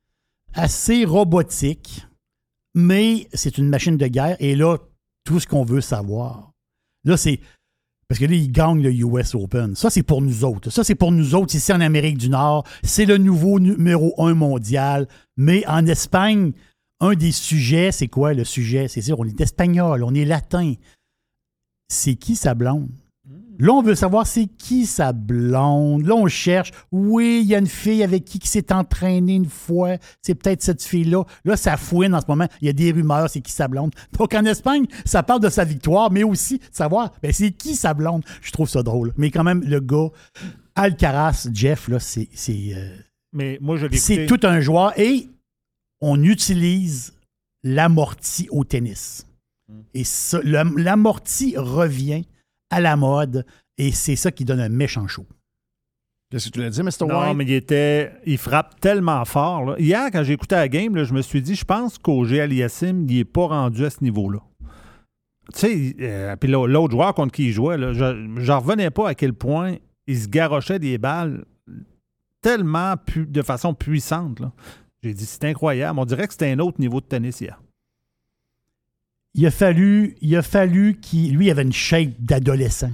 assez robotique, mais c'est une machine de guerre. Et là, tout ce qu'on veut savoir, là, c'est... Parce que là, il gagne le U S Open. Ça, c'est pour nous autres. Ça, c'est pour nous autres ici en Amérique du Nord. C'est le nouveau numéro un mondial. Mais en Espagne, un des sujets, c'est quoi le sujet? C'est sûr, on est espagnol, on est latin. C'est qui sa blonde? Là, on veut savoir c'est qui sa blonde. Là, on cherche. Oui, il y a une fille avec qui, qui s'est entraînée une fois. C'est peut-être cette fille-là. Là, ça fouine en ce moment. Il y a des rumeurs, c'est qui sa blonde. Donc, en Espagne, ça parle de sa victoire, mais aussi de savoir, ben, c'est qui sa blonde. Je trouve ça drôle. Mais quand même, le gars, Alcaraz, Jeff, là, c'est... c'est euh, mais moi, je l'ai c'est tout un joueur. Et on utilise l'amorti au tennis. Et ça, le- l'amorti revient à la mode et c'est ça qui donne un méchant show. Qu'est-ce que tu l'as dit, mister Non, White? mais il était. Il frappe tellement fort. Là. Hier, quand j'ai écouté la game, là, je me suis dit, je pense qu'Auger Aliassime, il n'est pas rendu à ce niveau-là. Tu sais, euh, puis l'au- l'autre joueur contre qui il jouait, là, je n'en revenais pas à quel point il se garochait des balles tellement pu- de façon puissante. Là. J'ai dit, c'est incroyable. On dirait que c'était un autre niveau de tennis hier. Il a fallu, il a fallu qu'il. Lui, il avait une shape d'adolescent.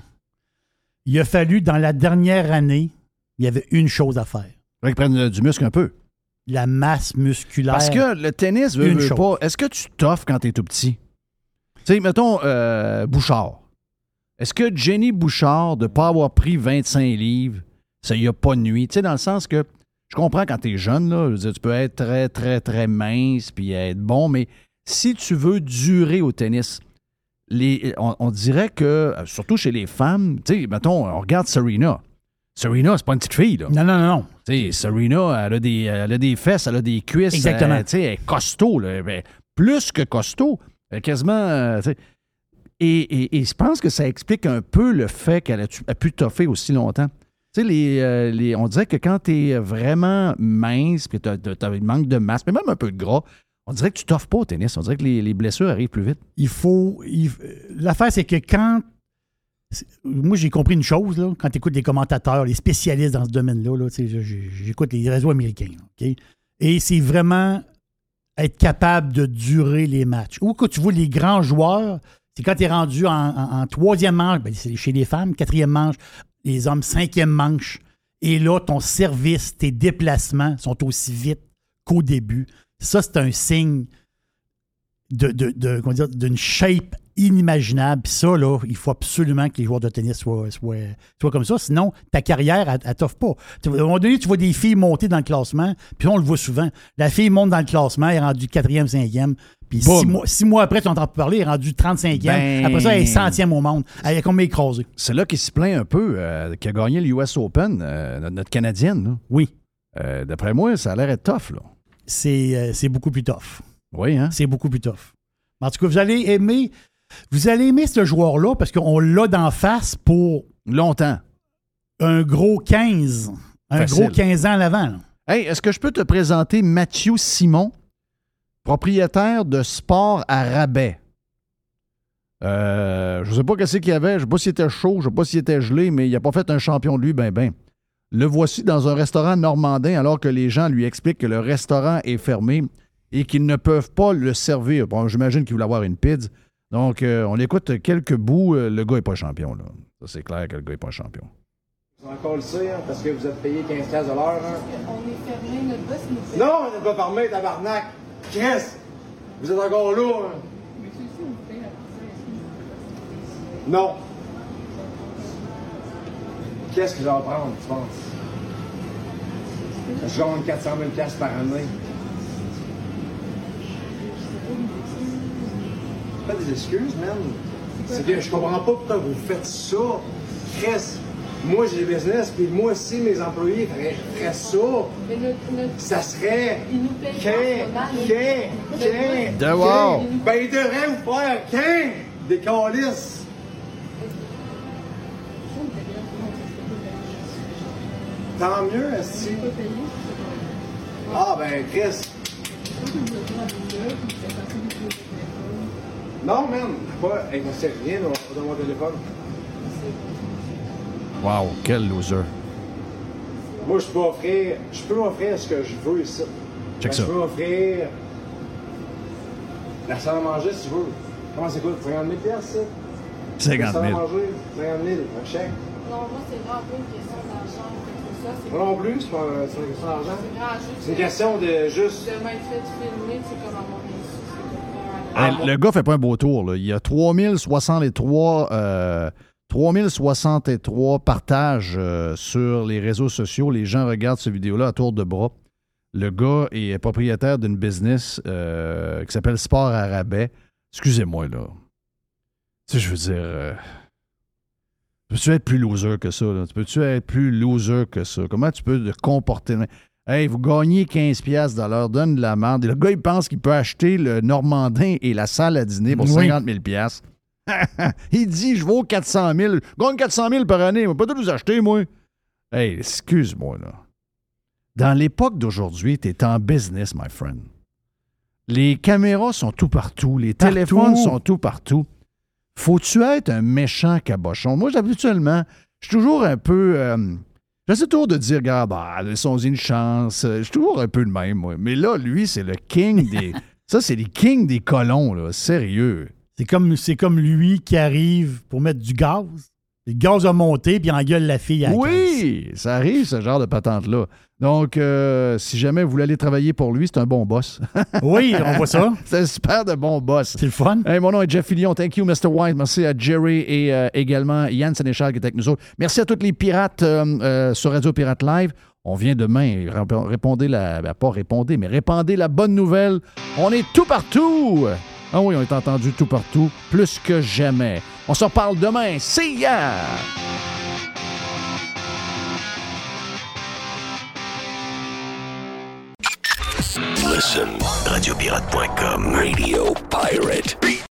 Il a fallu, dans la dernière année, il y avait une chose à faire. Il faudrait qu'il prenne euh, du muscle un peu. La masse musculaire. Parce que le tennis, veut, Une veut chose. pas. Est-ce que tu t'offres quand t'es tout petit? Tu sais, mettons euh, Bouchard. Est-ce que Jenny Bouchard, de ne pas avoir pris vingt-cinq livres, ça y a pas nuit? Tu sais, dans le sens que je comprends quand t'es jeune, là, je veux dire, tu peux être très, très, très mince puis être bon, mais si tu veux durer au tennis, les, on, on dirait que, surtout chez les femmes, tu sais, mettons, on regarde Serena. Serena, c'est pas une petite fille, là. Non, non, non, non. Tu sais, Serena, elle a, des, elle a des fesses, elle a des cuisses. Exactement. Elle, tu sais, elle est costaud, là. Ben, plus que costaud. Elle est quasiment. euh, tu sais. et, et, et je pense que ça explique un peu le fait qu'elle a, a pu toffer aussi longtemps. Tu sais, les, euh, les, on dirait que quand tu es vraiment mince, puis tu as un manque de masse, mais même un peu de gras, on dirait que tu t'offres pas au tennis. On dirait que les, les blessures arrivent plus vite. Il faut. il- L'affaire, c'est que quand. c'est- Moi, j'ai compris une chose, là, quand tu écoutes les commentateurs, les spécialistes dans ce domaine-là, là, tu sais, j'ai- j'écoute les réseaux américains. OK? Et c'est vraiment être capable de durer les matchs. Ou quand tu vois les grands joueurs, c'est quand tu es rendu en, en- en troisième manche, ben, c'est chez les femmes, quatrième manche, les hommes, cinquième manche. Et là, ton service, tes déplacements sont aussi vite qu'au début. Ça, c'est un signe de, de, de- comment dire, d'une shape inimaginable. Puis ça, là, il faut absolument que les joueurs de tennis soient, soient, soient comme ça. Sinon, ta carrière, elle, elle t'offre pas. Tu- À un moment donné, tu vois des filles monter dans le classement, puis on le voit souvent. La fille monte dans le classement, elle est rendue quatrième, cinquième. Puis Boum. six mois, six mois après, tu entends plus parler, elle est rendue trente-cinquième. Ben- Après ça, elle est centième au monde. Elle est comme écrasée. C'est là qu'il se plaint un peu, euh, qui a gagné l'U S Open, euh, notre, notre Canadienne. Là. Oui. Euh, D'après moi, ça a l'air être tough, là. C'est euh, c'est beaucoup plus tough. Oui, hein? C'est beaucoup plus tough. En tout cas, vous allez aimer, vous allez aimer ce joueur-là parce qu'on l'a d'en face pour longtemps. Un gros quinze. Un Facile. gros quinze ans à l'avant. là. Hey, est-ce que je peux te présenter Mathieu Simon, propriétaire de Sport à rabais? Euh, je ne sais pas qu'est-ce qu'il y avait, je ne sais pas s'il était chaud, je ne sais pas s'il était gelé, mais il n'a pas fait un champion de lui, ben ben. Le voici dans un restaurant normandin alors que les gens lui expliquent que le restaurant est fermé et qu'ils ne peuvent pas le servir. Bon, j'imagine qu'il voulait avoir une pizza. Donc, euh, on écoute quelques bouts. Euh, Le gars n'est pas champion, là. Ça, c'est clair que le gars n'est pas champion. Vous en encore le sait, hein, parce que vous êtes payé quinze piastres de l'heure. Hein. On est fermé, notre boss nous fait. Non, on n'est pas fermé, tabarnak! Chris! Vous êtes encore là, hein? Mais tu sais, on fait la pizza, est-ce que Non. Qu'est-ce que je vais prendre, tu penses? Je gagne quatre cent mille piastres par année. Pas des excuses, man. C'est que je comprends pas pourquoi vous faites ça. Chris, moi j'ai des business, puis moi aussi mes employés feraient, feraient ça. Mais notre, notre... Ça serait. Ils nous payent Qu'un, pas en ce moment, qu'un, notre- qu'un, De wow. qu'un. Ben ils devraient vous faire qu'un des calices. Tant mieux, est-ce que Ah ben Chris. Non, man, pas. Hey, on sait rien dans, dans mon téléphone. Wow, quel loser. Moi, je peux offrir. Je peux offrir ce que je veux ici. Check Ben, ça. Je peux offrir. La salle à manger si tu veux. Comment ça coûte? cinquante mille piastres, ça? cinquante mille. La salle à manger, cinquante mille. Un chèque. Non, moi, c'est vraiment pas une question d'argent. Tout ça, c'est Moi non plus, c'est pas c'est pas une question d'argent. C'est grand, juste. C'est une question de juste. De m'être fait filmer, c'est comme avoir des sous, c'est comme Hey, faire un- le gars fait pas un beau tour. Là. Il y a trois mille soixante-trois, euh, trois mille soixante-trois partages euh, sur les réseaux sociaux. Les gens regardent cette vidéo-là à tour de bras. Le gars est propriétaire d'une business euh, qui s'appelle Sport à rabais. Excusez-moi, là. Tu sais, je veux dire... euh, peux-tu être plus loser que ça? Là? Tu peux-tu être plus loser que ça? Comment tu peux te comporter? Hey, vous gagnez quinze piastres de l'heure, donne de la merde. Et le gars, il pense qu'il peut acheter le Normandin et la salle à dîner pour Oui. cinquante mille piastres. Il dit, je vaux quatre cent mille. Je gagne quatre cent mille par année. Je ne vais pas tout vous acheter, moi. Hey, excuse-moi, là. Dans l'époque d'aujourd'hui, tu es en business, my friend. Les caméras sont tout partout. Les Partout. téléphones sont tout partout. Faut-tu être un méchant cabochon? Moi, habituellement, je suis toujours un peu... Euh, J'essaie toujours de dire, regarde, bah, laissons-y une chance. Je suis toujours un peu le même, moi. Mais là, lui, c'est le king des... Ça, c'est les kings des colons, là. Sérieux. C'est comme, c'est comme lui qui arrive pour mettre du gaz. Le gaz a monté, puis il engueule la fille à la Oui, caisse. ça arrive, ce genre de patente-là. Donc, euh, si jamais vous voulez aller travailler pour lui, c'est un bon boss. Oui, on voit ça. C'est un super de bon boss. C'est le fun. Hey, mon nom est Jeff Fillion. Thank you, mister White. Merci à Jerry et euh, également Yann Sénéchal qui est avec nous autres. Merci à tous les pirates euh, euh, sur Radio Pirate Live. On vient demain. Répondez la... Ben, pas répondez, mais répandez la bonne nouvelle. On est tout partout. Ah oui, on est entendu tout partout, plus que jamais. On se reparle demain. See ya! Listen, radio pirate point com, Radio Pirate.